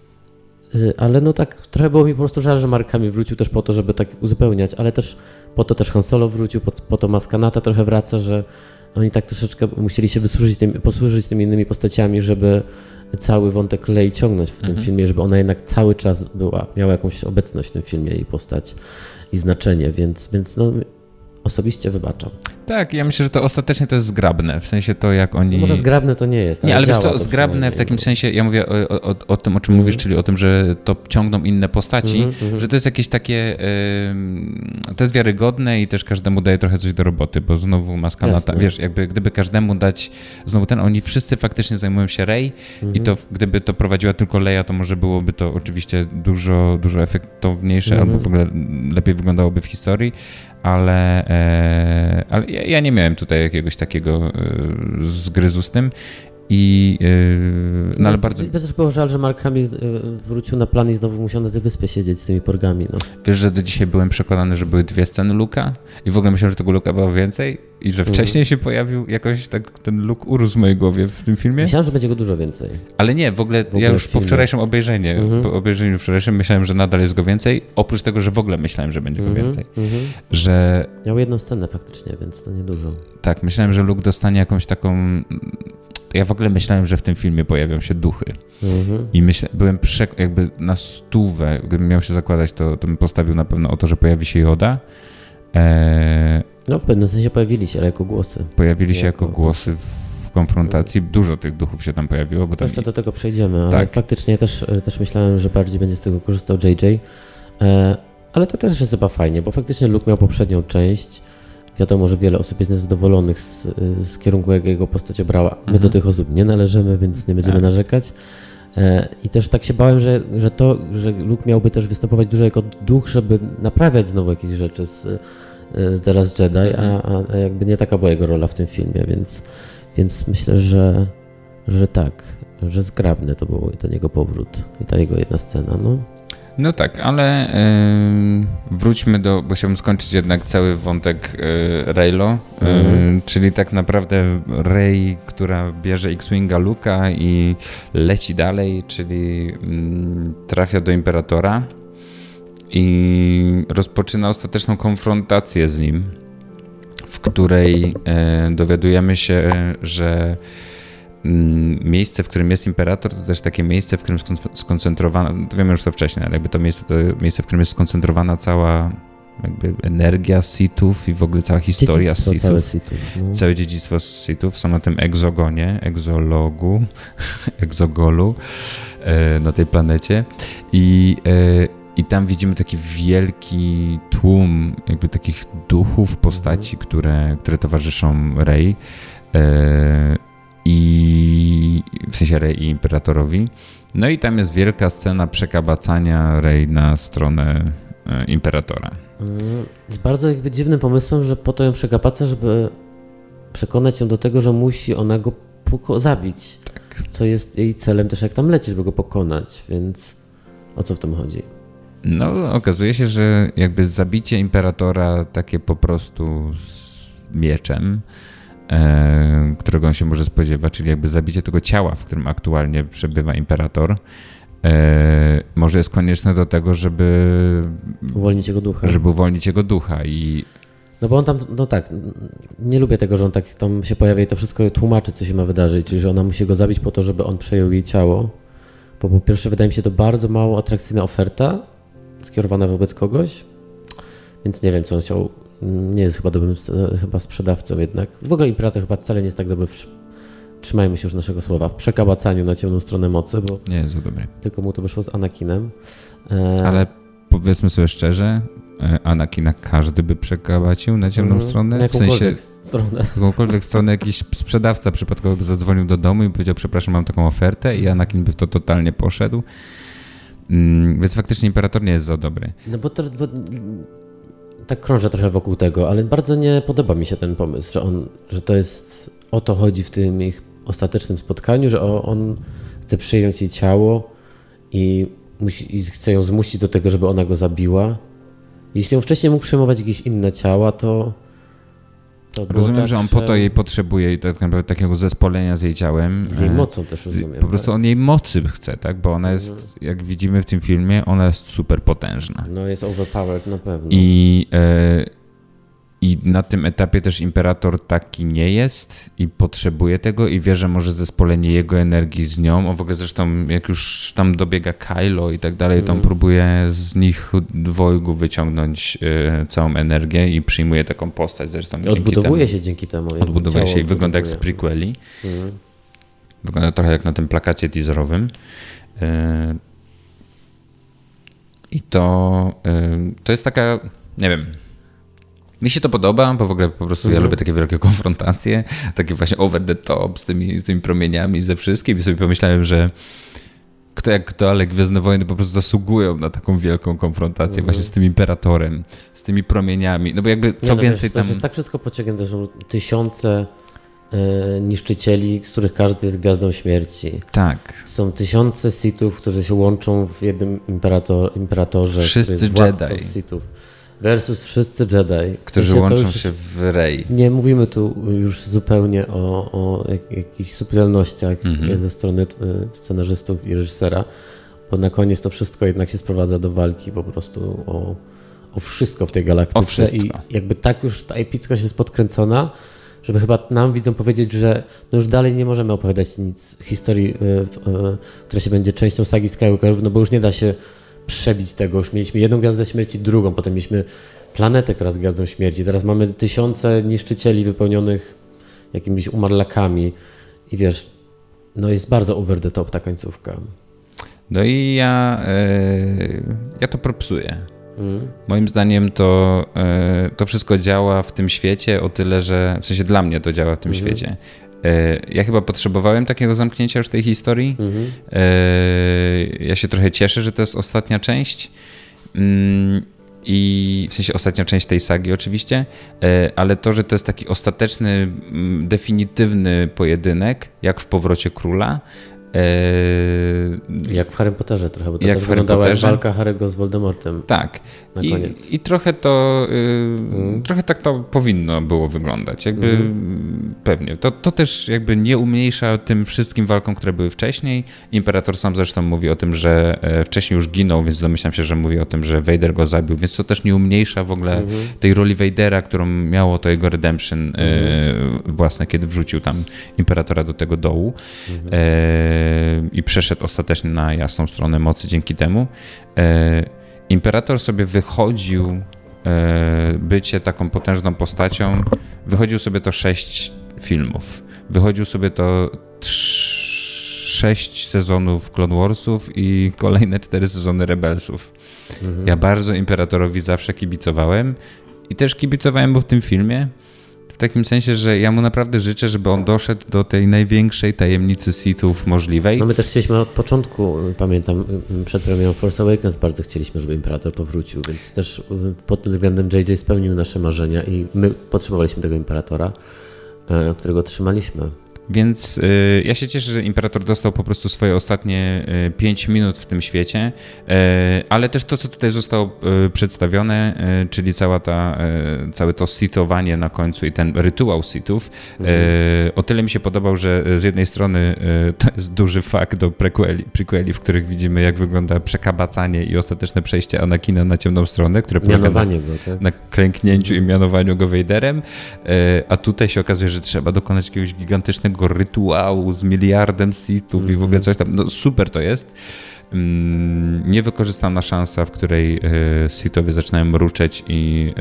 ale no tak, trochę było mi po prostu żal, że Mark Hamill wrócił też po to, żeby tak uzupełniać, ale też po to też Han Solo wrócił, po, po to Maskanata trochę wraca, że oni tak troszeczkę musieli się wysłużyć tym, posłużyć tymi innymi postaciami, żeby cały wątek Lei ciągnąć w tym Mhm. filmie, żeby ona jednak cały czas była, miała jakąś obecność w tym filmie i postać i znaczenie, więc, więc no, osobiście wybaczam. Tak, ja myślę, że to ostatecznie to jest zgrabne, w sensie to jak oni... No może zgrabne to nie jest. Nie, ale wiesz działa co, to zgrabne w przynajmniej, takim no. sensie, ja mówię o, o, o tym, o czym Mhm. mówisz, czyli o tym, że to ciągną inne postaci, Mhm, mhm. że to jest jakieś takie, ym, to jest wiarygodne i też każdemu daje trochę coś do roboty, bo znowu Maska lata, Jasne. wiesz, jakby gdyby każdemu dać znowu ten, oni wszyscy faktycznie zajmują się Rey Mhm. i to w- gdyby to prowadziła tylko Leia, to może byłoby to oczywiście dużo, dużo efektowniejsze Mhm. albo w ogóle lepiej wyglądałoby w historii, ale, e, ale ja, ja nie miałem tutaj jakiegoś takiego e, zgryzu z tym i e, no ale bardzo, To też było żal, że Mark Hamill y, wrócił na plan i znowu musiał na tej wyspie siedzieć z tymi porgami. No. wiesz, że do dzisiaj byłem przekonany, że były dwie sceny Luka i w ogóle myślałem, że tego Luka było więcej i że Mhm. wcześniej się pojawił jakoś tak ten Luke urósł w mojej głowie w tym filmie, Myślałem, że będzie go dużo więcej. ale nie, w ogóle, ogóle ja już w po filmie. wczorajszym obejrzeniu, Mhm. po obejrzeniu wczorajszym myślałem, że nadal jest go więcej, oprócz tego, że w ogóle myślałem, że będzie go Mhm, więcej, mhm. że Miał jedną scenę faktycznie, więc to niedużo. tak, myślałem, że Luke dostanie jakąś taką. Ja w ogóle myślałem, że w tym filmie pojawią się duchy. Mhm. I myślę, byłem przek- jakby na stówę, gdybym miał się zakładać, to, to bym postawił na pewno o to, że pojawi się Yoda. Eee, No w pewnym sensie pojawili się, ale jako głosy. pojawili się Jako jako głosy w konfrontacji. Dużo tych duchów się tam pojawiło, bo To tam... jeszcze do tego przejdziemy, ale Tak. faktycznie też, też myślałem, że bardziej będzie z tego korzystał J J. E, ale to też jest chyba fajnie, bo faktycznie Luke miał poprzednią część. Wiadomo, że wiele osób jest niezadowolonych z, z kierunku, jak jego postać obrała. My Mhm. do tych osób nie należymy, więc nie będziemy Tak. narzekać. E, I też tak się bałem, że, że to, że Luke miałby też występować dużo jako duch, żeby naprawiać znowu jakieś rzeczy z, z The Last Jedi, a, a, a jakby nie taka była jego rola w tym filmie, więc, więc myślę, że, że tak, że zgrabny to był ten jego powrót i ta jego jedna scena. No. No tak, ale yy, wróćmy do, bo chciałbym skończyć jednak cały wątek yy, Reylo, yy, mm. czyli tak naprawdę Rey, która bierze X-Winga Luke'a i leci dalej, czyli yy, trafia do Imperatora i rozpoczyna ostateczną konfrontację z nim, w której yy, dowiadujemy się, że miejsce, w którym jest Imperator, to też takie miejsce, w którym skoncentrowana, to wiemy już to wcześniej, ale jakby to miejsce, to miejsce, w którym jest skoncentrowana cała jakby energia Sithów i w ogóle cała historia Sithów. Całe, Sithów no. całe dziedzictwo Sithów są na tym egzogonie, egzologu, egzogolu na tej planecie i, i tam widzimy taki wielki tłum jakby takich duchów, postaci, które, które towarzyszą Rey. I w sensie Rey i Imperatorowi. No i tam jest wielka scena przekabacania Rey na stronę e, Imperatora. Jest bardzo jakby dziwnym pomysłem, że po to ją przekabaca, żeby przekonać ją do tego, że musi ona go poko- zabić. Tak. Co jest jej celem też jak tam leci, żeby go pokonać, więc o co w tym chodzi? No okazuje się, że jakby zabicie Imperatora takie po prostu z mieczem, E, którego on się może spodziewać, czyli jakby zabicie tego ciała, w którym aktualnie przebywa Imperator, e, może jest konieczne do tego, żeby uwolnić jego ducha. Żeby uwolnić jego ducha i... No bo on tam, no tak, nie lubię tego, że on tak tam się pojawia i to wszystko tłumaczy, co się ma wydarzyć, czyli że ona musi go zabić po to, żeby on przejął jej ciało, bo po pierwsze wydaje mi się to bardzo mało atrakcyjna oferta skierowana wobec kogoś, więc nie wiem, co on chciał. Nie jest chyba dobrym chyba sprzedawcą jednak. W ogóle Imperator chyba wcale nie jest tak dobry, w, trzymajmy się już naszego słowa, w przekabacaniu na ciemną stronę mocy, bo nie jest za dobry. Tylko mu to wyszło z Anakinem. E... Ale powiedzmy sobie szczerze, Anakina każdy by przekabacił na ciemną mm, stronę. Na w sensie stronę. Jakąkolwiek stronę jakiś sprzedawca przypadkowo by zadzwonił do domu i powiedział, przepraszam, mam taką ofertę i Anakin by w to totalnie poszedł. Mm, więc faktycznie Imperator nie jest za dobry. No bo to... Bo... Tak krążę trochę wokół tego, ale bardzo nie podoba mi się ten pomysł, że, on, że to jest, o to chodzi w tym ich ostatecznym spotkaniu, że on chce przyjąć jej ciało i, musi, i chce ją zmusić do tego, żeby ona go zabiła. Jeśli on wcześniej mógł przyjmować jakieś inne ciała, to... to rozumiem, tak, że on po to jej potrzebuje i tak naprawdę takiego zespolenia z jej ciałem. Z jej mocą też rozumiem. Po prostu tak. On jej mocy chce, tak? Bo ona jest, mhm. jak widzimy w tym filmie, ona jest super potężna. No jest overpowered na pewno. I, e, I na tym etapie też Imperator taki nie jest i potrzebuje tego i wie, że może zespolenie jego energii z nią. On w ogóle zresztą jak już tam dobiega Kylo i tak dalej, to on próbuje z nich dwojgu wyciągnąć y, całą energię i przyjmuje taką postać. Zresztą odbudowuje temu, się dzięki temu. Odbudowuje się i wygląda jak z prequeli. Mm. Wygląda trochę jak na tym plakacie teaserowym. Y, I to, y, to jest taka, nie wiem... Mi się to podoba, bo w ogóle po prostu mm. ja lubię takie wielkie konfrontacje, takie właśnie over the top z tymi, z tymi promieniami, ze wszystkim i sobie pomyślałem, że kto jak kto, ale Gwiezdne Wojny po prostu zasługują na taką wielką konfrontację mm. właśnie z tym Imperatorem, z tymi promieniami, no bo jakby co Nie, no więcej wiesz, tam... To jest tak wszystko pociągnięte, że są tysiące e, niszczycieli, z których każdy jest Gwiazdą Śmierci. Tak. Są tysiące Sithów, którzy się łączą w jednym imperator, imperatorze, wszyscy który jest władcą Sithów. Versus wszyscy Jedi. Którzy w sensie łączą już, się w Rey. Nie mówimy tu już zupełnie o, o jak, jakichś subtelnościach mm-hmm. ze strony scenarzystów i reżysera, bo na koniec to wszystko jednak się sprowadza do walki po prostu o, o wszystko w tej galaktyce. O wszystko. I jakby tak już ta epickość jest podkręcona, żeby chyba nam widzom powiedzieć, że no już dalej nie możemy opowiadać nic historii, która się będzie częścią sagi Skywalkerów, no bo już nie da się przebić tego. Już mieliśmy jedną Gwiazdę Śmierci, drugą, potem mieliśmy planetę, która jest Gwiazdą Śmierci. Teraz mamy tysiące niszczycieli wypełnionych jakimiś umarlakami i wiesz, no jest bardzo over the top ta końcówka. No i ja, yy, ja to propsuję. Mm. Moim zdaniem to, yy, to wszystko działa w tym świecie o tyle, że w sensie dla mnie to działa w tym mm. świecie. Ja chyba potrzebowałem takiego zamknięcia już tej historii. Mhm. Ja się trochę cieszę, że to jest ostatnia część. I w sensie ostatnia część tej sagi oczywiście, ale to, że to jest taki ostateczny, definitywny pojedynek, jak w Powrocie Króla, E... Jak w Harrym Potterze trochę, bo to jak też w wyglądała jak walka Harry'ego z Voldemortem. Tak. Na I, koniec. I trochę to yy, mm. trochę tak to powinno było wyglądać. Jakby mm. pewnie. To, to też jakby nie umniejsza tym wszystkim walkom, które były wcześniej. Imperator sam zresztą mówi o tym, że wcześniej już ginął, więc domyślam się, że mówi o tym, że Vader go zabił, więc to też nie umniejsza w ogóle mm. tej roli Vadera, którą miało to jego redemption mm. yy, własne, kiedy wrzucił tam Imperatora do tego dołu mm. yy, i przeszedł ostatecznie na jasną stronę mocy dzięki temu. Yy, Imperator sobie wychodził e, bycie taką potężną postacią, wychodził sobie to sześć filmów, wychodził sobie to trz, sześć sezonów Clone Warsów i kolejne cztery sezony Rebelsów. Mhm. Ja bardzo Imperatorowi zawsze kibicowałem i też kibicowałem mu w tym filmie, w takim sensie, że ja mu naprawdę życzę, żeby on doszedł do tej największej tajemnicy Sithów możliwej. No my też chcieliśmy od początku, pamiętam, przed premierą Force Awakens bardzo chcieliśmy, żeby Imperator powrócił, więc też pod tym względem J J spełnił nasze marzenia i my potrzebowaliśmy tego Imperatora, którego trzymaliśmy. Więc y, ja się cieszę, że Imperator dostał po prostu swoje ostatnie y, pięć minut w tym świecie, y, ale też to, co tutaj zostało y, przedstawione, y, czyli cała ta, y, całe to sithowanie na końcu i ten rytuał sithów, mhm. y, o tyle mi się podobał, że z jednej strony y, to jest duży fakt do prequeli, prequeli, w których widzimy, jak wygląda przekabacanie i ostateczne przejście Anakina na ciemną stronę, które polega na, go, tak? na klęknięciu mhm. i mianowaniu go Vaderem, y, a tutaj się okazuje, że trzeba dokonać jakiegoś gigantycznego rytuału z miliardem Sithów mm-hmm. i w ogóle coś tam. No super to jest. Niewykorzystana szansa, w której Sithowie zaczynają mruczeć i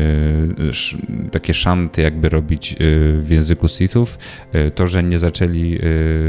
takie szanty jakby robić w języku Sithów. To, że nie zaczęli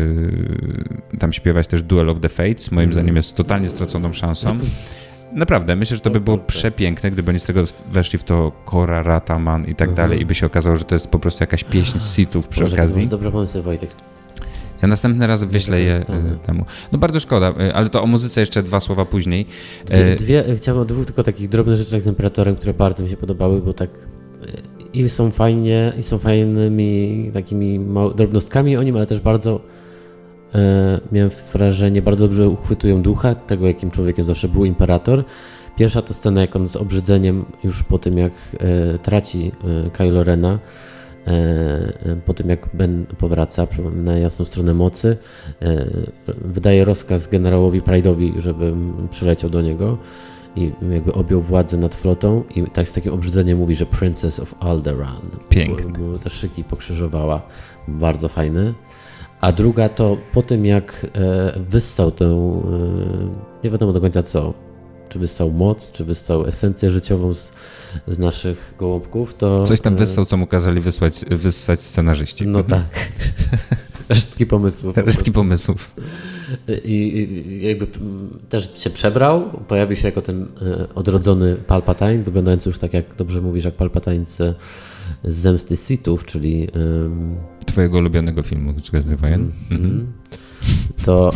tam śpiewać też Duel of the Fates, moim mm-hmm. zdaniem jest totalnie straconą szansą. Naprawdę, myślę, że to by było przepiękne, gdyby oni z tego weszli w to Korra, Rataman i tak dalej i by się okazało, że to jest po prostu jakaś pieśń z Sithów przy Boże, okazji. Dobry pomysł, Wojtek. Ja następny raz wyślę je temu. No bardzo szkoda, ale to o muzyce jeszcze dwa słowa później. Dwie, dwie, chciałem o dwóch tylko takich drobnych rzeczach z Imperatorem, które bardzo mi się podobały, bo tak i są fajnie, i są fajnymi takimi mał- drobnostkami o nim, ale też bardzo e, miałem wrażenie, bardzo dobrze uchwytują ducha tego, jakim człowiekiem zawsze był Imperator. Pierwsza to scena, jak on z obrzydzeniem już po tym, jak e, traci e, Kylo Rena, po tym jak Ben powraca na jasną stronę mocy, wydaje rozkaz generałowi Pride'owi, żeby przyleciał do niego i jakby objął władzę nad flotą i tak z takim obrzydzeniem mówi, że Princess of Alderaan. Piękne. Mu te szyki pokrzyżowała. Bardzo fajne. A druga to po tym jak wyssał tę, nie wiadomo do końca co, czy wyssał moc, czy wyssał esencję życiową z, z naszych gołąbków, to... Coś tam wyssał, co mu kazali wysłać, wyssać scenarzyści. No tak. Resztki pomysłów. Po Resztki pomysłów. I, I jakby też się przebrał, pojawił się jako ten odrodzony Palpatine, wyglądający już tak, jak dobrze mówisz, jak Palpatine z, z Zemsty Sithów, czyli... Um... Twojego ulubionego filmu, Gwiezdnych Wojen. Mm-hmm. To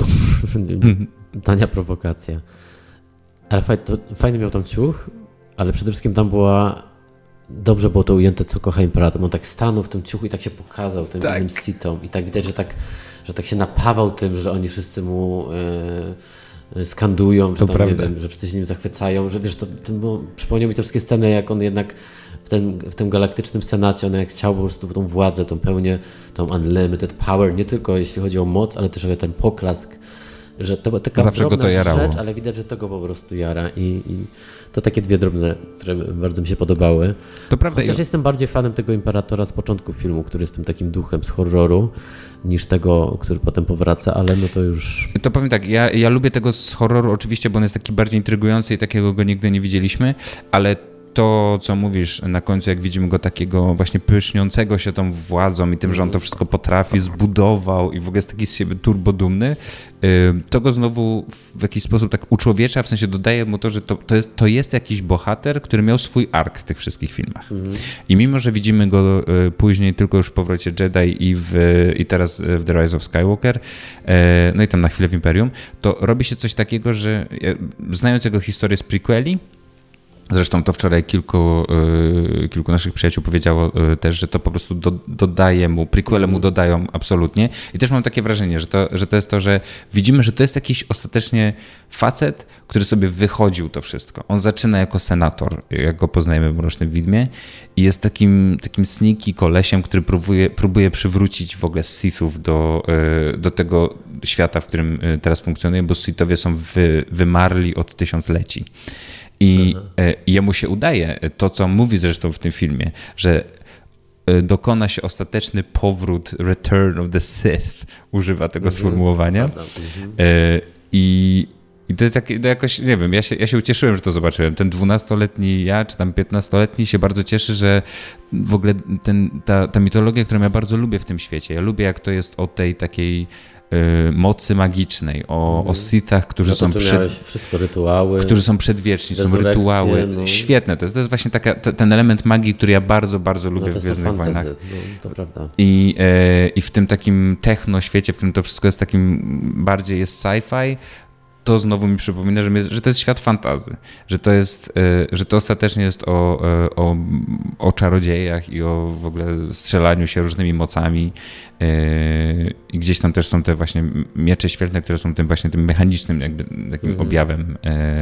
tania prowokacja. Ale fajny, fajny miał tam ciuch, ale przede wszystkim tam była, dobrze było to ujęte, co kocha Imperator. On tak stanął w tym ciuchu i tak się pokazał tym tak. innym Sithom i tak widać, że tak, że tak się napawał tym, że oni wszyscy mu yy, skandują, że, tam, nie wiem, że wszyscy się nim zachwycają, że wiesz, to, to było, przypomniał mi te wszystkie sceny, jak on jednak w, ten, w tym galaktycznym senacie, on jak chciał po prostu tą władzę, tą pełnię, tą unlimited power, nie tylko jeśli chodzi o moc, ale też o ten poklask, że to była taka Zawsze drobna go to jarało. rzecz, ale widać, że to go po prostu jara i, i to takie dwie drobne, które bardzo mi się podobały. To prawda. Chociaż jestem bardziej fanem tego Imperatora z początku filmu, który jest tym takim duchem z horroru, niż tego, który potem powraca, ale no to już... To powiem tak, ja, ja lubię tego z horroru oczywiście, bo on jest taki bardziej intrygujący i takiego go nigdy nie widzieliśmy, ale to, co mówisz na końcu, jak widzimy go takiego właśnie pyszniącego się tą władzą i tym, że on to wszystko potrafi, zbudował i w ogóle jest taki z siebie turbodumny, to go znowu w jakiś sposób tak uczłowiecza, w sensie dodaje mu to, że to, to, jest, to jest jakiś bohater, który miał swój ark w tych wszystkich filmach. Mhm. I mimo, że widzimy go później tylko już w Powrocie Jedi i, w, i teraz w The Rise of Skywalker, no i tam na chwilę w Imperium, to robi się coś takiego, że znając jego historię z prequeli, Zresztą to wczoraj kilku, y, kilku naszych przyjaciół powiedziało y, też, że to po prostu do, dodaje mu, prequele mu dodają absolutnie. I też mam takie wrażenie, że to, że to jest to, że widzimy, że to jest jakiś ostatecznie facet, który sobie wychodził to wszystko. On zaczyna jako senator, jak go poznajemy w Mrocznym Widmie i jest takim, takim sneaky kolesiem, który próbuje, próbuje przywrócić w ogóle Sithów do, y, do tego świata, w którym teraz funkcjonuje, bo Sithowie są wy, wymarli od tysiącleci. I mhm. jemu się udaje to, co mówi zresztą w tym filmie, że dokona się ostateczny powrót, return of the Sith, używa tego mhm. sformułowania. Mhm. I, I to jest jak, to jakoś, nie wiem, ja się, ja się ucieszyłem, że to zobaczyłem. Ten dwunastoletni ja, czy tam piętnastoletni się bardzo cieszy, że w ogóle ten, ta, ta mitologia, którą ja bardzo lubię w tym świecie, ja lubię, jak to jest o tej takiej mocy magicznej, o, mm. o Sithach, którzy no są przed, wszystko rytuały, którzy są przedwieczni, są rytuały. No. Świetne, to jest, to jest właśnie taka, t, ten element magii, który ja bardzo, bardzo lubię no, w Gwiezdnych Wojnach. No, to prawda. I, e, I w tym takim techno świecie, w którym to wszystko jest takim bardziej jest sci-fi, to znowu mi przypomina, że, my, że to jest świat fantasy, że to jest, że to ostatecznie jest o, o, o czarodziejach i o w ogóle strzelaniu się różnymi mocami i gdzieś tam też są te właśnie miecze świetlne, które są tym właśnie tym mechanicznym jakby takim mhm. objawem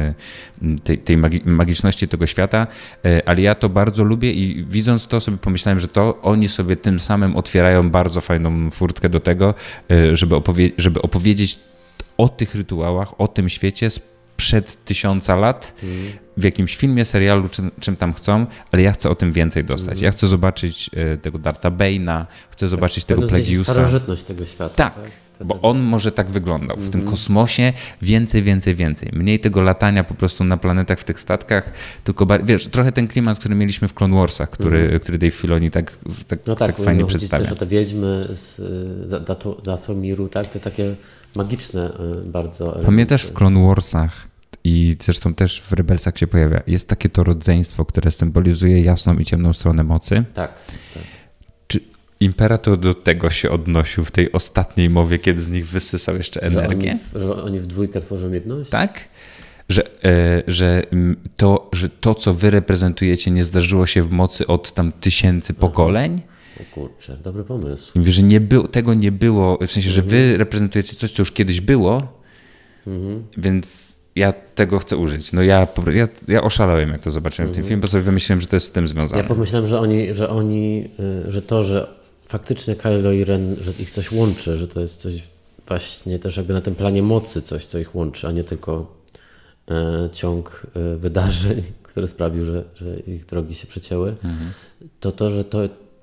tej, tej magi- magiczności tego świata, ale ja to bardzo lubię i widząc to sobie pomyślałem, że to oni sobie tym samym otwierają bardzo fajną furtkę do tego, żeby, opowie- żeby opowiedzieć o tych rytuałach, o tym świecie sprzed tysiąca lat mm. w jakimś filmie, serialu, czym, czym tam chcą, ale ja chcę o tym więcej dostać. Mm. Ja chcę zobaczyć y, tego Dartha Bane'a, chcę zobaczyć tak, tego Plagueusa. Starożytność tego świata. Tak, tak? bo on może tak wyglądał. W mm. tym kosmosie więcej, więcej, więcej. Mniej tego latania po prostu na planetach w tych statkach, tylko wiesz, trochę ten klimat, który mieliśmy w Clone Warsach, który, mm. który Dave Filoni tak, tak, no tak, tak fajnie przedstawia. Też o te wiedźmy z Dathomiru, tak? Te takie magiczne bardzo elementy. Pamiętasz w Clone Warsach i zresztą też w Rebelsach się pojawia, jest takie to rodzeństwo, które symbolizuje jasną i ciemną stronę mocy. Tak, tak. Czy Imperator do tego się odnosił w tej ostatniej mowie, kiedy z nich wysysał jeszcze energię? Że oni, że oni w dwójkę tworzą jedność? Tak. Że, że, to, że to, co wy reprezentujecie, nie zdarzyło się w mocy od tam tysięcy pokoleń? Aha. O kurczę, dobry pomysł. I mówię, że nie było, tego nie było, w sensie, że wy reprezentujecie coś, co już kiedyś było, mhm. więc ja tego chcę użyć. No ja, ja, ja oszalałem, jak to zobaczyłem mhm. w tym filmie, bo sobie wymyśliłem, że to jest z tym związane. Ja pomyślałem, że oni, że oni, że to, że faktycznie Kylo i Ren, że ich coś łączy, że to jest coś właśnie też jakby na tym planie mocy coś, co ich łączy, a nie tylko e, ciąg e, wydarzeń, który sprawił, że, że ich drogi się przecięły, mhm. to to, że to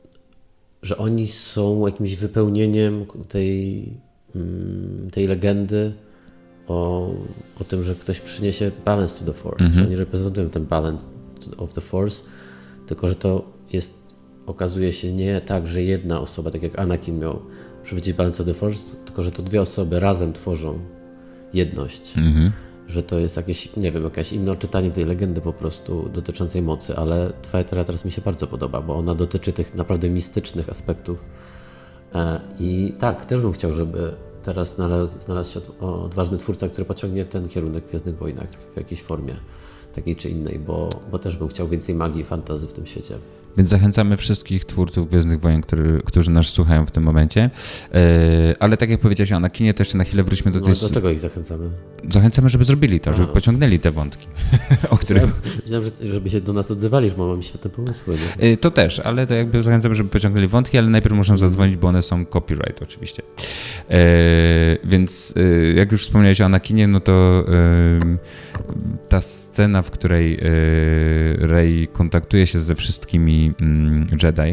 że oni są jakimś wypełnieniem tej, tej legendy o, o tym, że ktoś przyniesie balance to the force, mm-hmm. że oni reprezentują ten balance of the force, tylko że to jest, okazuje się nie tak, że jedna osoba, tak jak Anakin miał przywrócić balance of the force, tylko że to dwie osoby razem tworzą jedność. Mm-hmm. Że to jest jakieś, nie wiem, jakieś inne odczytanie tej legendy po prostu dotyczącej mocy, ale twoja teoria teraz mi się bardzo podoba, bo ona dotyczy tych naprawdę mistycznych aspektów. I tak, też bym chciał, żeby teraz znalazł się odważny twórca, który pociągnie ten kierunek w Gwiezdnych Wojnach w jakiejś formie, takiej czy innej, bo, bo też bym chciał więcej magii i fantasy w tym świecie. Więc zachęcamy wszystkich twórców Gwiezdnych Wojen, który, którzy nas słuchają w tym momencie. Yy, ale tak jak powiedziałeś o Anakinie, to jeszcze na chwilę wróćmy do tej... No, do czego ich zachęcamy? Zachęcamy, żeby zrobili to, żeby A. pociągnęli te wątki, o których... Myślałem, że, żeby się do nas odzywali, że mamy świetne pomysły. Nie? Yy, to też, ale to jakby zachęcamy, żeby pociągnęli wątki, ale najpierw muszą zadzwonić, bo one są copyright oczywiście. Yy, więc yy, jak już wspomniałeś o Anakinie, no to yy, ta scena, w której yy, Rey kontaktuje się ze wszystkimi Jedi.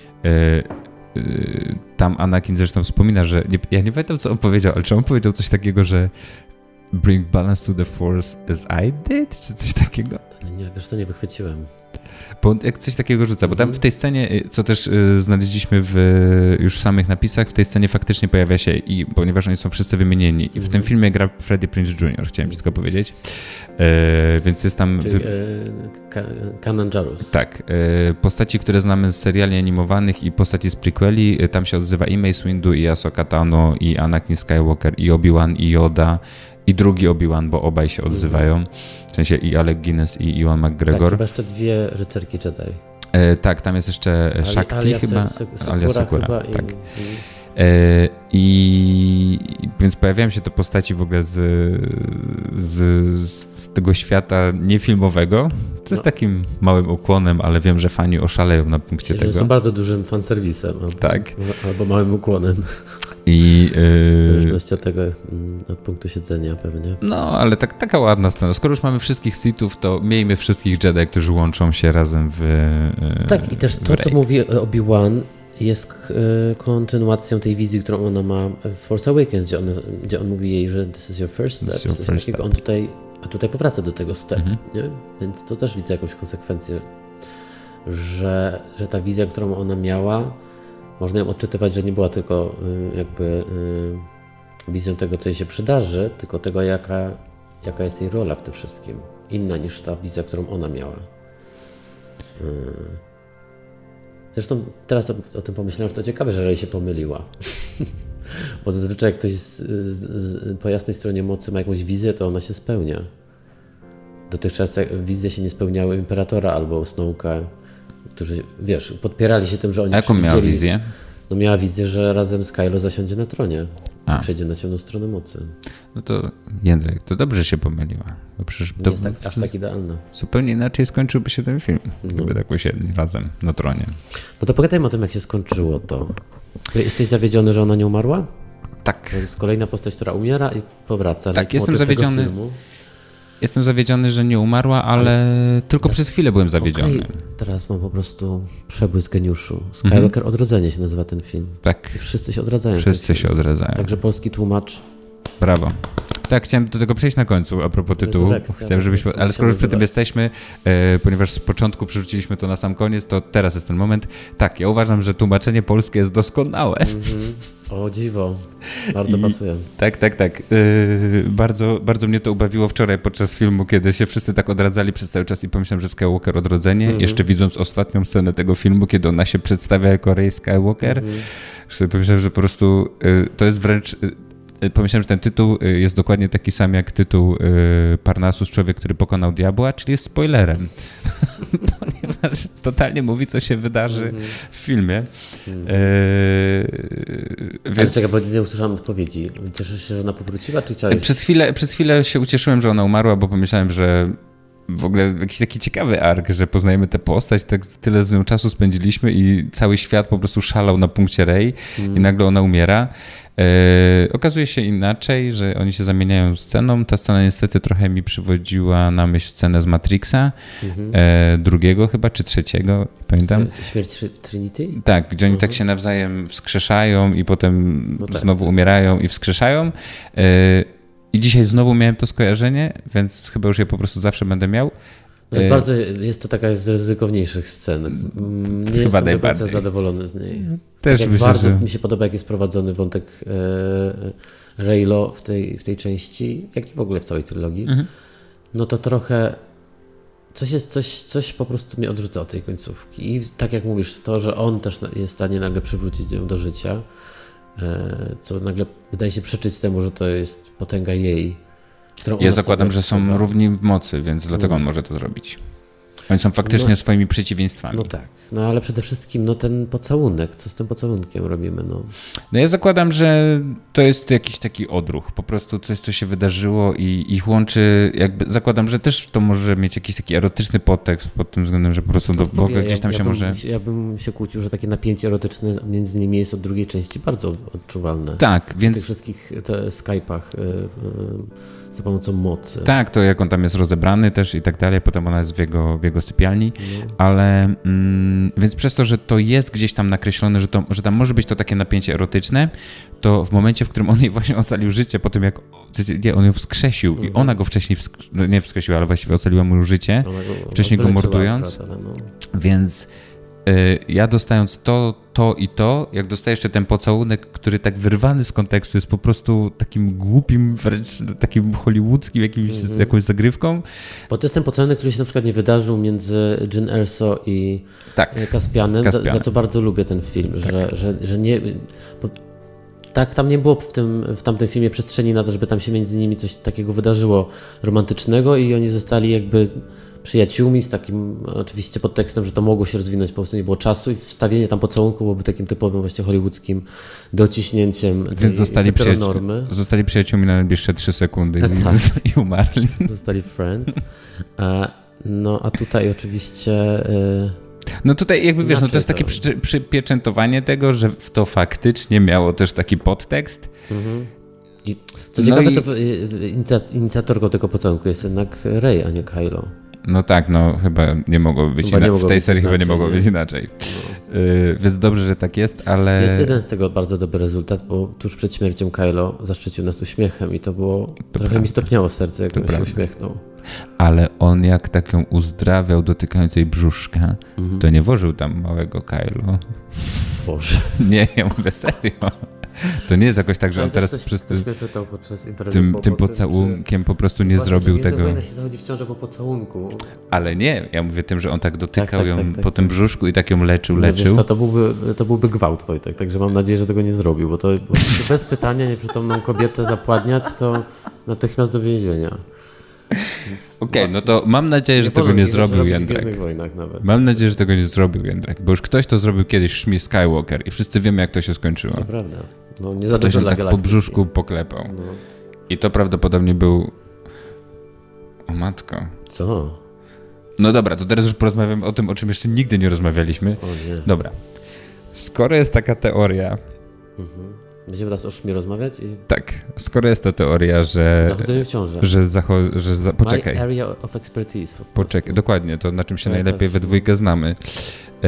Tam Anakin zresztą wspomina, że nie, ja nie pamiętam, co on powiedział, ale czy on powiedział coś takiego, że bring balance to the force as I did? Czy coś takiego? Nie, wiesz co, nie wychwyciłem. Bo jak coś takiego rzuca, bo tam w tej scenie, co też znaleźliśmy w, już w samych napisach, w tej scenie faktycznie pojawia się, i ponieważ oni są wszyscy wymienieni, i w tym filmie gra Freddie Prinze junior, chciałem ci tylko powiedzieć, e, więc jest tam... Czyli wy... e, Kanan Jarrus. Tak, e, postaci, które znamy z seriali animowanych i postaci z prequeli, tam się odzywa i Mace Windu, i Ahsoka Tano, i Anakin Skywalker, i Obi-Wan, i Yoda, i drugi Obi-Wan, bo obaj się odzywają. W sensie i Alec Guinness i Ewan McGregor. Tak, chyba jeszcze dwie rycerki Jedi. E, tak, tam jest jeszcze Shakti Alia chyba. Sakura, Alia Sakura, chyba tak. I, i... E, i więc pojawiają się te postaci w ogóle z, z, z tego świata niefilmowego, co jest no. takim małym ukłonem, ale wiem, że fani oszaleją na punkcie Myślę, tego. Że są bardzo dużym fanserwisem. Albo, tak. Albo małym ukłonem. I, yy... W zależności od tego, od punktu siedzenia pewnie. No, ale tak, taka ładna scena. Skoro już mamy wszystkich Sithów, to miejmy wszystkich Jedi, którzy łączą się razem w yy, Tak, i też to, co mówi Obi-Wan, jest kontynuacją tej wizji, którą ona ma w Force Awakens, gdzie on, gdzie on mówi jej, że this is your first step. Your coś first takiego. step. On tutaj, a tutaj powraca do tego step, Mhm. nie? Więc to też widzę jakąś konsekwencję, że, że ta wizja, którą ona miała, można ją odczytywać, że nie była tylko jakby wizją tego, co jej się przydarzy, tylko tego, jaka, jaka jest jej rola w tym wszystkim. Inna niż ta wizja, którą ona miała. Zresztą teraz o, o tym pomyślałem, że to ciekawe, że Rey się pomyliła. Bo zazwyczaj jak ktoś z, z, z, po jasnej stronie mocy ma jakąś wizję, to ona się spełnia. Dotychczas wizje się nie spełniały Imperatora albo Snoke'a, którzy, wiesz, podpierali się tym, że oni A jaką miała wizję? No miała wizję, że razem z Kylo zasiądzie na tronie. A. Przejdzie na ciemną stronę mocy. No to Jędrek, to dobrze się pomyliła. Bo przecież nie to jest tak, aż tak idealna. Zupełnie inaczej skończyłby się ten film, gdyby no. tak usiedli razem na tronie. No to pogadajmy o tym, jak się skończyło to. Jesteś zawiedziony, że ona nie umarła? Tak. To jest kolejna postać, która umiera i powraca. Tak, jestem zawiedziony. Jestem zawiedziony, że nie umarła, ale, ale tylko tak. przez chwilę byłem zawiedziony. Okay. Teraz mam po prostu przebłysk geniuszu. Skywalker mhm. Odrodzenie się nazywa ten film. Tak. I wszyscy się odradzają. Wszyscy się odradzają. Także polski tłumacz. Brawo. Tak, chciałem do tego przejść na końcu a propos tytułu. Chciałem, żebyśmy, ale skoro już przy tym jesteśmy, e, ponieważ z początku przerzuciliśmy to na sam koniec, to teraz jest ten moment. Tak, ja uważam, że tłumaczenie polskie jest doskonałe. Mm-hmm. O dziwo, bardzo I, pasuje. Tak, tak, tak. E, bardzo, bardzo mnie to ubawiło wczoraj podczas filmu, kiedy się wszyscy tak odradzali przez cały czas i pomyślałem, że Skywalker odrodzenie. Mm-hmm. Jeszcze widząc ostatnią scenę tego filmu, kiedy ona się przedstawia jako Rey Skywalker, mm-hmm. sobie pomyślałem, że po prostu e, to jest wręcz... E, Pomyślałem, że ten tytuł jest dokładnie taki sam jak tytuł Parnasus, Człowiek, który pokonał diabła, czyli jest spoilerem. Ponieważ totalnie mówi, co się wydarzy mm-hmm. w filmie. Mm-hmm. Eee, Ale więc... czekaj, bo nie usłyszałem odpowiedzi. Cieszysz się, że ona powróciła, czy chciałeś? Przez chwilę, przez chwilę się ucieszyłem, że ona umarła, bo pomyślałem, że w ogóle jakiś taki ciekawy ark, że poznajemy tę postać, tak tyle z nią czasu spędziliśmy i cały świat po prostu szalał na punkcie Rey mm. i nagle ona umiera. E, okazuje się inaczej, że oni się zamieniają sceną. Ta scena niestety trochę mi przywodziła na myśl scenę z Matrixa, mm-hmm. e, drugiego chyba, czy trzeciego, nie pamiętam. Śmierć Trinity? Tak, gdzie oni mm-hmm. tak się nawzajem wskrzeszają i potem no tak, znowu tak. umierają i wskrzeszają. E, I dzisiaj znowu miałem to skojarzenie, więc chyba już je po prostu zawsze będę miał. Jest, bardzo, jest to taka z ryzykowniejszych scen. Nie chyba jestem do końca zadowolony z niej. Też tak myślę, bardzo że... mi się podoba, jak jest prowadzony wątek e, Reylo w tej, w tej części, jak i w ogóle w całej trylogii. Mhm. No to trochę coś jest, coś, coś po prostu mnie odrzuca od tej końcówki. I tak jak mówisz, to, że on też jest w stanie nagle przywrócić ją do życia, co nagle wydaje się przeczyć temu, że to jest potęga jej. Którą ja zakładam, że są wpływa. równi w mocy, więc dlatego no. on może to zrobić. Oni są faktycznie no, swoimi przeciwieństwami. No tak, no ale przede wszystkim no ten pocałunek, co z tym pocałunkiem robimy? No, no ja zakładam, że to jest jakiś taki odruch, po prostu coś, co się wydarzyło i ich łączy, jakby zakładam, że też to może mieć jakiś taki erotyczny podtekst pod tym względem, że po prostu do Boga ja, gdzieś tam ja, się ja może... Bym, ja bym się kłócił, że takie napięcie erotyczne między nimi jest od drugiej części bardzo odczuwalne. Tak, w więc... W tych wszystkich te Skype'ach yy, yy, za pomocą mocy. Tak, to jak on tam jest rozebrany też i tak dalej, potem ona jest w jego, w jego sypialni, no. ale mm, więc przez to, że to jest gdzieś tam nakreślone, że, to, że tam może być to takie napięcie erotyczne, to w momencie, w którym on jej właśnie ocalił życie, po tym jak nie, on ją wskrzesił mhm. i ona go wcześniej, wsk- no nie wskrzesiła, ale właściwie ocaliła mu życie, go, wcześniej go mordując, akurat, no. więc y, ja dostając to, to i to, jak dostaję jeszcze ten pocałunek, który tak wyrwany z kontekstu jest po prostu takim głupim, wręcz takim hollywoodzkim jakimś, mm-hmm. jakąś zagrywką. Bo to jest ten pocałunek, który się na przykład nie wydarzył między Jyn Erso i tak. Caspianem, Caspian. za, za co bardzo lubię ten film, tak. że, że, że nie... Bo tak, tam nie było w, tym, w tamtym filmie przestrzeni na to, żeby tam się między nimi coś takiego wydarzyło romantycznego i oni zostali jakby przyjaciółmi z takim oczywiście podtekstem, że to mogło się rozwinąć, po prostu nie było czasu i wstawienie tam pocałunku byłoby takim typowym właśnie hollywoodzkim dociśnięciem tej Więc zostali, przyjaciół, normy. zostali przyjaciółmi na najbliższe trzy sekundy tak. i, i umarli. Zostali friends. A, no a tutaj oczywiście... Y- No tutaj jakby wiesz, no to jest takie przy, przypieczętowanie tego, że to faktycznie miało też taki podtekst. Mhm. I co no ciekawe, i... to inicjatorką tego pocałunku jest jednak Rey, a nie Kylo. No tak, no chyba nie mogło być chyba inaczej. Nie mogło w tej być serii inaczej, chyba nie mogło nie? być inaczej. No. Yy, więc dobrze, że tak jest, ale... Jest jeden z tego bardzo dobry rezultat, bo tuż przed śmiercią Kylo zaszczycił nas uśmiechem i to było... To trochę prawda. Mi stopniało serce, jak on się uśmiechnął. Ale on jak tak ją uzdrawiał, dotykając jej brzuszka, mhm. to nie włożył tam małego Kylo. Boże. Nie, ja mówię serio. To nie jest jakoś tak, że ale on teraz ktoś, przez ktoś mnie pytał podczas imprezy tym, po, tym po pocałunkiem tym, po prostu nie zrobił nie tego. Wojna się zachodzi w ciąży po pocałunku. Ale nie, ja mówię tym, że on tak dotykał tak, tak, ją tak, tak, po tym tak. brzuszku i tak ją leczył, no, leczył. Wiesz, to, to, byłby, to byłby gwałt, Wojtek, także mam nadzieję, że tego nie zrobił, bo to bo bez pytania nieprzytomną kobietę zapładniać, to natychmiast do więzienia. Okej, okay, no to mam nadzieję, nie że tego nie zrobił Jędrek. Nawet. Mam nadzieję, że tego nie zrobił Jędrek, bo już ktoś to zrobił kiedyś, Shmi Skywalker i wszyscy wiemy, jak to się skończyło. To prawda. No, nie za Ktoś dużo tak dla po brzuszku poklepał. No. I to prawdopodobnie był... O matko. Co? No dobra, to teraz już porozmawiamy o tym, o czym jeszcze nigdy nie rozmawialiśmy. O nie. Dobra. Skoro jest taka teoria... Mhm. Będziemy teraz o Szmie rozmawiać? I... Tak. Skoro jest ta teoria, że... Zachodzenie w ciąży. Że, zacho- że za... Poczekaj. My area of expertise. Po Poczekaj. Dokładnie. To, na czym się ja najlepiej też. we dwójkę znamy. E...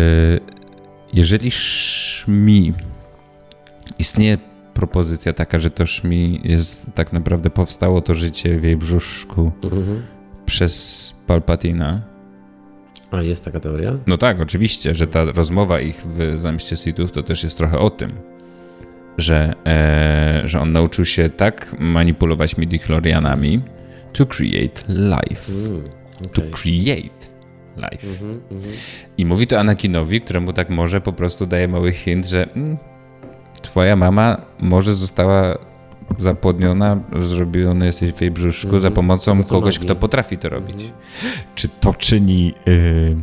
Jeżeli Szmi... Istnieje propozycja taka, że to Szmi jest tak naprawdę powstało to życie w jej brzuszku mhm. przez Palpatina. A jest taka teoria? No tak, oczywiście, że ta rozmowa ich w Zemście Sithów to też jest trochę o tym, że, e, że on nauczył się tak manipulować midichlorianami to create life. Mm, okay. To create life. Mm-hmm, mm-hmm. I mówi to Anakinowi, któremu tak może po prostu daje mały hint, że mm, twoja mama może została zapłodniona, zrobiony jesteś w jej brzuszku mm-hmm. za pomocą kogoś, magii. Kto potrafi to robić. Mm-hmm. Czy to czyni yy,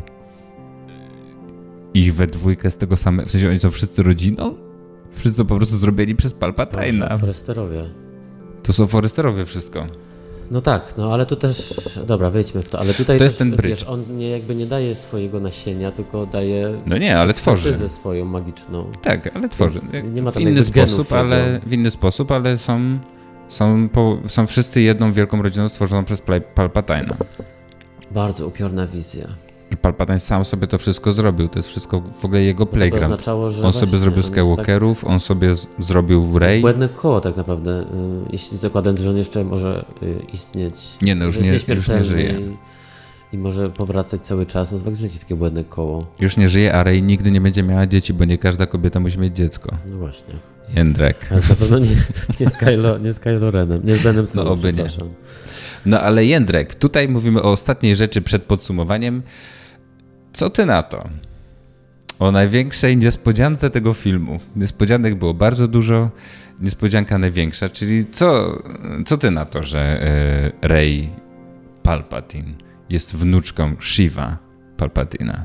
ich we dwójkę z tego samego, w sensie oni są wszyscy rodziną? Wszyscy po prostu zrobieni przez Palpatina. Foresterowie. To są Foresterowie wszystko. No tak, no ale tu też, dobra, wejdźmy w to, ale tutaj to też, jest ten bridge. Wiesz, on nie, jakby nie daje swojego nasienia, tylko daje no nie, ale tworzy. swoją magiczną. Tak, ale tworzy. Nie ma w inny sposób, ale w inny sposób, ale są, są, po, są wszyscy jedną wielką rodziną stworzoną przez Palpatina. Bardzo upiorna wizja. Palpatine sam sobie to wszystko zrobił. To jest wszystko w ogóle jego playground. To oznaczało, że on sobie zrobił Skywalkerów, tak... on sobie z- zrobił Rey. Błędne koło tak naprawdę. Jeśli zakładając, że on jeszcze może istnieć. Nie, no już nie, już nie żyje. I, I może powracać cały czas. No to faktycznie takie błędne koło. Już nie żyje, a Rey nigdy nie będzie miała dzieci, bo nie każda kobieta musi mieć dziecko. No właśnie. Jędrek. Ale na pewno nie, nie z Kylo, nie z Kylo Renem, nie z Benem Solo, no oby nie. No ale Jędrek, tutaj mówimy o ostatniej rzeczy przed podsumowaniem. Co ty na to? O największej niespodziance tego filmu. Niespodzianek było bardzo dużo, niespodzianka największa, czyli co, co ty na to, że y, Rey Palpatine jest wnuczką Shiva Palpatina?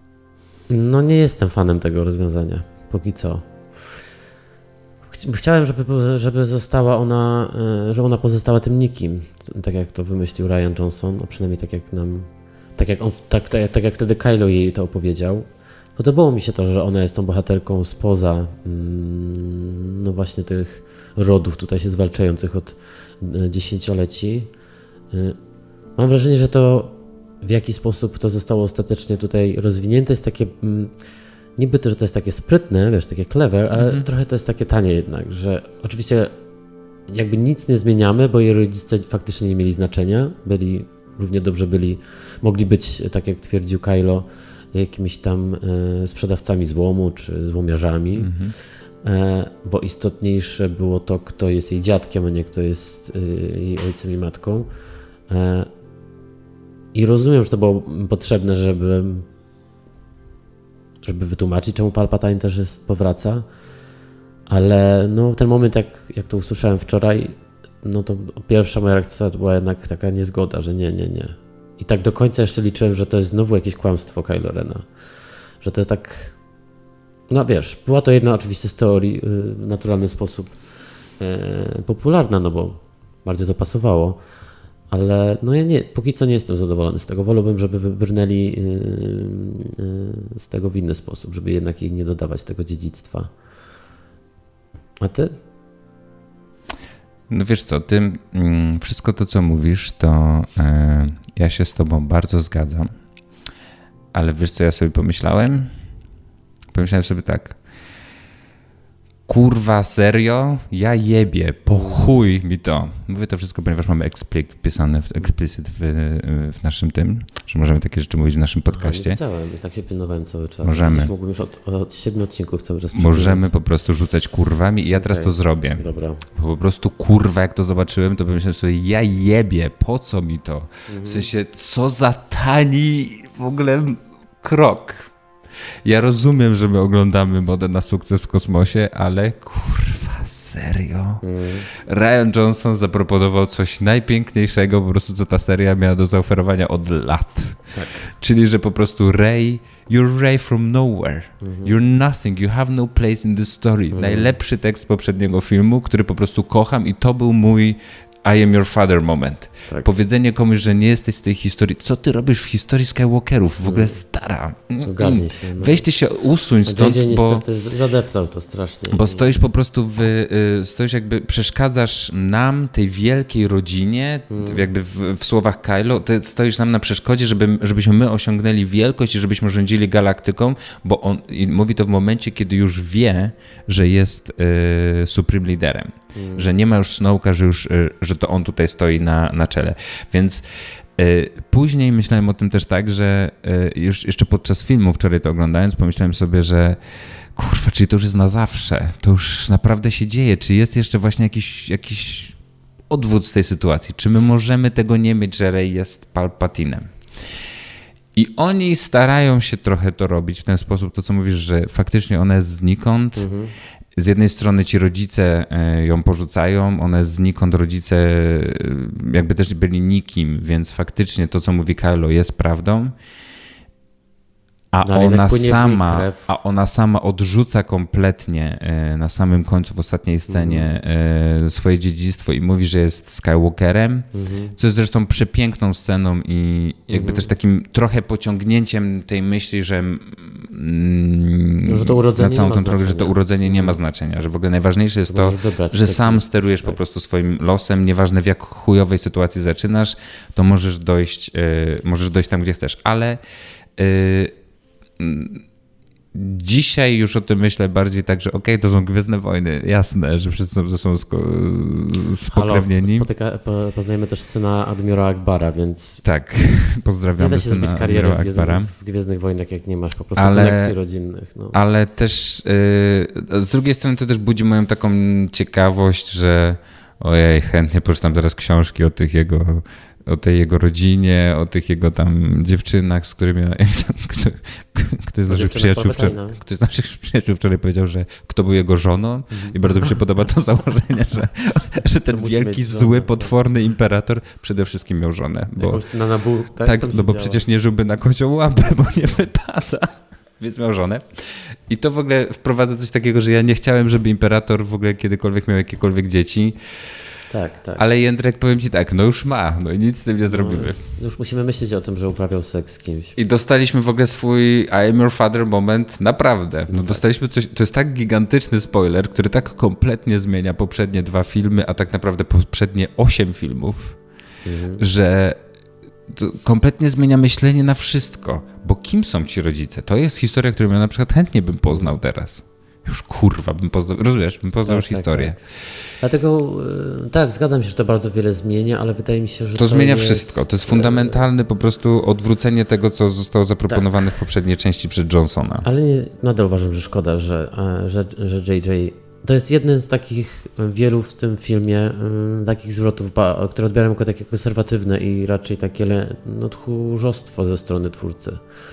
No nie jestem fanem tego rozwiązania, póki co. Chciałem, żeby, żeby została ona, żeby ona pozostała tym nikim, tak jak to wymyślił Rian Johnson, a przynajmniej tak jak nam Tak jak, on, tak, tak, tak jak wtedy Kylo jej to opowiedział. Podobało mi się to, że ona jest tą bohaterką spoza mm, no właśnie tych rodów tutaj się zwalczających od dziesięcioleci. Mam wrażenie, że to w jaki sposób to zostało ostatecznie tutaj rozwinięte jest takie, mm, niby to, że to jest takie sprytne, wiesz, takie clever, ale mm-hmm. trochę to jest takie tanie jednak, że oczywiście jakby nic nie zmieniamy, bo jej rodzice faktycznie nie mieli znaczenia, byli równie dobrze byli, mogli być, tak jak twierdził Kylo, jakimiś tam e, sprzedawcami złomu czy złomiarzami, mm-hmm. e, bo istotniejsze było to, kto jest jej dziadkiem, a nie kto jest e, jej ojcem i matką. E, I rozumiem, że to było potrzebne, żeby, żeby wytłumaczyć, czemu Palpatine też jest, powraca, Ale no ten moment, jak, jak to usłyszałem wczoraj, no to pierwsza moja reakcja była jednak taka niezgoda, że nie, nie, nie. I tak do końca jeszcze liczyłem, że to jest znowu jakieś kłamstwo Kylo Rena. Że to jest tak... No wiesz, była to jedna oczywiście z teorii w naturalny sposób e, popularna, no bo bardziej to pasowało. Ale no ja nie, póki co nie jestem zadowolony z tego. Wolałbym, żeby wybrnęli yy, yy, z tego w inny sposób, żeby jednak jej nie dodawać tego dziedzictwa. A ty? No wiesz co, ty mm, wszystko to, co mówisz, to yy, ja się z tobą bardzo zgadzam. Ale wiesz, co ja sobie pomyślałem? Pomyślałem sobie tak. Kurwa, serio? Ja jebie, po chuj mi to. Mówię to wszystko, ponieważ mamy explicit wpisane w, explicit w, w naszym tym, że możemy takie rzeczy mówić w naszym podcaście. Aha, nie wiedziałem, i tak się pilnowałem cały czas. Możemy. Mógłbym już od, od siedmiu odcinków cały czas Możemy po prostu rzucać kurwami i ja teraz okay. to zrobię. Dobra. Bo po prostu kurwa, jak to zobaczyłem, to pomyślałem sobie, ja jebie, po co mi to? Mhm. W sensie, co za tani w ogóle krok. Ja rozumiem, że my oglądamy modę na sukces w kosmosie, ale kurwa, serio? Mm. Rian Johnson zaproponował coś najpiękniejszego, po prostu co ta seria miała do zaoferowania od lat. Tak. Czyli, że po prostu Rey, you're Rey from nowhere. Mm-hmm. You're nothing, you have no place in the story. Mm. Najlepszy tekst poprzedniego filmu, który po prostu kocham i to był mój I am your father moment. Tak. Powiedzenie komuś, że nie jesteś z tej historii. Co ty robisz w historii Skywalkerów? W ogóle stara. Ogarnij się. No. Weź ty się usuń stąd, J J bo... niestety zadeptał to strasznie. Bo stoisz po prostu w... Stoisz jakby, przeszkadzasz nam, tej wielkiej rodzinie, hmm. jakby w, w słowach Kylo, ty stoisz nam na przeszkodzie, żeby, żebyśmy my osiągnęli wielkość i żebyśmy rządzili galaktyką, bo on i mówi to w momencie, kiedy już wie, że jest y, Supreme Liderem. Hmm. Że nie ma już Snowka, że już, y, że to on tutaj stoi na, na czele. Więc y, później myślałem o tym też tak, że y, już jeszcze podczas filmu wczoraj to oglądając, pomyślałem sobie, że kurwa, czyli to już jest na zawsze. To już naprawdę się dzieje. Czy jest jeszcze właśnie jakiś, jakiś odwrót z tej sytuacji? Czy my możemy tego nie mieć, że Rey jest Palpatinem? I oni starają się trochę to robić w ten sposób, to co mówisz, że faktycznie ona jest znikąd. Mhm. Z jednej strony ci rodzice ją porzucają, one znikąd, rodzice jakby też byli nikim, więc faktycznie to, co mówi Kylo, jest prawdą. A no, ona sama, a ona sama odrzuca kompletnie na samym końcu, w ostatniej scenie mhm. swoje dziedzictwo i mówi, że jest Skywalkerem, mhm. co jest zresztą przepiękną sceną i jakby mhm. też takim trochę pociągnięciem tej myśli, że, no, że to urodzenie na całą nie tą ma drogę, że to urodzenie nie ma znaczenia, że w ogóle najważniejsze jest to, że sam sterujesz tak. po prostu swoim losem, nieważne w jak chujowej sytuacji zaczynasz, to możesz dojść, możesz dojść tam, gdzie chcesz, ale dzisiaj już o tym myślę bardziej tak, że okej, okay, to są Gwiezdne Wojny, jasne, że wszyscy są ze sobą spokrewnieni. Spotyka, po, poznajemy też syna admirała Akbara, więc... Tak, pozdrawiamy nie da się syna zrobić karierę w Akbara. W Gwiezdnych Wojnach, jak nie masz po prostu ale, konekcji rodzinnych. No. Ale też yy, z drugiej strony to też budzi moją taką ciekawość, że ojej, chętnie poczytam teraz książki o tych jego... o tej jego rodzinie, o tych jego tam dziewczynach, z którymi kto, ktoś z naszych przyjaciół wczoraj, ktoś z naszych przyjaciół wczoraj powiedział, że kto był jego żoną i bardzo mi się podoba to założenie, że, że ten wielki, zły, potworny imperator przede wszystkim miał żonę. Bo, na Nabu, tak, tak no bo przecież nie żyłby na kocią łapę, bo nie wypada. Więc miał żonę. I to w ogóle wprowadza coś takiego, że ja nie chciałem, żeby imperator w ogóle kiedykolwiek miał jakiekolwiek dzieci. Tak, tak. Ale Jędrek, powiem ci tak, no już ma, no i nic z tym nie zrobimy. No, już musimy myśleć o tym, że uprawiał seks z kimś. I dostaliśmy w ogóle swój I am your father moment, naprawdę. No, no dostaliśmy coś, to jest tak gigantyczny spoiler, który tak kompletnie zmienia poprzednie dwa filmy, a tak naprawdę poprzednie osiem filmów, mhm. że to kompletnie zmienia myślenie na wszystko. Bo kim są ci rodzice? To jest historia, którą ja na przykład chętnie bym poznał teraz. Już kurwa, bym poznał, rozumiesz, bym poznał tak, już tak, historię. Tak. Dlatego tak, zgadzam się, że to bardzo wiele zmienia, ale wydaje mi się, że to, to zmienia jest... wszystko. To jest fundamentalne po prostu odwrócenie tego, co zostało zaproponowane tak. w poprzedniej części przez Johnsona. Ale nie, nadal uważam, że szkoda, że, że, że J J... To jest jeden z takich wielu w tym filmie takich zwrotów, które odbieram jako takie konserwatywne i raczej takie no, tchórzostwo ze strony twórcy.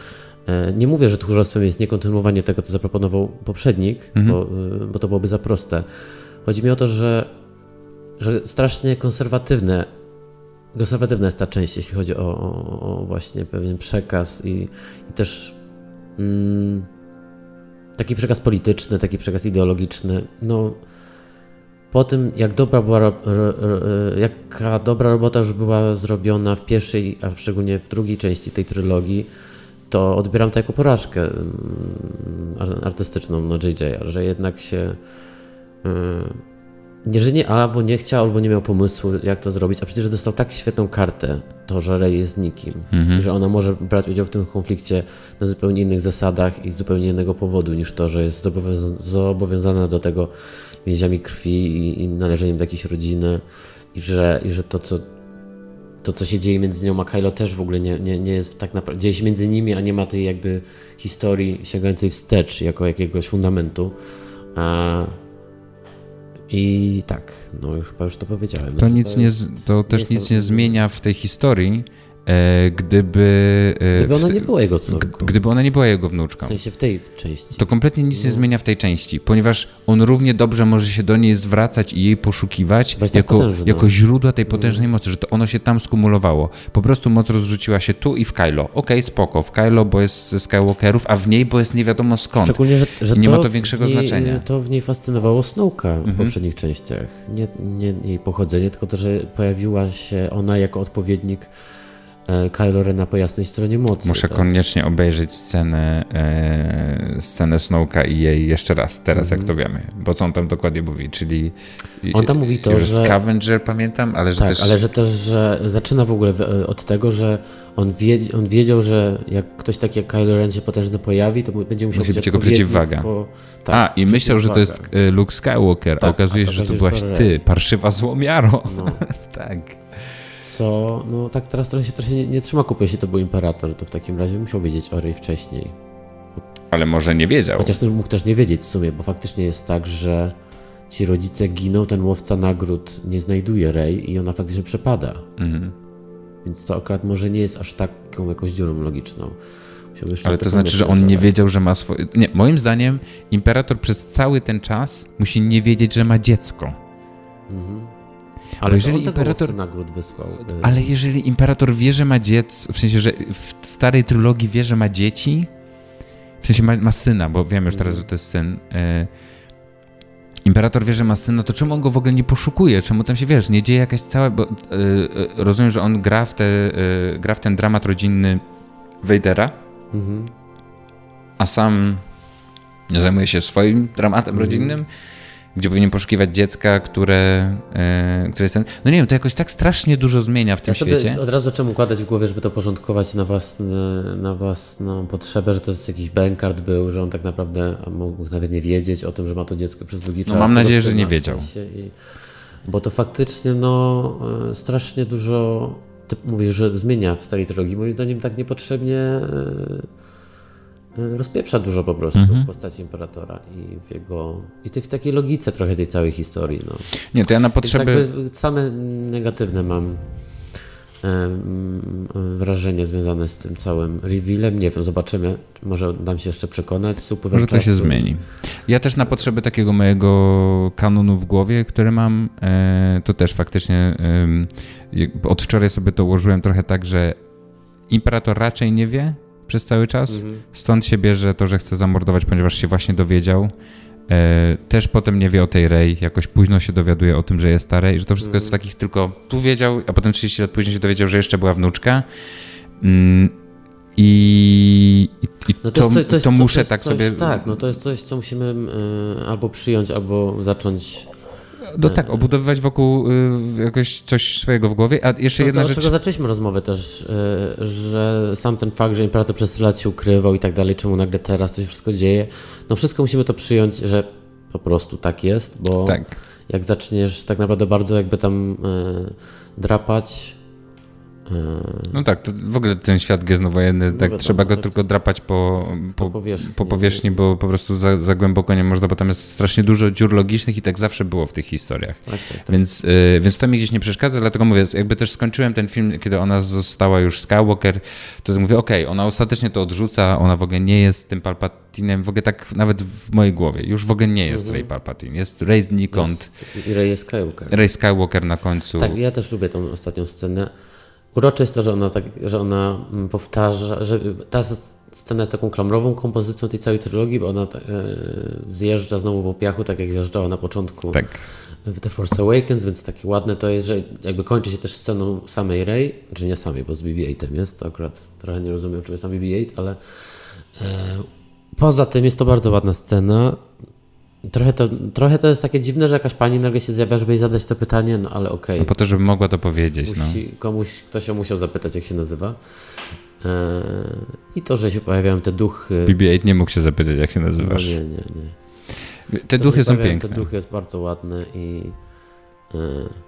Nie mówię, że tchórzostwem jest niekontynuowanie tego, co zaproponował poprzednik, mhm. bo, bo to byłoby za proste. Chodzi mi o to, że, że strasznie konserwatywne, konserwatywna jest ta część, jeśli chodzi o, o, o właśnie pewien przekaz i, i też mm, taki przekaz polityczny, taki przekaz ideologiczny. No, po tym, jak dobra była, ro, ro, ro, jaka dobra robota już była zrobiona w pierwszej, a szczególnie w drugiej części tej trylogii, to odbieram to jako porażkę artystyczną no J J, że jednak się nie, że nie, albo nie chciał, albo nie miał pomysłu, jak to zrobić, a przecież dostał tak świetną kartę, to, że Rey jest nikim, mhm. że ona może brać udział w tym konflikcie na zupełnie innych zasadach i z zupełnie innego powodu, niż to, że jest zobowiązana do tego więziami krwi i, i należeniem do jakiejś rodziny i że, i że to, co to, co się dzieje między nią a Kylo też w ogóle nie, nie, nie jest tak naprawdę, dzieje się między nimi, a nie ma tej jakby historii sięgającej wstecz jako jakiegoś fundamentu. A, I tak, no chyba już to powiedziałem. To, nic to, jest, nie, to też nic nie zmienia w tej historii, e, gdyby... E, gdyby ona w, nie była jego córką. Gdyby ona nie była jego wnuczką. W sensie w tej części. To kompletnie nic no. nie zmienia w tej części, ponieważ on równie dobrze może się do niej zwracać i jej poszukiwać jako, jako źródła tej potężnej no. mocy, że to ono się tam skumulowało. Po prostu moc rozrzuciła się tu i w Kylo. Okej, okay, spoko, w Kylo, bo jest ze Skywalkerów, a w niej, bo jest nie wiadomo skąd. Szczególnie, że, że nie to ma to większego niej, znaczenia. To w niej fascynowało Snoke'a mhm. w poprzednich częściach. Nie, nie jej pochodzenie, tylko to, że pojawiła się ona jako odpowiednik Kylo Rena po jasnej stronie mocy. Muszę tak? koniecznie obejrzeć scenę, e, scenę Snoke'a i jej jeszcze raz, teraz mm. jak to wiemy, bo co on tam dokładnie mówi, czyli on tam mówi to, że Scavenger, pamiętam, ale że tak, też... ale że też, że zaczyna w ogóle od tego, że on, wie, on wiedział, że jak ktoś taki jak Kylo Ren się potężny pojawi, to będzie musiał Musi być jego przeciwwaga. Po, tak, a, i myślał, że to jest Luke Skywalker, tak, a okazuje się, że to byłaś ty, parszywa złomiaro. No. tak. Co, no tak teraz trochę się, trochę nie, nie trzyma kupy, jeśli to był imperator, to w takim razie musiał wiedzieć o Rey wcześniej. Ale może nie wiedział. Chociaż mógł też nie wiedzieć w sumie, bo faktycznie jest tak, że ci rodzice giną, ten łowca nagród nie znajduje Rey i ona faktycznie przepada. Mhm. Więc to akurat może nie jest aż taką jakąś dziurą logiczną. Ale to znaczy, że on nie wiedział, że ma swoje... Nie, moim zdaniem imperator przez cały ten czas musi nie wiedzieć, że ma dziecko. Mhm. Ale jeżeli imperator nagród wysłał. Ale jeżeli imperator wie, że ma dziecko, w sensie, że w starej trylogii wie, że ma dzieci, w sensie ma, ma syna, bo wiemy już teraz, że to jest syn. E, imperator wie, że ma syna, to czemu on go w ogóle nie poszukuje? Czemu tam się, wiesz, nie dzieje jakaś cała... Bo, e, rozumiem, że on gra w, te, e, gra w ten dramat rodzinny Vadera, mhm. a sam zajmuje się swoim dramatem mhm. rodzinnym, gdzie powinien poszukiwać dziecka, które, e, które jest ten... No nie wiem, to jakoś tak strasznie dużo zmienia w tym ja sobie świecie. Od razu zacząłem układać w głowie, żeby to porządkować na, własny, na własną potrzebę, że to jest jakiś bankard był, że on tak naprawdę mógł nawet nie wiedzieć o tym, że ma to dziecko przez długi czas. No mam nadzieję, że nie wiedział. I, bo to faktycznie no strasznie dużo, ty mówisz, że zmienia w starej trylogii. Moim zdaniem tak niepotrzebnie rozpieprza dużo po prostu mm-hmm. w postaci imperatora i w jego i w takiej logice trochę tej całej historii. No. Nie, to ja na potrzeby... Same negatywne mam wrażenie związane z tym całym revealem. Nie wiem, zobaczymy. Może dam się jeszcze przekonać. Z upływem Może to czasu. się zmieni. Ja też na potrzeby takiego mojego kanonu w głowie, który mam, to też faktycznie od wczoraj sobie to ułożyłem trochę tak, że imperator raczej nie wie przez cały czas. Mhm. Stąd się bierze to, że chce zamordować, ponieważ się właśnie dowiedział. E, też potem nie wie o tej Rey, jakoś późno się dowiaduje o tym, że jest ta Rey, że to wszystko mm. jest w takich tylko tu wiedział, a potem trzydzieści lat później się dowiedział, że jeszcze była wnuczka. Mm, I, i no to, to, jest, to, jest, to muszę to jest tak coś, sobie... Tak, no to jest coś, co musimy y, albo przyjąć, albo zacząć... No tak, obudowywać wokół y, jakoś coś swojego w głowie, a jeszcze to, jedna to, rzecz... Od czego zaczęliśmy rozmowę też, y, że sam ten fakt, że imperator przez tyle lat się ukrywał i tak dalej, czemu nagle teraz to się wszystko dzieje, no wszystko musimy to przyjąć, że po prostu tak jest, bo tak. Jak zaczniesz tak naprawdę bardzo jakby tam y, drapać, No tak, to w ogóle ten świat gwiezdnowojenny, tak wiadomo, trzeba go tak tylko drapać po, po, po powierzchni, po powierzchni bo po prostu za, za głęboko nie można, bo tam jest strasznie dużo dziur logicznych i tak zawsze było w tych historiach. Tak, tak, tak. Więc, y, więc to mi gdzieś nie przeszkadza, dlatego mówię, jakby też skończyłem ten film, kiedy ona została już Skywalker, to mówię, okej, okay, ona ostatecznie to odrzuca, ona w ogóle nie jest tym Palpatinem, w ogóle tak nawet w mojej głowie, już w ogóle nie jest mhm. Rey Palpatine, jest Rey znikąd. I Rey jest Skywalker. Rey Skywalker na końcu. Tak, ja też lubię tą ostatnią scenę. Urocze jest to, że ona, tak, że ona powtarza, że ta scena jest taką klamrową kompozycją tej całej trylogii, bo ona e, zjeżdża znowu po piachu, tak jak zjeżdżała na początku tak. w The Force Awakens, więc takie ładne to jest, że jakby kończy się też sceną samej Rey, czy nie samej, bo z B B osiem jest, to akurat trochę nie rozumiem, czym jest tam B B osiem, ale e, poza tym jest to bardzo ładna scena. Trochę to, trochę to jest takie dziwne, że jakaś pani nagle się zjawia, żeby jej zadać to pytanie, no ale okej. Okay. No po to, żeby mogła to powiedzieć. Musi, no. Komuś, ktoś ją musiał zapytać, jak się nazywa. Eee, I to, że się pojawiają te duchy. B B osiem nie mógł się zapytać, jak się nazywasz. No nie, nie, nie. Te to, duchy są piękne. Te duchy jest bardzo ładne i e,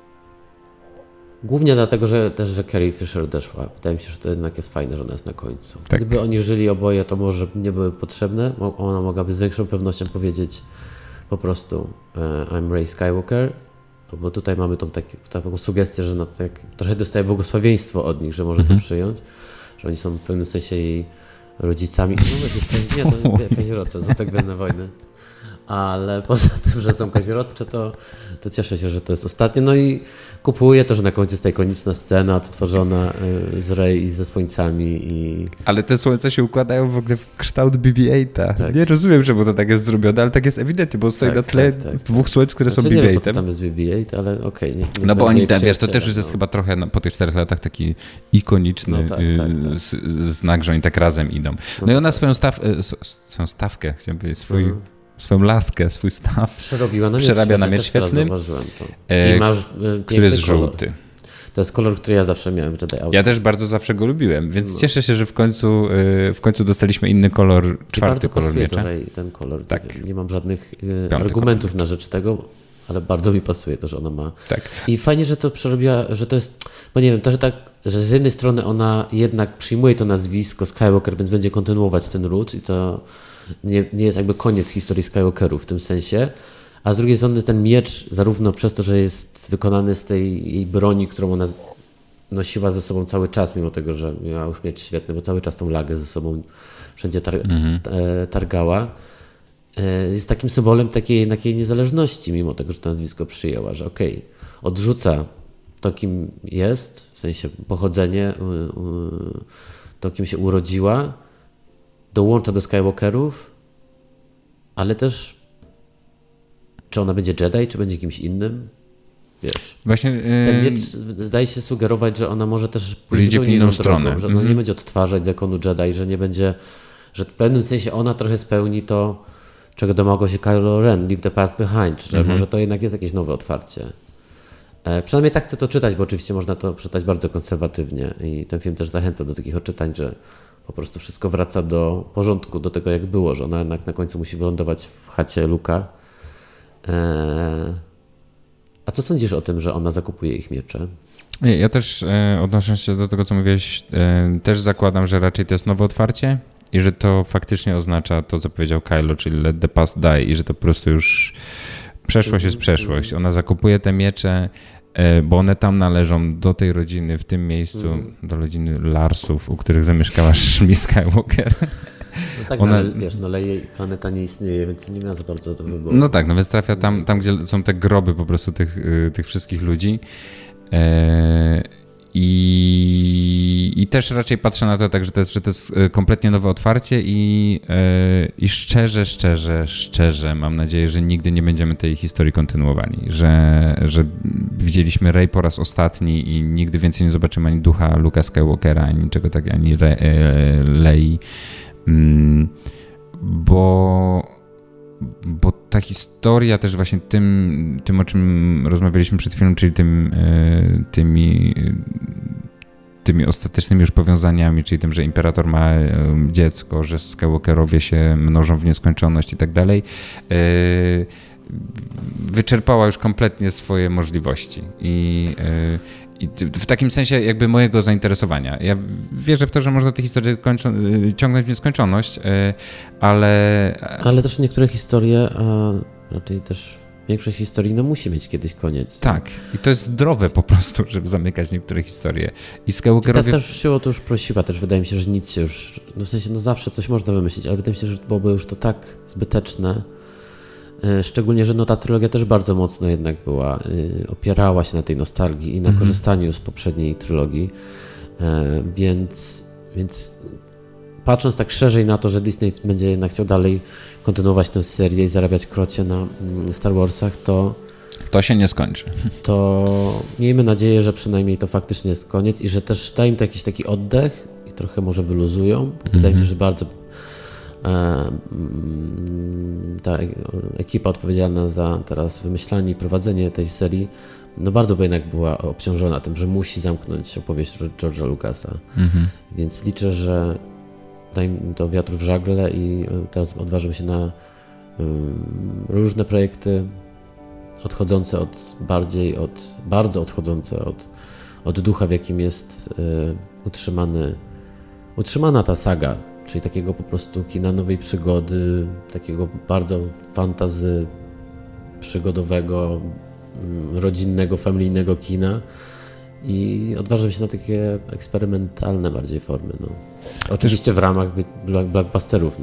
głównie dlatego, że też, że Carrie Fisher odeszła. Wydaje mi się, że to jednak jest fajne, że ona jest na końcu. Tak. Gdyby oni żyli oboje, to może nie były potrzebne. Ona mogłaby z większą pewnością powiedzieć po prostu I'm Rey Skywalker, bo tutaj mamy tą taki, taką sugestię, że no, tak, trochę dostaje błogosławieństwo od nich, że może mm-hmm. to przyjąć, że oni są w pewnym sensie jej rodzicami. No jakieś, nie, to kazirodcze, są tak Gwiezdne Wojny. Ale poza tym, że są kazirodcze, to, to cieszę się, że to jest ostatnie. No i kupuję to, że na końcu jest ta ikoniczna scena odtworzona z Rey i ze słońcami. I... Ale te słońca się układają w ogóle w kształt B B osiem. Tak. Nie rozumiem, czemu to tak jest zrobione, ale tak jest ewidentnie, bo stoi tak, na tle tak, tak, dwóch słońc, które znaczy, są B B osiem. Nie wiem, po co tam jest B B osiem, ale okej. Okay, no bo oni, tam, wiesz, to też już jest no. chyba trochę no, po tych czterech latach taki ikoniczny no, tak, tak, tak. Z, znak, że oni tak razem idą. No, no i ona tak. swoją, staw, swoją stawkę, chciałem powiedzieć, swój... Mhm. swoją laskę, swój staw Przerobiła na miecz przerabia na miecz świetlny, I masz e, który jest kolor. żółty. To jest kolor, który ja zawsze miałem w Jedi Outcast. Ja też bardzo zawsze go lubiłem, więc no. cieszę się, że w końcu, w końcu dostaliśmy inny kolor, czwarty kolor miecza. Ten kolor. Tak. Nie mam żadnych Piąty argumentów kolor. na rzecz tego, ale bardzo mi pasuje to, że ona ma. Tak. I fajnie, że to przerobiła, że to jest, bo nie wiem, to że tak, że z jednej strony ona jednak przyjmuje to nazwisko Skywalker, więc będzie kontynuować ten ród i to nie, nie jest jakby koniec historii Skywalkerów w tym sensie, a z drugiej strony ten miecz, zarówno przez to, że jest wykonany z tej jej broni, którą ona nosiła ze sobą cały czas, mimo tego, że miała już miecz świetny, bo cały czas tą lagę ze sobą wszędzie tar- mhm. targała, jest takim symbolem takiej, takiej niezależności, mimo tego, że to nazwisko przyjęła, że okej, okay, odrzuca to, kim jest, w sensie pochodzenie, to, kim się urodziła, dołącza do Skywalkerów, ale też czy ona będzie Jedi, czy będzie kimś innym? Wiesz, Właśnie, yy... ten miecz zdaje się sugerować, że ona może też pójść w inną stronę, drogą, że mm-hmm. no nie będzie odtwarzać zakonu Jedi, że nie będzie, że w pewnym sensie ona trochę spełni to, czego domagał się Kylo Ren, Leave the Past Behind, że mm-hmm. może to jednak jest jakieś nowe otwarcie. E, przynajmniej tak chcę to czytać, bo oczywiście można to czytać bardzo konserwatywnie i ten film też zachęca do takich odczytań, że po prostu wszystko wraca do porządku, do tego jak było, że ona jednak na końcu musi wylądować w chacie Luka. E, a co sądzisz o tym, że ona zakupuje ich miecze? Nie, ja też e, odnosząc się do tego, co mówiłeś, e, też zakładam, że raczej to jest nowe otwarcie i że to faktycznie oznacza to, co powiedział Kylo, czyli let the past die i że to po prostu już przeszłość jest przeszłość. Ona zakupuje te miecze, e, bo one tam należą do tej rodziny, w tym miejscu, mm. do rodziny Larsów, u których zamieszkała Shmi Skywalker. No tak, ona... no, wiesz, no ale jej planeta nie istnieje, więc nie ma za bardzo to wyboru. No tak, no więc trafia tam, tam gdzie są te groby po prostu tych, tych wszystkich ludzi. E, i, I też raczej patrzę na to tak, że to jest, że to jest kompletnie nowe otwarcie i, e, i szczerze, szczerze, szczerze mam nadzieję, że nigdy nie będziemy tej historii kontynuowali, że, że widzieliśmy Rey po raz ostatni i nigdy więcej nie zobaczymy ani ducha Luka Skywalkera, ani niczego takiego, ani Re, e, Lei. Bo, bo ta historia też właśnie tym, tym, o czym rozmawialiśmy przed chwilą, czyli tym, tymi, tymi ostatecznymi już powiązaniami, czyli tym, że imperator ma dziecko, że Skywalkerowie się mnożą w nieskończoność i tak dalej, wyczerpała już kompletnie swoje możliwości. I, i w takim sensie jakby mojego zainteresowania. Ja wierzę w to, że można tę historię kończą, ciągnąć w nieskończoność, ale... Ale też niektóre historie, a raczej też większość historii no musi mieć kiedyś koniec. Tak. I to jest zdrowe po prostu, żeby zamykać niektóre historie. I Skywalkerowie... I tak też siłą to już prosiła, też wydaje mi się, że nic się już... No w sensie, no zawsze coś można wymyślić, ale wydaje mi się, że byłoby już to tak zbyteczne. Szczególnie, że no ta trylogia też bardzo mocno jednak była, opierała się na tej nostalgii i na mhm. korzystaniu z poprzedniej trylogii, więc, więc patrząc tak szerzej na to, że Disney będzie jednak chciał dalej kontynuować tę serię i zarabiać krocie na Star Warsach, to to się nie skończy. To miejmy nadzieję, że przynajmniej to faktycznie jest koniec i że też da im to jakiś taki oddech i trochę może wyluzują. Mhm. Wydaje mi się, że bardzo ta ekipa odpowiedzialna za teraz wymyślanie i prowadzenie tej serii, no bardzo by jednak była obciążona tym, że musi zamknąć opowieść George'a Lucasa. Mhm. Więc liczę, że da im to wiatr w żagle i teraz odważymy się na um, różne projekty odchodzące od bardziej, od, bardzo odchodzące od, od ducha, w jakim jest y, utrzymany, utrzymana ta saga. Czyli takiego po prostu kina nowej przygody, takiego bardzo fantasy przygodowego, rodzinnego, familijnego kina i odważam się na takie eksperymentalne bardziej formy. No. Oczywiście w ramach blockbusterów. No.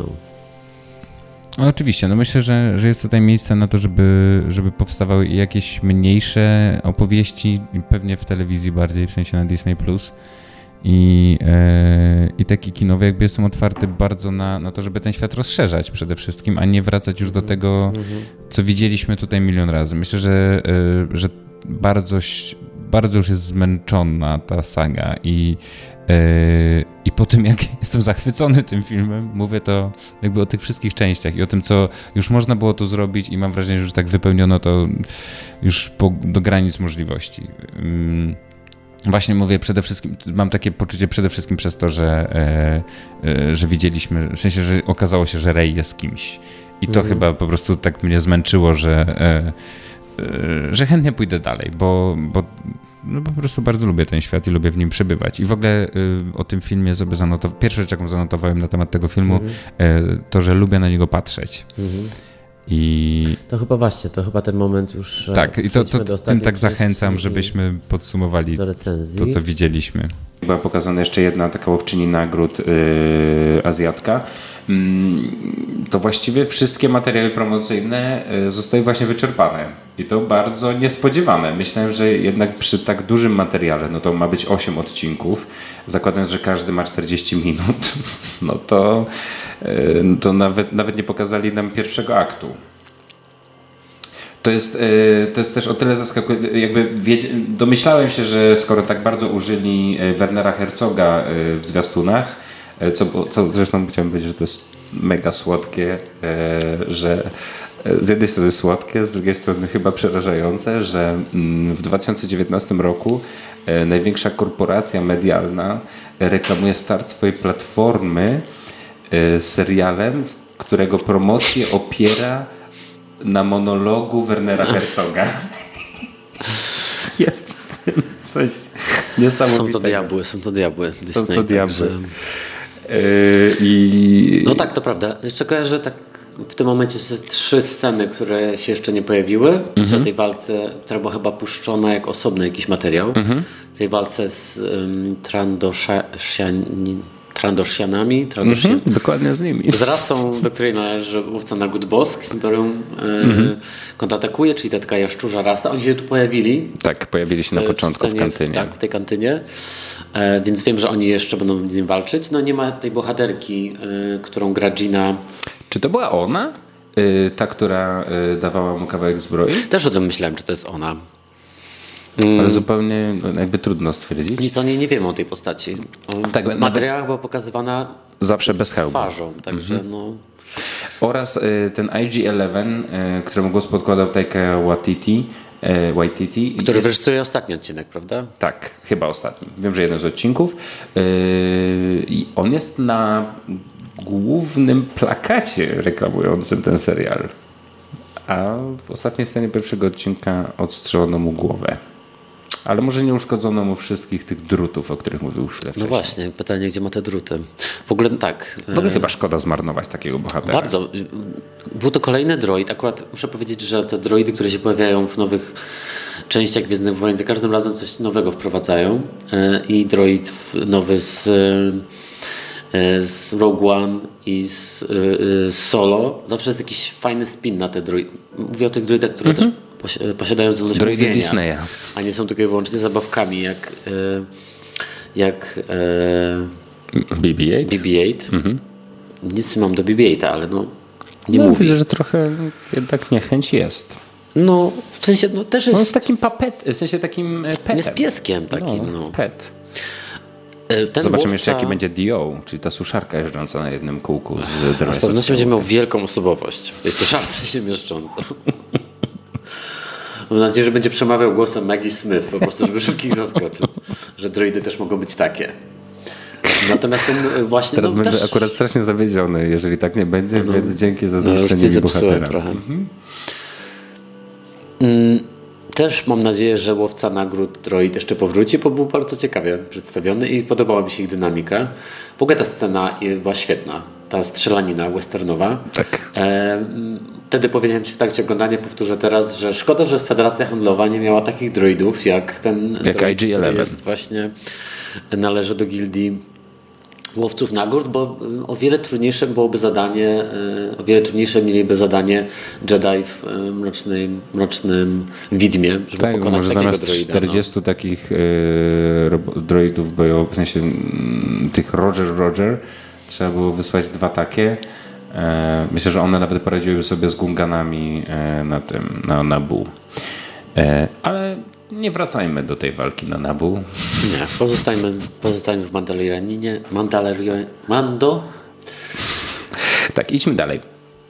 No oczywiście, no myślę, że, że jest tutaj miejsce na to, żeby, żeby powstawały jakieś mniejsze opowieści, pewnie w telewizji bardziej, w sensie na Disney plus. I, e, I taki kinowy jakby jestem otwarty bardzo na, na to, żeby ten świat rozszerzać przede wszystkim, a nie wracać już do tego, co widzieliśmy tutaj milion razy. Myślę, że, e, że bardzo, bardzo już jest zmęczona ta saga i, e, i po tym, jak jestem zachwycony tym filmem, mówię to jakby o tych wszystkich częściach i o tym, co już można było tu zrobić i mam wrażenie, że już tak wypełniono to już po, do granic możliwości. Um, Właśnie mówię przede wszystkim, mam takie poczucie przede wszystkim przez to, że, e, e, że widzieliśmy, w sensie, że okazało się, że Rey jest kimś. I to mm. chyba po prostu tak mnie zmęczyło, że, e, e, że chętnie pójdę dalej, bo, bo no po prostu bardzo lubię ten świat i lubię w nim przebywać. I w ogóle e, o tym filmie sobie zanotowałem, pierwsza rzecz, jaką zanotowałem na temat tego filmu, mm. e, to, że lubię na niego patrzeć. Mm. I... To chyba właśnie, to chyba ten moment już. Tak, i to, to, to tym tak zachęcam, żebyśmy podsumowali to, co widzieliśmy. Była pokazana jeszcze jedna taka łowczyni nagród yy, Azjatka. Yy, to właściwie wszystkie materiały promocyjne yy, zostały właśnie wyczerpane. I to bardzo niespodziewane. Myślałem, że jednak przy tak dużym materiale, no to ma być osiem odcinków, zakładając, że każdy ma czterdzieści minut, no to, yy, to nawet, nawet nie pokazali nam pierwszego aktu. To jest, to jest też o tyle zaskakujące, jakby wiedz, domyślałem się, że skoro tak bardzo użyli Wernera Herzoga w zwiastunach, co, co zresztą chciałem powiedzieć, że to jest mega słodkie, że z jednej strony słodkie, z drugiej strony chyba przerażające, że w dwa tysiące dziewiętnastym roku największa korporacja medialna reklamuje start swojej platformy serialem, którego promocję opiera na monologu Wernera Herzoga. Jest w tym coś niesamowitego. Są to diabły, są to diabły. Disney, są to diabły. Także... Yy, i... No tak, to prawda. Jeszcze kojarzę, tak w tym momencie są trzy sceny, które się jeszcze nie pojawiły. Mm-hmm. O tej walce, która była chyba puszczona jak osobny jakiś materiał. Mm-hmm. tej walce z um, Trandoshian... Trandoshianami, Trandoshian... mm-hmm, dokładnie z nimi. Z rasą, do której należy łowca nagród bosk z Imperium e, mm-hmm. kontratakuje, czyli ta taka jaszczurza rasa. Oni się tu pojawili. Tak, pojawili się na w, początku w, scenie, w kantynie. Tak, w tej kantynie. E, więc wiem, że oni jeszcze będą z nim walczyć. No nie ma tej bohaterki, e, którą gra Gina. Czy to była ona? Yy, ta, która yy, dawała mu kawałek zbroi? Też o tym myślałem, czy to jest ona. Mm. Ale zupełnie jakby trudno stwierdzić. Nic o niej nie wiemy, o tej postaci. O, tak, w materiałach była pokazywana zawsze bez hełmu. Twarzą, także mm-hmm. no... Oraz y, ten I G jedenaście, y, któremu głos podkładał Taika Waititi, y, Waititi. Który jest... reżyseruje ostatni odcinek, prawda? Tak, chyba ostatni. Wiem, że jeden z odcinków. Y, I on jest na głównym plakacie reklamującym ten serial. A w ostatniej scenie pierwszego odcinka odstrzelono mu głowę. Ale może nie uszkodzono mu wszystkich tych drutów, o których mówił chwilę wcześniej. No właśnie, pytanie, gdzie ma te druty. W ogóle tak. W ogóle chyba szkoda zmarnować takiego bohatera. Bardzo. Był to kolejny droid. Akurat muszę powiedzieć, że te droidy, które się pojawiają w nowych częściach Gwiezdnych Wojen, za każdym razem coś nowego wprowadzają. I droid nowy z, z Rogue One i z, z Solo. Zawsze jest jakiś fajny spin na te droidy. Mówię o tych droidach, które mm-hmm. też posiadają zdolność droidy mówienia, Disneya. A nie są tylko i wyłącznie zabawkami, jak jak B B osiem. B B osiem. Mhm. Nic nie mam do B B osiem, ale no nie no, mówi. Widzę, że trochę jednak niechęć jest. No, w sensie, no też jest... On jest takim papet, w sensie takim petem. Jest pieskiem takim, no. no. Pet. Ten Zobaczymy łowca... jeszcze, jaki będzie D O, czyli ta suszarka jeżdżąca na jednym kółku z The Z pewnością będzie miał wielką osobowość w tej suszarce się mieszczącą. Mam nadzieję, że będzie przemawiał głosem Maggie Smith, po prostu, żeby wszystkich zaskoczyć, że droidy też mogą być takie. Natomiast ten właśnie... Teraz no, będę też... akurat strasznie zawiedziony, jeżeli tak nie będzie, no, więc dzięki za zniszczenie no, mi bohatera. Trochę. Mhm. Mm, też mam nadzieję, że Łowca Nagród droid jeszcze powróci, bo był bardzo ciekawie przedstawiony i podobała mi się ich dynamika. W ogóle ta scena była świetna. Ta strzelanina westernowa. Tak. E, wtedy powiedziałem Ci w trakcie oglądania, powtórzę teraz, że szkoda, że Federacja Handlowa nie miała takich droidów jak ten jak droid, I G który jedenaście. jest właśnie, należy do gildii Łowców Nagród, bo o wiele trudniejsze byłoby zadanie, o wiele trudniejsze mieliby zadanie Jedi w Mrocznym, mrocznym Widmie, żeby tak, pokonać może takiego zamiast droida. czterdziestu no. takich e, droidów bojowych, w sensie m, tych Roger Roger, trzeba było wysłać dwa takie. E, myślę, że one nawet poradziłyby sobie z Gunganami e, na tym, na Naboo. E, ale nie wracajmy do tej walki na Naboo. Nie, pozostańmy, pozostańmy w Mandalorianinie. Mandalorian... Mando? Tak, idźmy dalej.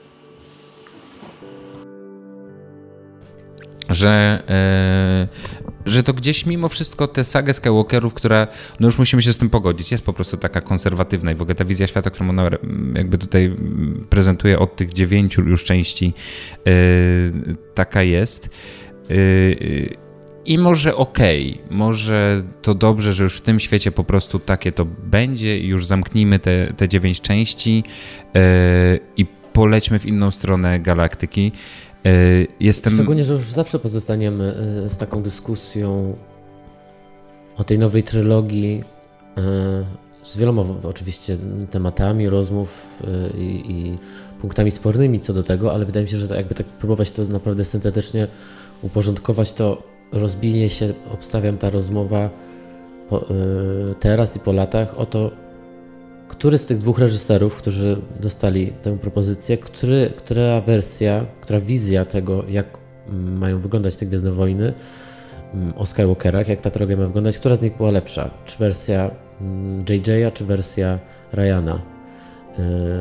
Że, e, że to gdzieś mimo wszystko tę sagę Skywalkerów, która, no już musimy się z tym pogodzić, jest po prostu taka konserwatywna i w ogóle ta wizja świata, którą ona jakby tutaj prezentuje od tych dziewięciu już części, e, taka jest. E, I może okej, okay, może to dobrze, że już w tym świecie po prostu takie to będzie i już zamknijmy te, te dziewięć części yy, i polećmy w inną stronę galaktyki. Yy, jestem... Szczególnie, że już zawsze pozostaniemy z taką dyskusją o tej nowej trylogii, yy, z wieloma oczywiście tematami rozmów yy, i punktami spornymi co do tego, ale wydaje mi się, że jakby tak próbować to naprawdę syntetycznie uporządkować, to rozbije się, obstawiam, ta rozmowa po, yy, teraz i po latach o to, który z tych dwóch reżyserów, którzy dostali tę propozycję, który, która wersja, która wizja tego, jak mm, mają wyglądać te Gwiezdne Wojny mm, o Skywalkerach, jak ta trilogia ma wyglądać, która z nich była lepsza? Czy wersja mm, J J a, czy wersja Ryana? Yy,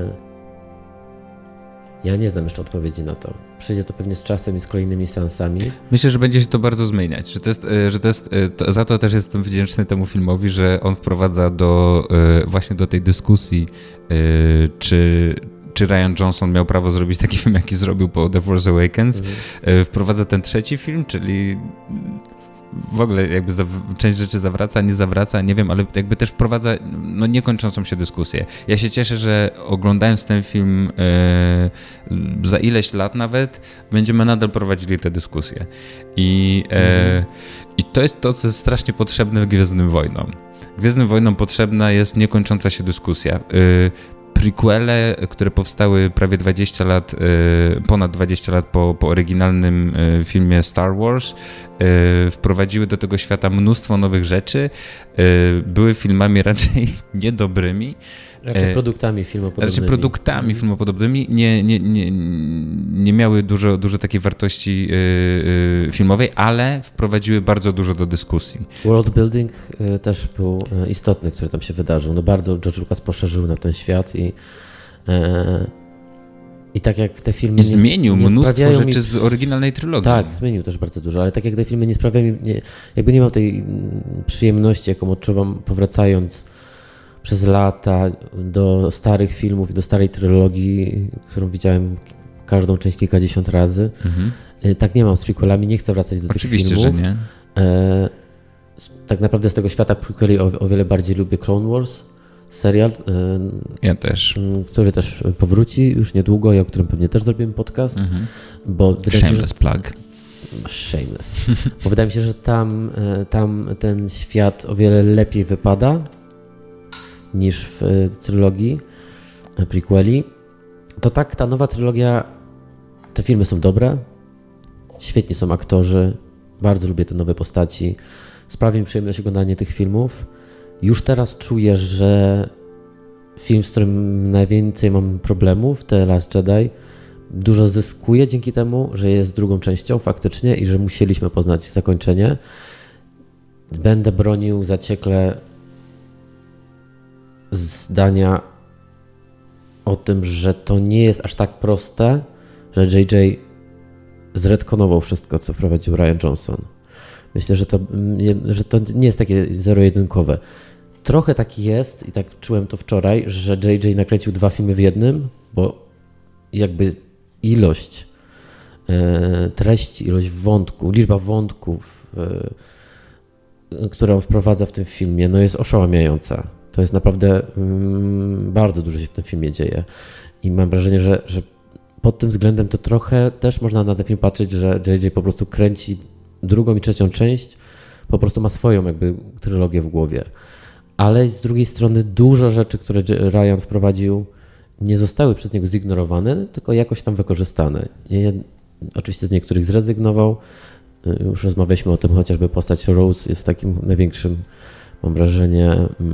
Ja nie znam jeszcze odpowiedzi na to. Przyjdzie to pewnie z czasem i z kolejnymi seansami. Myślę, że będzie się to bardzo zmieniać. Że to jest, że to jest, to, za to też jestem wdzięczny temu filmowi, że on wprowadza do właśnie do tej dyskusji, czy, czy Rian Johnson miał prawo zrobić taki film, jaki zrobił po The Force Awakens. Mhm. Wprowadza ten trzeci film, czyli w ogóle jakby za, część rzeczy zawraca, nie zawraca, nie wiem, ale jakby też wprowadza no, niekończącą się dyskusję. Ja się cieszę, że oglądając ten film e, za ileś lat nawet, będziemy nadal prowadzili tę dyskusję. I, e, mm. i to jest to, co jest strasznie potrzebne Gwiezdnym Wojnom. Gwiezdnym Wojnom potrzebna jest niekończąca się dyskusja. E, Prequele, które powstały prawie dwadzieścia lat, ponad dwadzieścia lat po, po oryginalnym filmie Star Wars, wprowadziły do tego świata mnóstwo nowych rzeczy, były filmami raczej niedobrymi. Raczej produktami filmopodobnymi. Raczej produktami filmopodobnymi, nie, nie, nie, nie miały dużo, dużo takiej wartości filmowej, ale wprowadziły bardzo dużo do dyskusji. World building też był istotny, który tam się wydarzył. No bardzo George Lucas poszerzył na ten świat i, i tak jak te filmy... I zmienił nie, nie mnóstwo rzeczy mi... z oryginalnej trylogii. Tak, zmienił też bardzo dużo, ale tak jak te filmy nie sprawiają mi... Nie, jakby nie mam tej przyjemności, jaką odczuwam powracając przez lata do starych filmów, do starej trylogii, którą widziałem każdą część kilkadziesiąt razy. Mhm. Tak nie mam z prequelami, nie chcę wracać do Oczywiście, tych filmów. Oczywiście, że nie. tak naprawdę z tego świata prequeli o, o wiele bardziej lubię Clone Wars, serial. Ja też. Który też powróci już niedługo i o którym pewnie też zrobimy podcast. Mhm. Bo Shameless że... plug. Shameless. Bo wydaje mi się, że tam, tam ten świat o wiele lepiej wypada niż w trylogii prequeli. To tak, ta nowa trylogia, te filmy są dobre, świetni są aktorzy, bardzo lubię te nowe postaci, sprawia mi przyjemność oglądanie tych filmów. Już teraz czuję, że film, z którym najwięcej mam problemów, The Last Jedi, dużo zyskuje dzięki temu, że jest drugą częścią faktycznie i że musieliśmy poznać zakończenie. Będę bronił zaciekle zdania o tym, że to nie jest aż tak proste, że J J zretkonował wszystko, co wprowadził Rian Johnson. Myślę, że to, że to nie jest takie zero-jedynkowe. Trochę tak jest i tak czułem to wczoraj, że J J nakręcił dwa filmy w jednym, bo jakby ilość e, treści, ilość wątków, liczba wątków, e, którą wprowadza w tym filmie, no jest oszałamiająca. To jest naprawdę mm, bardzo dużo się w tym filmie dzieje i mam wrażenie, że, że pod tym względem to trochę też można na ten film patrzeć, że J J po prostu kręci drugą i trzecią część, po prostu ma swoją jakby trylogię w głowie. Ale z drugiej strony dużo rzeczy, które Rian wprowadził, nie zostały przez niego zignorowane, tylko jakoś tam wykorzystane. Nie, oczywiście z niektórych zrezygnował. Już rozmawialiśmy o tym, chociażby postać Rose jest takim największym, mam wrażenie,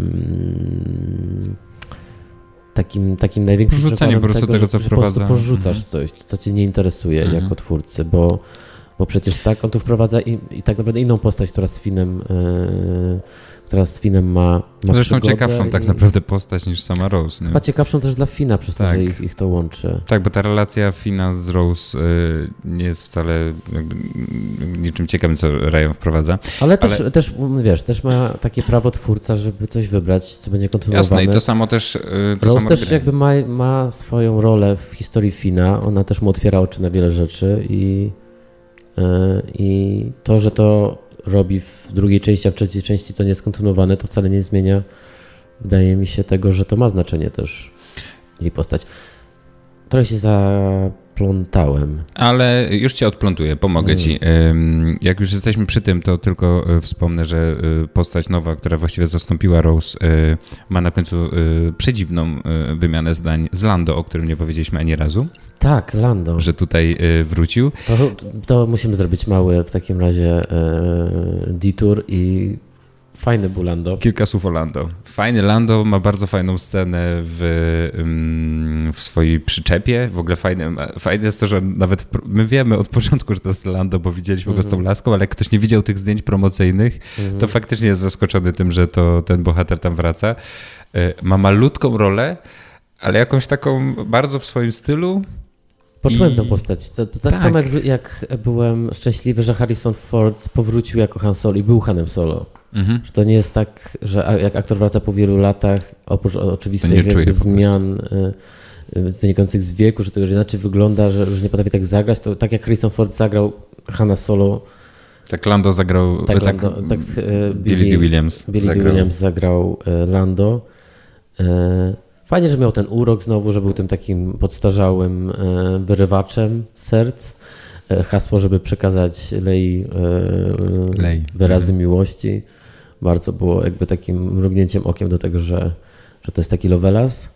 mm, takim, takim największym porzucenie po prostu tego, tego, że, co że wprowadza. Po prostu porzucasz mhm. coś, co cię nie interesuje mhm. jako twórcy, bo, bo przecież tak, on tu wprowadza i, i tak naprawdę inną postać, która z Finem, yy, która z Finem ma, ma Zresztą ciekawszą i, tak naprawdę postać niż sama Rose. Nie? Chyba ciekawszą też dla Fina, przez tak. to, że ich, ich to łączy. Tak, bo ta relacja Fina z Rose y, nie jest wcale jakby niczym ciekawym, co Rian wprowadza. Ale też, Ale też, wiesz, też ma takie prawo twórca, żeby coś wybrać, co będzie kontynuowane. Jasne, i to samo też... Y, to Rose samo też jakby ma, ma swoją rolę w historii Fina. Ona też mu otwiera oczy na wiele rzeczy i, y, i to, że to robi w drugiej części, a w trzeciej części to nie jest kontynuowane, to wcale nie zmienia, wydaje mi się, tego, że to ma znaczenie też jej postać. Trochę się zaplątałem. Ale już cię odplątuję, pomogę ci. Jak już jesteśmy przy tym, to tylko wspomnę, że postać nowa, która właściwie zastąpiła Rose, ma na końcu przedziwną wymianę zdań z Lando, o którym nie powiedzieliśmy ani razu. Tak, Lando. Że tutaj wrócił. To, to musimy zrobić mały w takim razie detour i fajny był Lando. Kilka słów o Lando. Fajny Lando, ma bardzo fajną scenę w, w swojej przyczepie. W ogóle fajne, fajne jest to, że nawet my wiemy od początku, że to jest Lando, bo widzieliśmy mm-hmm. go z tą laską, ale jak ktoś nie widział tych zdjęć promocyjnych, mm-hmm. to faktycznie jest zaskoczony tym, że to ten bohater tam wraca. Ma malutką rolę, ale jakąś taką bardzo w swoim stylu. Poczułem I... tę postać. To, to tak, tak samo jak, jak byłem szczęśliwy, że Harrison Ford powrócił jako Han Solo i był Hanem Solo. Mhm. Że to nie jest tak, że jak aktor wraca po wielu latach, oprócz oczywistych jakby zmian y, wynikających z wieku, że to już inaczej wygląda, że już nie potrafi tak zagrać, to tak jak Harrison Ford zagrał Hana Solo. Tak Lando zagrał, tak, tak, Lando, tak y, Billy, Billy Williams Billy zagrał. Williams zagrał y, Lando. Y, fajnie, że miał ten urok znowu, że był tym takim podstarzałym y, wyrywaczem serc. Y, hasło, żeby przekazać Lei, y, Lei. wyrazy mhm. miłości. Bardzo było jakby takim mrugnięciem okiem do tego, że, że to jest taki Lovelas.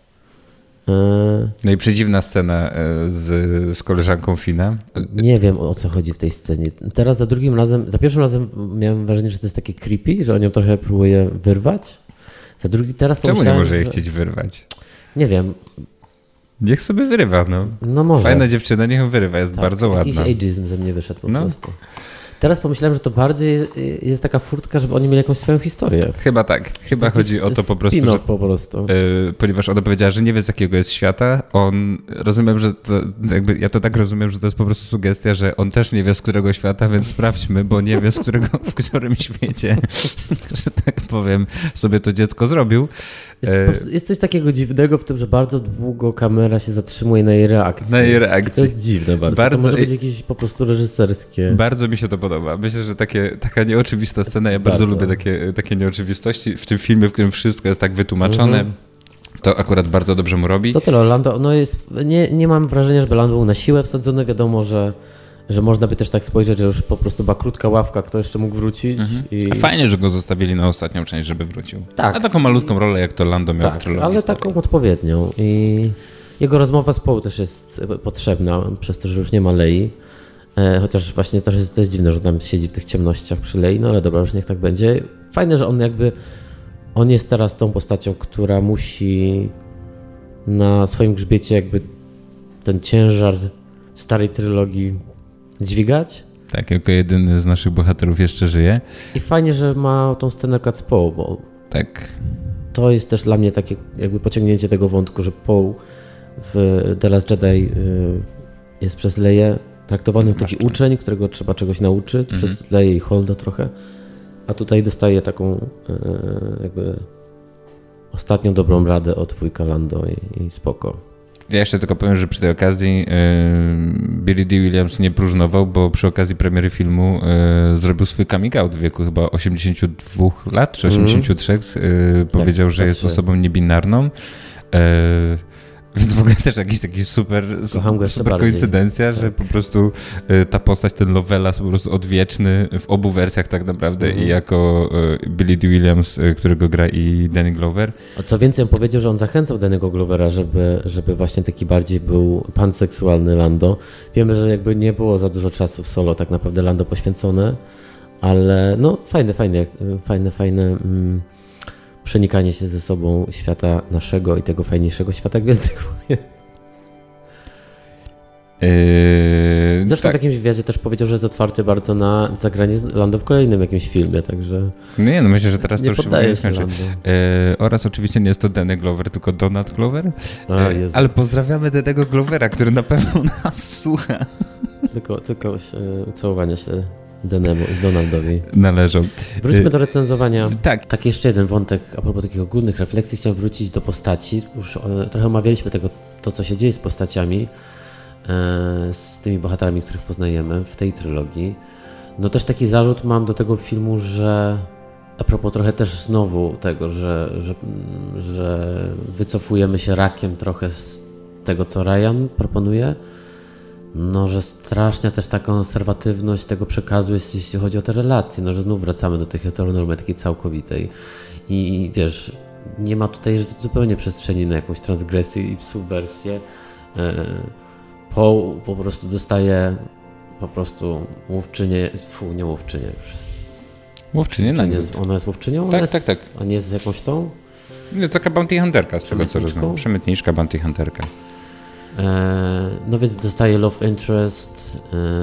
No i przedziwna scena z, z koleżanką Fina. Nie wiem, o co chodzi w tej scenie. Teraz za drugim razem, za pierwszym razem miałem wrażenie, że to jest takie creepy, że on ją trochę próbuje wyrwać. Za drugi, teraz Czemu nie może jej że... chcieć wyrwać? Nie wiem. Niech sobie wyrywa, no. No może. Fajna dziewczyna, niech ją wyrywa, jest tak, bardzo ładna. Jakiś ageizm ze mnie wyszedł po no. prostu. Teraz pomyślałem, że to bardziej jest taka furtka, żeby oni mieli jakąś swoją historię. Chyba tak. Chyba chodzi o to po prostu, że, po prostu. Yy, ponieważ ona powiedziała, że nie wie z jakiego jest świata, on, rozumiem, że to, jakby, ja to tak rozumiem, że to jest po prostu sugestia, że on też nie wie z którego świata, więc sprawdźmy, bo nie wie z którego, w którym świecie, że tak powiem, sobie to dziecko zrobił. Jest, jest coś takiego dziwnego w tym, że bardzo długo kamera się zatrzymuje na jej reakcji. Na jej reakcji. To jest dziwne bardzo. bardzo to może być jakieś po prostu reżyserskie. Bardzo mi się to podoba. Myślę, że takie, taka nieoczywista scena, ja bardzo, bardzo lubię takie, takie nieoczywistości w tym filmie, w którym wszystko jest tak wytłumaczone. Mhm. To akurat bardzo dobrze mu robi. To tyle, Lando, no jest, nie, nie mam wrażenia, żeby Lando był na siłę wsadzony. Wiadomo, że, że można by też tak spojrzeć, że już po prostu była krótka ławka, kto jeszcze mógł wrócić. Mhm. I... A fajnie, że go zostawili na ostatnią część, żeby wrócił. Tak. A taką malutką rolę, jak to Lando miał tak, w trylogii. ale taką odpowiednią. I jego rozmowa z Poe też jest potrzebna, przez to, że już nie ma Lei. E, chociaż właśnie to jest, to jest dziwne, że tam siedzi w tych ciemnościach przy Lei, no ale dobra, już niech tak będzie. Fajne, że on jakby, on jest teraz tą postacią, która musi na swoim grzbiecie jakby ten ciężar starej trylogii dźwigać. Tak, jako jedyny z naszych bohaterów jeszcze żyje. I fajnie, że ma tą scenę akurat z Poe, bo tak. To jest też dla mnie takie jakby pociągnięcie tego wątku, że Poe w The Last Jedi jest przez Leię traktowany jak taki uczeń, którego trzeba czegoś nauczyć, mhm. przez Leię i Holda trochę, a tutaj dostaje taką jakby ostatnią dobrą radę od wujka Lando i, i spoko. Ja jeszcze tylko powiem, że przy tej okazji yy, Billy Dee Williams nie próżnował, bo przy okazji premiery filmu yy, zrobił swój coming out w wieku chyba osiemdziesięciu dwóch lat, czy osiemdziesięciu trzech. Yy, powiedział, tak, że jest osobą niebinarną. Yy, Więc w ogóle też jakiś taki super, super koincydencja, tak. że po prostu y, ta postać, ten Lovelas po prostu odwieczny w obu wersjach tak naprawdę mm. i jako y, Billy Dee Williams, y, którego gra i Danny Glover. A co więcej, on powiedział, że on zachęcał Danny'ego Glovera, żeby, żeby właśnie taki bardziej był panseksualny Lando. Wiemy, że jakby nie było za dużo czasu w Solo tak naprawdę Lando poświęcone, ale no fajne, fajne, fajne, fajne... Mm, przenikanie się ze sobą świata naszego i tego fajniejszego świata Gwiezdnych Wojen. Yy, Zresztą tak. w jakimś wywiadzie też powiedział, że jest otwarty bardzo na zagranie Lando w kolejnym jakimś filmie, także... No nie, no myślę, że teraz nie to już się skończy. Yy, oraz oczywiście nie jest to Danny Glover, tylko Donald Glover. A, yy, ale pozdrawiamy Danny'ego Glovera, który na pewno nas słucha. Tylko, tylko yy, całowania się Danemu i Donaldowi należą. Wróćmy do recenzowania. Tak. Tak, jeszcze jeden wątek a propos takich ogólnych refleksji. Chciałem wrócić do postaci. Już trochę omawialiśmy tego, to, co się dzieje z postaciami, z tymi bohaterami, których poznajemy w tej trylogii. No też taki zarzut mam do tego filmu, że a propos trochę też znowu tego, że, że, że wycofujemy się rakiem trochę z tego, co Ryan proponuje. No, że strasznie też ta konserwatywność tego przekazu jest, jeśli chodzi o te relacje, no, że znów wracamy do tej heteronormy takiej całkowitej i wiesz, nie ma tutaj zupełnie przestrzeni na jakąś transgresję i subwersję. Poe po prostu dostaje po prostu łowczynię, fu, nie łowczynię. Łowczynię? No, jest, ona jest łowczynią? Tak, jest, tak, tak. A nie jest jakąś tą? No, taka bounty hunterka z tego co rozumiem. Przemytniczka, bounty hunterka. No więc dostaje love interest.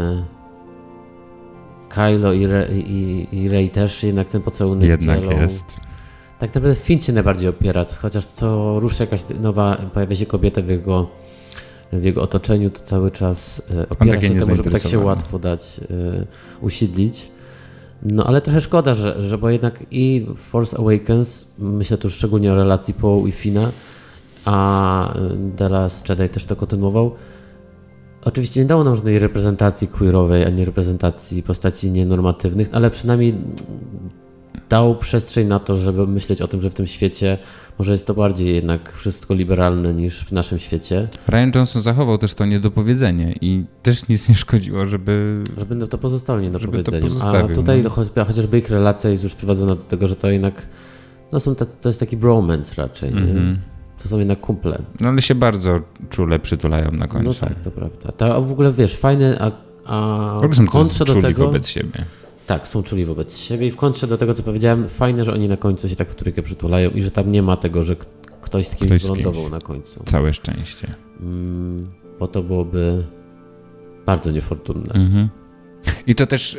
Kylo i Rey, i, i Rey też jednak ten pocałunek jednak dzielą. jest. Tak naprawdę Finn się najbardziej opiera, chociaż co ruszy jakaś nowa, pojawia się kobieta w jego, w jego otoczeniu, to cały czas opiera się temu, żeby tak się łatwo dać usiedlić. No ale trochę szkoda, że, że bo jednak i Force Awakens, myślę tu szczególnie o relacji Poe i Finna, a The Last Jedi też to kontynuował. Oczywiście nie dało nam żadnej reprezentacji queerowej, ani reprezentacji postaci nienormatywnych, ale przynajmniej dał przestrzeń na to, żeby myśleć o tym, że w tym świecie może jest to bardziej jednak wszystko liberalne niż w naszym świecie. Rian Johnson zachował też to niedopowiedzenie i też nic nie szkodziło, żeby... Żeby to pozostało niedopowiedzeniem. To pozostawił, a tutaj no. chociażby ich relacja jest już prowadzona do tego, że to jednak no są te, to jest taki bromance raczej. Mm-hmm. To są jednak kumple. No ale się bardzo czule przytulają na końcu. No tak, to prawda. To w ogóle wiesz, fajne, a, a w kontrze do tego... wobec siebie. Tak, są czuli wobec siebie i w kontrze do tego, co powiedziałem, fajne, że oni na końcu się tak w trójkę przytulają i że tam nie ma tego, że ktoś z kimś ktoś wylądował na końcu. Całe szczęście. Mm, bo to byłoby bardzo niefortunne. Mhm. I to też yy,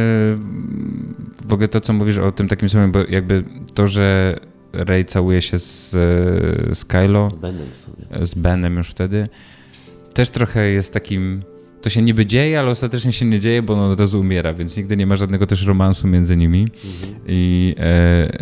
w ogóle to, co mówisz o tym takim samym, bo jakby to, że Rey całuje się z, z Kylo, z Benem, w sumie. z Benem już wtedy, też trochę jest takim, to się niby dzieje, ale ostatecznie się nie dzieje, bo on od razu umiera, więc nigdy nie ma żadnego też romansu między nimi. Mhm. I, e,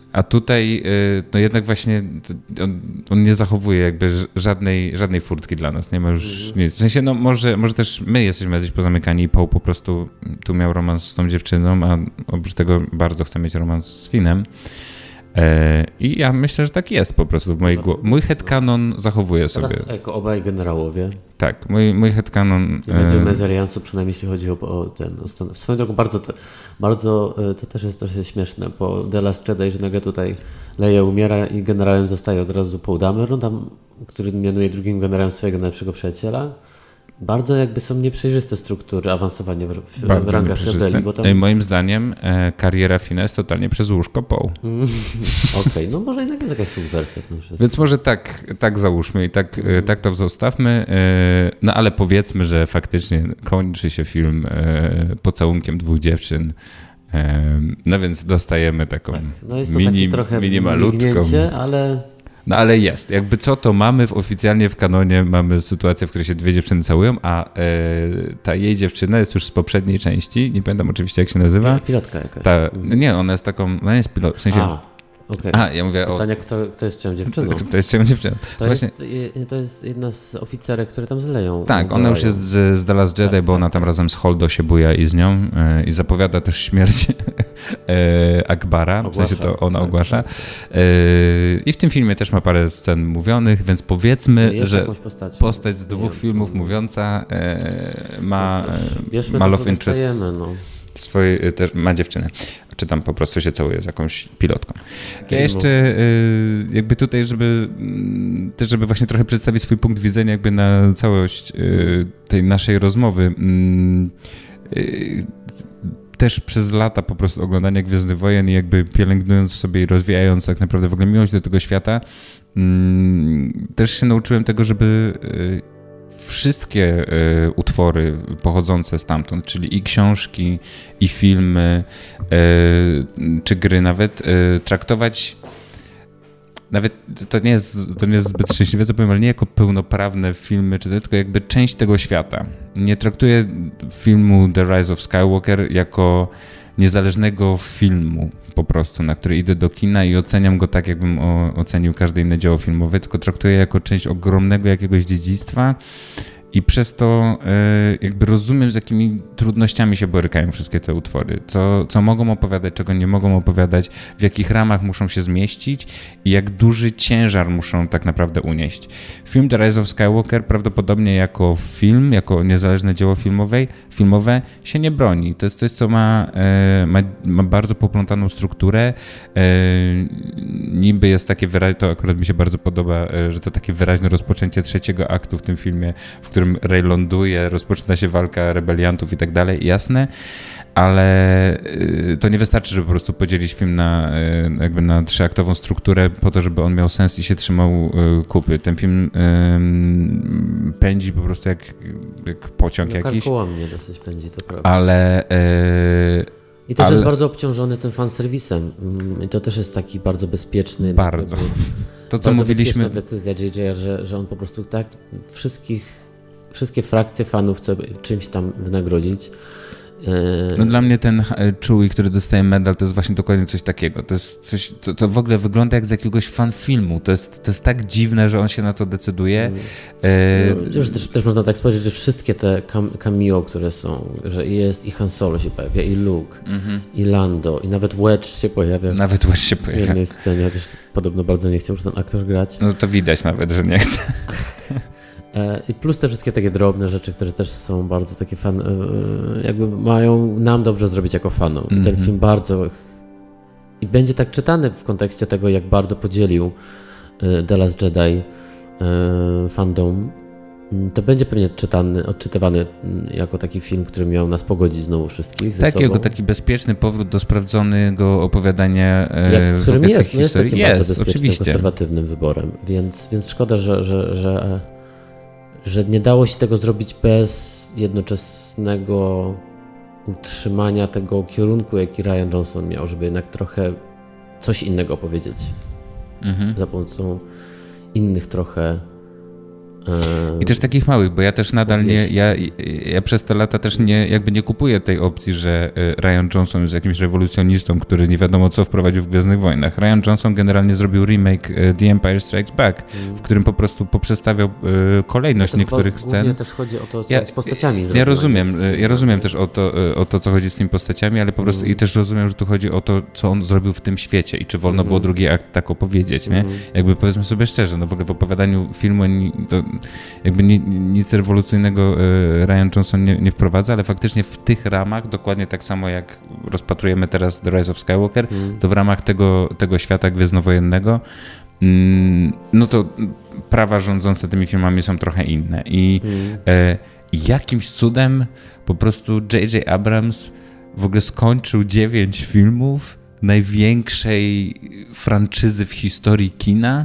A tutaj no jednak właśnie on, on nie zachowuje jakby żadnej, żadnej furtki dla nas. Nie ma już nic. W sensie, no może, może też my jesteśmy jacyś pozamykani i Paul po prostu tu miał romans z tą dziewczyną, a oprócz tego bardzo chce mieć romans z Finnem. I ja myślę, że tak jest po prostu w mojej głowie. Mój headcanon zachowuje sobie. Teraz jako obaj generałowie. Tak, mój, mój headcanon... Nie będzie mezaliansu, przynajmniej jeśli chodzi o, o ten... O swoją drogą bardzo, bardzo to też jest trochę śmieszne, bo The Last Jedi, że nagle tutaj Leia umiera i generałem zostaje od razu Paul Dameron, tam, który mianuje drugim generałem swojego najlepszego przyjaciela. Bardzo jakby są nieprzejrzyste struktury awansowania w, w, w rangach rebelii. Bo tam... Moim zdaniem e, kariera Fina jest totalnie przez łóżko Paul. Mm, Okej, okay. No może jednak jest jakaś subwersja w tym wszystkim. Więc może tak, tak załóżmy i tak, mm. tak to zostawmy. E, no ale powiedzmy, że faktycznie kończy się film e, pocałunkiem dwóch dziewczyn. E, no więc dostajemy taką tak. No jest to mini, taki trochę mini malutką. ale... No ale jest. Jakby co to mamy w, oficjalnie w kanonie, mamy sytuację, w której się dwie dziewczyny całują, a e, ta jej dziewczyna jest już z poprzedniej części, nie pamiętam oczywiście jak się nazywa. Pilotka jakaś. Ta, nie, ona jest taką, ona jest pilot, w sensie... A. Okay. A, ja mówię Pytanie, o... kto, kto jest czyją dziewczyną? Kto jest czyją dziewczyną? To, to, właśnie... jest, to jest jedna z oficerek, które tam zleją. Tak, ona już jest z, z The Last Jedi, tak, bo tak, ona tam tak. razem z Holdo się buja i z nią yy, i zapowiada też śmierć yy, Akbara, ogłasza, w sensie to ona tak, ogłasza. Tak, tak. Yy, I w tym filmie też ma parę scen mówionych, więc powiedzmy, no że postać z dwóch filmów mówiąca yy, ma, no ma love interest. No. Swoje, też ma dziewczynę, czy tam po prostu się całuje z jakąś pilotką. Ja jeszcze jakby tutaj, żeby też żeby właśnie trochę przedstawić swój punkt widzenia jakby na całość tej naszej rozmowy. Też przez lata po prostu oglądania Gwiezdnych Wojen i jakby pielęgnując sobie i rozwijając tak naprawdę w ogóle miłość do tego świata, też się nauczyłem tego, żeby wszystkie y, utwory pochodzące stamtąd, czyli i książki, i filmy, y, czy gry nawet, y, traktować nawet, to nie jest, to nie jest zbyt szczęśliwe, co powiem, ale nie jako pełnoprawne filmy, czy to, tylko jakby część tego świata. Nie traktuję filmu The Rise of Skywalker jako niezależnego filmu po prostu, na który idę do kina i oceniam go tak, jakbym o, ocenił każde inne dzieło filmowe, tylko traktuję jako część ogromnego jakiegoś dziedzictwa i przez to y, jakby rozumiem, z jakimi trudnościami się borykają wszystkie te utwory, co, co mogą opowiadać, czego nie mogą opowiadać, w jakich ramach muszą się zmieścić i jak duży ciężar muszą tak naprawdę unieść. Film The Rise of Skywalker prawdopodobnie jako film, jako niezależne dzieło filmowe, filmowe się nie broni. To jest coś, co ma, y, ma, ma bardzo poplątaną strukturę. Y, niby jest takie wyraźne, to akurat mi się bardzo podoba, y, że to takie wyraźne rozpoczęcie trzeciego aktu w tym filmie, w którym Rey ląduje, rozpoczyna się walka rebeliantów i tak dalej, jasne, ale to nie wystarczy, żeby po prostu podzielić film na, jakby na trzyaktową strukturę po to, żeby on miał sens i się trzymał kupy. Ten film um, pędzi po prostu jak, jak pociąg no, jakiś. Karkołomnie dosyć pędzi, to prawda. Ale... Yy, I też ale... jest bardzo obciążony tym fanserwisem. I to też jest taki bardzo bezpieczny. Bardzo. Jakby, to, co bardzo mówiliśmy... bezpieczna decyzja J J, że, że on po prostu tak wszystkich wszystkie frakcje fanów chce czymś tam wynagrodzić. No dla mnie ten Chewie, który dostaje medal, to jest właśnie dokładnie coś takiego. To jest coś, to, to w ogóle wygląda jak z jakiegoś fanfilmu. To jest, to jest tak dziwne, że on się na to decyduje. No, już też, też można tak spojrzeć, że wszystkie te cameo, które są, że jest i Han Solo się pojawia, i Luke, mm-hmm. i Lando, i nawet Wedge się pojawia. Nawet Wedge się pojawia. W jednej scenie, chociaż podobno bardzo nie chciał już ten aktor grać. No to widać nawet, że nie chce. I plus te wszystkie takie drobne rzeczy, które też są bardzo takie fan, jakby mają nam dobrze zrobić jako fanom. I ten mm-hmm. film bardzo i będzie tak czytany w kontekście tego, jak bardzo podzielił The Last Jedi fandom. To będzie pewnie czytany, odczytywany jako taki film, który miał nas pogodzić znowu wszystkich ze tak, sobą. Jako taki bezpieczny powrót do sprawdzonego opowiadania jak, którym jest, no jest takim jest, bardzo bezpiecznym, oczywiście. konserwatywnym wyborem. Więc, więc szkoda, że, że, że że nie dało się tego zrobić bez jednoczesnego utrzymania tego kierunku, jaki Rian Johnson miał, żeby jednak trochę coś innego powiedzieć. Mhm. Za pomocą innych trochę I też takich małych, bo ja też nadal nie, ja, ja przez te lata też nie, jakby nie kupuję tej opcji, że Rian Johnson jest jakimś rewolucjonistą, który nie wiadomo co wprowadził w Gwiezdnych Wojnach. Rian Johnson generalnie zrobił remake The Empire Strikes Back, mm. w którym po prostu poprzestawiał kolejność ja niektórych scen. Głównie też chodzi o to, co ja, z postaciami Ja rozumiem, ja rozumiem też o to, o to, co chodzi z tymi postaciami, ale po prostu mm. i też rozumiem, że tu chodzi o to, co on zrobił w tym świecie i czy wolno mm. było drugi akt tak opowiedzieć, nie? Mm. Jakby powiedzmy sobie szczerze, no w ogóle w opowiadaniu filmu to jakby ni, nic rewolucyjnego Rian Johnson nie, nie wprowadza, ale faktycznie w tych ramach, dokładnie tak samo jak rozpatrujemy teraz The Rise of Skywalker, mm. to w ramach tego, tego świata gwiezdnowojennego no to prawa rządzące tymi filmami są trochę inne i mm. e, jakimś cudem po prostu J J Abrams w ogóle skończył dziewięć filmów największej franczyzy w historii kina,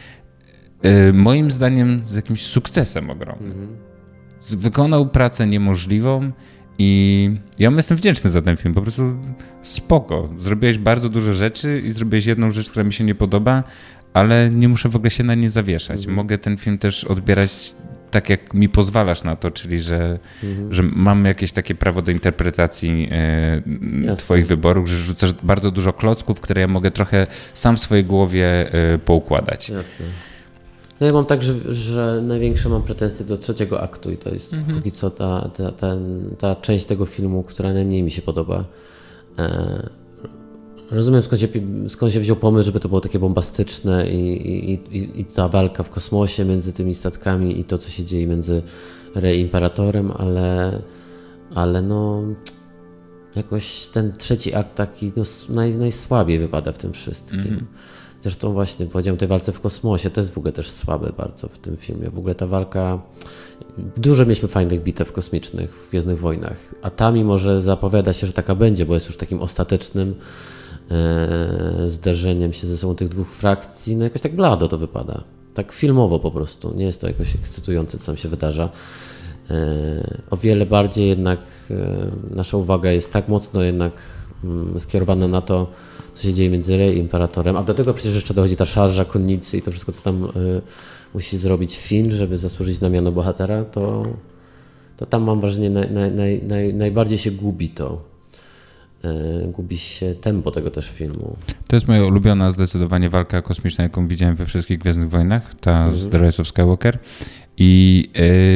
e, moim zdaniem z jakimś sukcesem ogromnym. Mm. Wykonał pracę niemożliwą i ja mu jestem wdzięczny za ten film, po prostu spoko. Zrobiłeś bardzo dużo rzeczy i zrobiłeś jedną rzecz, która mi się nie podoba, ale nie muszę w ogóle się na nie zawieszać. Mhm. Mogę ten film też odbierać tak, jak mi pozwalasz na to, czyli że, mhm. że mam jakieś takie prawo do interpretacji e, twoich wyborów, że rzucasz bardzo dużo klocków, które ja mogę trochę sam w swojej głowie e, poukładać. Jasne. No ja mam tak, że, że największe mam pretensje do trzeciego aktu i to jest mhm. póki co ta, ta, ta, ta część tego filmu, która najmniej mi się podoba. E, rozumiem skąd się, skąd się wziął pomysł, żeby to było takie bombastyczne i, i, i, i ta walka w kosmosie między tymi statkami i to, co się dzieje między Rey i Imperatorem, ale, ale no jakoś ten trzeci akt taki no, naj, najsłabiej wypada w tym wszystkim. Mhm. Zresztą właśnie powiedziałem o tej walce w kosmosie, to jest w ogóle też słabe bardzo w tym filmie. W ogóle ta walka, dużo mieliśmy fajnych bitew kosmicznych w Gwiezdnych Wojnach, a ta mimo, że zapowiada się, że taka będzie, bo jest już takim ostatecznym e, zderzeniem się ze sobą tych dwóch frakcji, no jakoś tak blado to wypada. Tak filmowo po prostu, nie jest to jakoś ekscytujące, co tam się wydarza. E, o wiele bardziej jednak e, nasza uwaga jest tak mocno jednak mm, skierowana na to, co się dzieje między Rey i Imperatorem, a do tego przecież jeszcze dochodzi ta szarża konnicy i to wszystko, co tam y, musi zrobić Finn, żeby zasłużyć na miano bohatera, to, to tam mam wrażenie naj, naj, naj, naj, najbardziej się gubi to. Y, gubi się tempo tego też filmu. To jest moja ulubiona zdecydowanie walka kosmiczna, jaką widziałem we wszystkich Gwiezdnych Wojnach, ta mhm. z The Rise of Skywalker i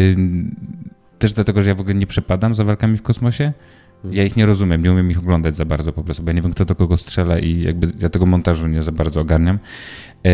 y, też dlatego, że ja w ogóle nie przepadam za walkami w kosmosie. Ja ich nie rozumiem, nie umiem ich oglądać za bardzo po prostu, bo ja nie wiem, kto do kogo strzela i jakby ja tego montażu nie za bardzo ogarniam. Yy,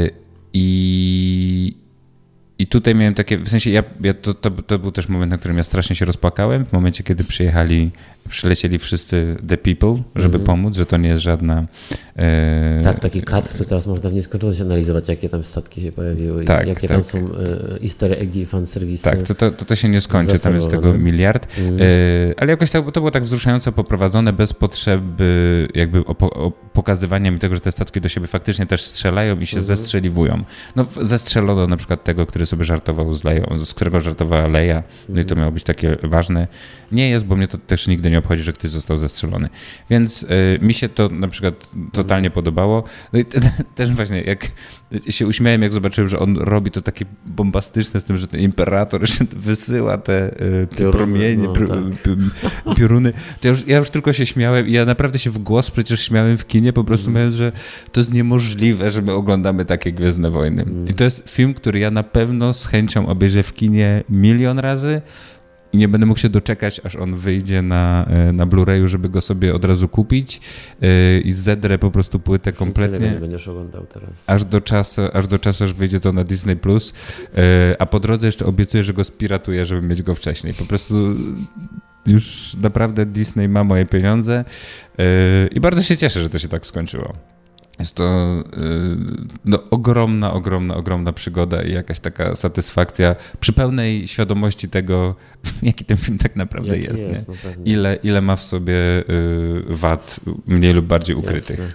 I, i tutaj miałem takie, w sensie ja, ja to, to, to był też moment, na którym ja strasznie się rozpłakałem, w momencie, kiedy przyjechali, przylecieli wszyscy The People, żeby mm-hmm. pomóc, że to nie jest żadna... Yy, tak, taki cut, to teraz można w nieskończoność analizować, jakie tam statki się pojawiły, tak, jakie tak. tam są yy, easter eggi, fanserwisy. Tak, to, to, to, to się nie skończy, tam jest tego miliard, mm. yy, ale jakoś tak, to było tak wzruszająco poprowadzone, bez potrzeby jakby opo- o pokazywania mi tego, że te statki do siebie faktycznie też strzelają i się mm. zestrzeliwują. No zestrzelono na przykład tego, który sobie żartował z Leją, z którego żartowała Leia, no mm. i to miało być takie ważne. Nie jest, bo mnie to też nigdy nie obchodzi, że ktoś został zestrzelony. Więc y, mi się to na przykład totalnie mm. podobało. No i te, te, też właśnie, jak się uśmiałem, jak zobaczyłem, że on robi to takie bombastyczne z tym, że ten imperator jeszcze wysyła te, y, te pioruny, promienie, no, tak. pi, pioruny, to ja już, ja już tylko się śmiałem i ja naprawdę się w głos przecież śmiałem w kinie, po prostu mm. mówiąc, że to jest niemożliwe, że my oglądamy takie Gwiezdne Wojny. Mm. I to jest film, który ja na pewno z chęcią obejrzę w kinie milion razy, i nie będę mógł się doczekać, aż on wyjdzie na, na Blu-rayu, żeby go sobie od razu kupić yy, i zedrę po prostu płytę kompletnie. Nie będziesz oglądał teraz. Aż do czasu, aż do czasu, aż wyjdzie to na Disney plus, yy, a po drodze jeszcze obiecuję, że go spiratuję, żeby mieć go wcześniej. Po prostu już naprawdę Disney ma moje pieniądze yy, i bardzo się cieszę, że to się tak skończyło. Jest to no, ogromna, ogromna, ogromna przygoda i jakaś taka satysfakcja przy pełnej świadomości tego, jaki ten film tak naprawdę jaki jest. jest nie? No ile, ile ma w sobie wad mniej lub bardziej ukrytych. Jasne.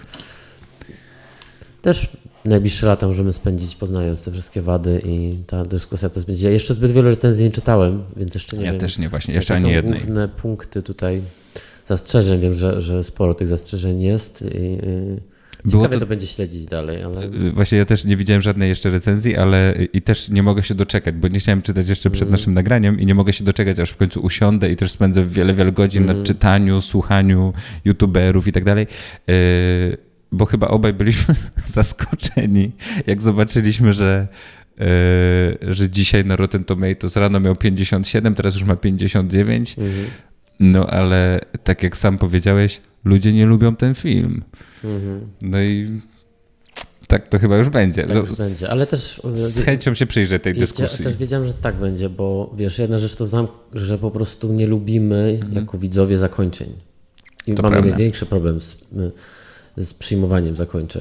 Też najbliższe lata możemy spędzić poznając te wszystkie wady i ta dyskusja to będzie. Ja jeszcze zbyt wielu recenzji nie czytałem, więc jeszcze nie ja wiem. Ja też nie, właśnie, jeszcze ani jednej. Główne punkty tutaj zastrzeżeń. Wiem, że, że sporo tych zastrzeżeń jest. I, Ciekawie to... to będzie śledzić dalej, ale... Właśnie ja też nie widziałem żadnej jeszcze recenzji, ale i też nie mogę się doczekać, bo nie chciałem czytać jeszcze przed mm. naszym nagraniem i nie mogę się doczekać, aż w końcu usiądę i też spędzę wiele, wiele godzin mm. na czytaniu, słuchaniu youtuberów i tak dalej. Bo chyba obaj byliśmy zaskoczeni, jak zobaczyliśmy, że Yy, że dzisiaj na Rotten Tomatoes rano miał pięćdziesiąt siedem, teraz już ma pięćdziesiąt dziewięć. Mhm. No ale tak jak sam powiedziałeś, ludzie nie lubią ten film. Mhm. No i tak to chyba już będzie. Tak no, już będzie, ale też... Z chęcią się przyjrzę tej wiedzia, dyskusji. Też wiedziałem, że tak będzie, bo wiesz, jedna rzecz to znam, że po prostu nie lubimy mhm. jako widzowie zakończeń. I to mamy prawda. Największy problem z, z przyjmowaniem zakończeń.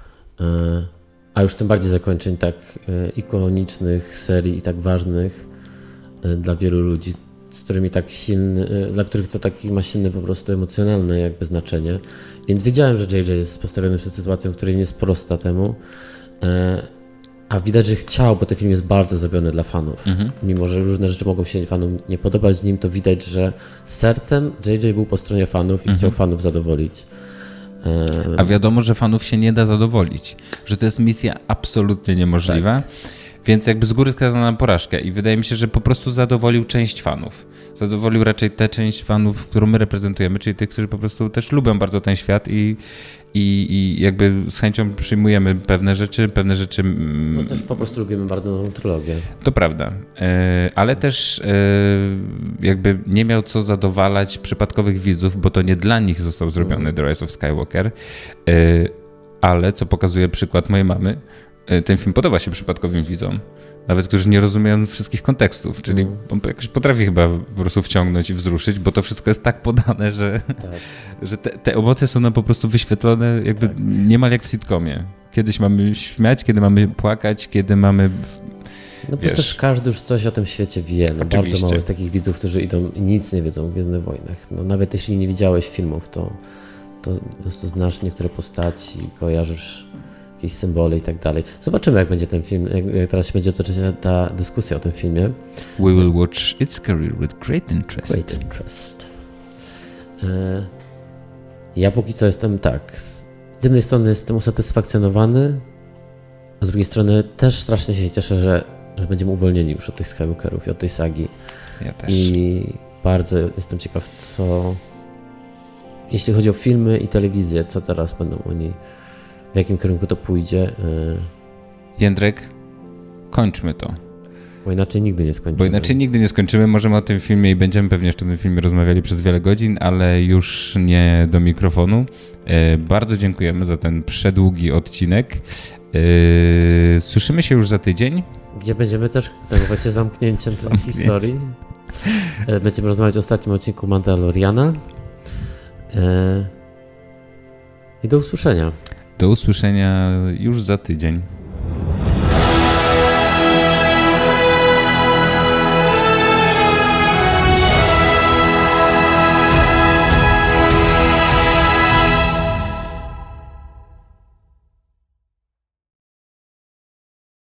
A już tym bardziej zakończeń tak ikonicznych serii i tak ważnych dla wielu ludzi, z którymi tak silny, dla których to taki ma silne po prostu emocjonalne jakby znaczenie. Więc wiedziałem, że J J jest postawiony przed sytuacją, w której nie sprosta temu. A widać, że chciał, bo ten film jest bardzo zrobiony dla fanów. Mhm. Mimo że różne rzeczy mogą się fanom nie podobać z nim, to widać, że z sercem J J był po stronie fanów i mhm. chciał fanów zadowolić. A wiadomo, że fanów się nie da zadowolić, że to jest misja absolutnie niemożliwa, tak. Więc jakby z góry skazano na porażkę i wydaje mi się, że po prostu zadowolił część fanów. Zadowolił raczej tę część fanów, którą my reprezentujemy, czyli tych, którzy po prostu też lubią bardzo ten świat i, i, i jakby z chęcią przyjmujemy pewne rzeczy, pewne rzeczy... No też po prostu lubimy bardzo nową trylogię. To prawda, ale też jakby nie miał co zadowalać przypadkowych widzów, bo to nie dla nich został zrobiony mm. The Rise of Skywalker, ale co pokazuje przykład mojej mamy, ten film podoba się przypadkowym widzom, nawet którzy nie rozumieją wszystkich kontekstów, czyli mm. on jakoś potrafi chyba po prostu wciągnąć i wzruszyć, bo to wszystko jest tak podane, że, tak. że te, te emocje są nam po prostu wyświetlone jakby tak. niemal jak w sitcomie. Kiedyś mamy śmiać, kiedy mamy płakać, kiedy mamy... No bo też każdy już coś o tym świecie wie. No bardzo mało jest takich widzów, którzy idą i nic nie wiedzą o Gwiezdnych Wojnach. No nawet jeśli nie widziałeś filmów, to, to po prostu znasz niektóre postaci, kojarzysz jakieś symbole i tak dalej. Zobaczymy, jak będzie ten film, jak teraz się będzie toczyć ta dyskusja o tym filmie. We will watch its career with great interest. Great interest. Ja póki co jestem tak, z jednej strony jestem usatysfakcjonowany, a z drugiej strony też strasznie się cieszę, że, że będziemy uwolnieni już od tych Skywalkerów i od tej sagi. Ja też. I bardzo jestem ciekaw, co jeśli chodzi o filmy i telewizję, co teraz będą oni, w jakim kierunku to pójdzie. Jędrek, kończmy to. Bo inaczej nigdy nie skończymy. Bo inaczej nigdy nie skończymy. Możemy o tym filmie i będziemy pewnie jeszcze o tym filmie rozmawiali przez wiele godzin, ale już nie do mikrofonu. Bardzo dziękujemy za ten przedługi odcinek. Słyszymy się już za tydzień. Gdzie będziemy też zajmować się zamknięciem tej historii. Będziemy rozmawiać o ostatnim odcinku Mandaloriana. I do usłyszenia. Do usłyszenia już za tydzień.